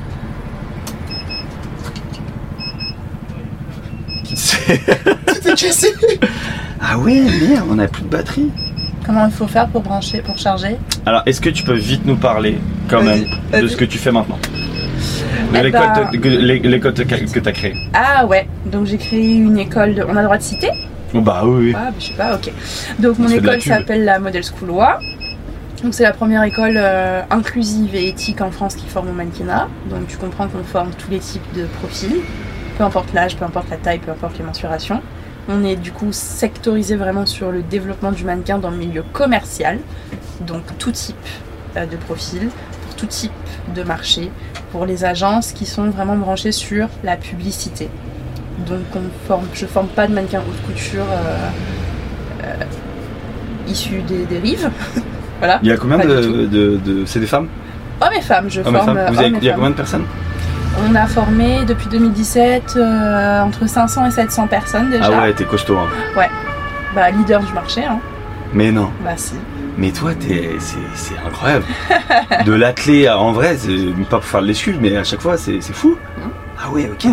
[SPEAKER 1] c'est-
[SPEAKER 2] Tout est cassé.
[SPEAKER 1] ah ouais, merde, on a plus de batterie.
[SPEAKER 3] comment il faut faire pour brancher, pour charger?
[SPEAKER 1] Alors, est-ce que tu peux vite nous parler, quand
[SPEAKER 3] Vas-y,
[SPEAKER 1] même, de
[SPEAKER 3] vas-y.
[SPEAKER 1] ce que tu fais maintenant? De
[SPEAKER 3] Eh
[SPEAKER 1] l'école
[SPEAKER 3] ben-
[SPEAKER 1] de- que- l'é- l'école que que t'as créée.
[SPEAKER 3] Ah ouais, donc j'ai créé une école de... On a le droit de citer?
[SPEAKER 1] Oh bah oui, oui.
[SPEAKER 3] Ah, bah, je sais pas, ok. Donc mon
[SPEAKER 1] C'est de la
[SPEAKER 3] école
[SPEAKER 1] pub.
[SPEAKER 3] s'appelle la Model School Oie. Donc c'est la première école euh, inclusive et éthique en France qui forme au mannequinat. Donc tu comprends qu'on forme tous les types de profils, peu importe l'âge, peu importe la taille, peu importe les mensurations. On est du coup sectorisé vraiment sur le développement du mannequin dans le milieu commercial. Donc tout type euh, de profil, pour tout type de marché, pour les agences qui sont vraiment branchées sur la publicité. Donc on forme, je forme pas de mannequin haute couture euh, euh, issus des, des rives. Voilà.
[SPEAKER 1] Il y a combien
[SPEAKER 3] Pas
[SPEAKER 1] de,
[SPEAKER 3] du tout.
[SPEAKER 1] de, de- C'est des femmes?
[SPEAKER 3] Hommes et femmes, je
[SPEAKER 1] Hommes et
[SPEAKER 3] forme.
[SPEAKER 1] femmes. Vous
[SPEAKER 3] hommes
[SPEAKER 1] avez,
[SPEAKER 3] et
[SPEAKER 1] il y a
[SPEAKER 3] femmes.
[SPEAKER 1] combien de personnes?
[SPEAKER 3] On a formé depuis deux mille dix-sept euh, entre cinq cents et sept cents personnes déjà.
[SPEAKER 1] Ah ouais, t'es costaud. Hein.
[SPEAKER 3] Bah leader du marché, hein.
[SPEAKER 1] Mais non.
[SPEAKER 3] Bah si.
[SPEAKER 1] Mais toi, t'es, c'est, c'est incroyable. De l'athlé à- en vrai, c'est pas pour faire de l'excuse, mais à chaque fois, c'est, c'est fou.
[SPEAKER 3] Mhm.
[SPEAKER 1] Ah ouais, ok.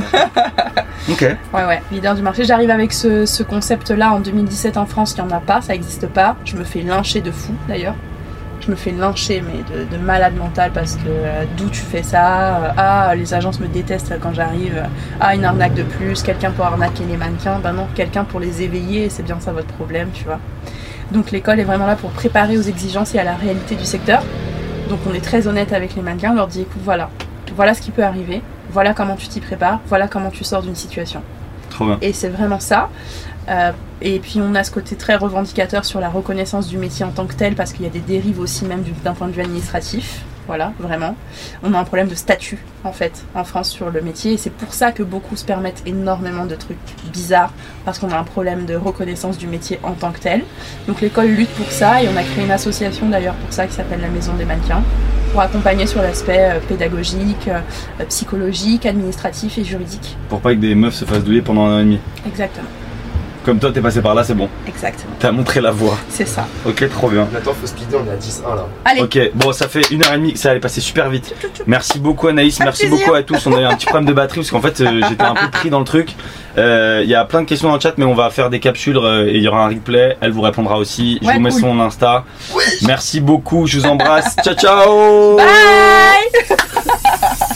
[SPEAKER 1] Ok.
[SPEAKER 3] Ouais, ouais, leader du marché. J'arrive avec ce, ce concept-là en deux mille dix-sept en France, il n'y en a pas, ça n'existe pas. Je me fais lyncher de fou d'ailleurs. Je me fais lyncher, mais de, de malade mental parce que euh, d'où tu fais ça euh, Ah, les agences me détestent quand j'arrive. euh, Ah, une arnaque de plus, quelqu'un pour arnaquer les mannequins. Ben non, quelqu'un pour les éveiller, c'est bien ça votre problème, tu vois. Donc l'école est vraiment là pour préparer aux exigences et à la réalité du secteur. Donc on est très honnête avec les mannequins, on leur dit écoute, voilà, voilà ce qui peut arriver, voilà comment tu t'y prépares, voilà comment tu sors d'une situation.
[SPEAKER 1] Trop bien.
[SPEAKER 3] Et c'est vraiment ça. Euh, et puis on a ce côté très revendicateur sur la reconnaissance du métier en tant que tel, parce qu'il y a des dérives aussi même du- d'un point de vue administratif. Voilà, vraiment. On a un problème de statut en fait en France sur le métier, et c'est pour ça que beaucoup se permettent énormément de trucs bizarres, parce qu'on a un problème de reconnaissance du métier en tant que tel. Donc l'école lutte pour ça, et on a créé une association d'ailleurs pour ça qui s'appelle la Maison des Mannequins, pour accompagner sur l'aspect euh, pédagogique, euh, psychologique, administratif et juridique.
[SPEAKER 1] Pour pas que des meufs se fassent douiller pendant un an et demi.
[SPEAKER 3] Exactement,
[SPEAKER 1] Comme toi, t'es passé par là, c'est bon.
[SPEAKER 3] exactement.
[SPEAKER 1] T'as montré la voie.
[SPEAKER 3] C'est ça.
[SPEAKER 1] Ok, trop bien.
[SPEAKER 2] Nathan, faut speeder, on est à dix un là.
[SPEAKER 3] Allez,
[SPEAKER 1] Ok, bon, ça fait une heure et demie, ça allait passer super vite. Merci beaucoup Anaïs,
[SPEAKER 3] Avec
[SPEAKER 1] merci
[SPEAKER 3] plaisir.
[SPEAKER 1] beaucoup à tous. On a eu un petit problème de batterie parce qu'en fait euh, j'étais un peu pris dans le truc. Euh, Il y a plein de questions dans le chat, mais on va faire des capsules euh, et il y aura un replay. Elle vous répondra aussi. Je
[SPEAKER 3] Ouais,
[SPEAKER 1] vous mets
[SPEAKER 3] cool.
[SPEAKER 1] son Insta. Merci beaucoup, je vous embrasse. Ciao ciao.
[SPEAKER 3] bye.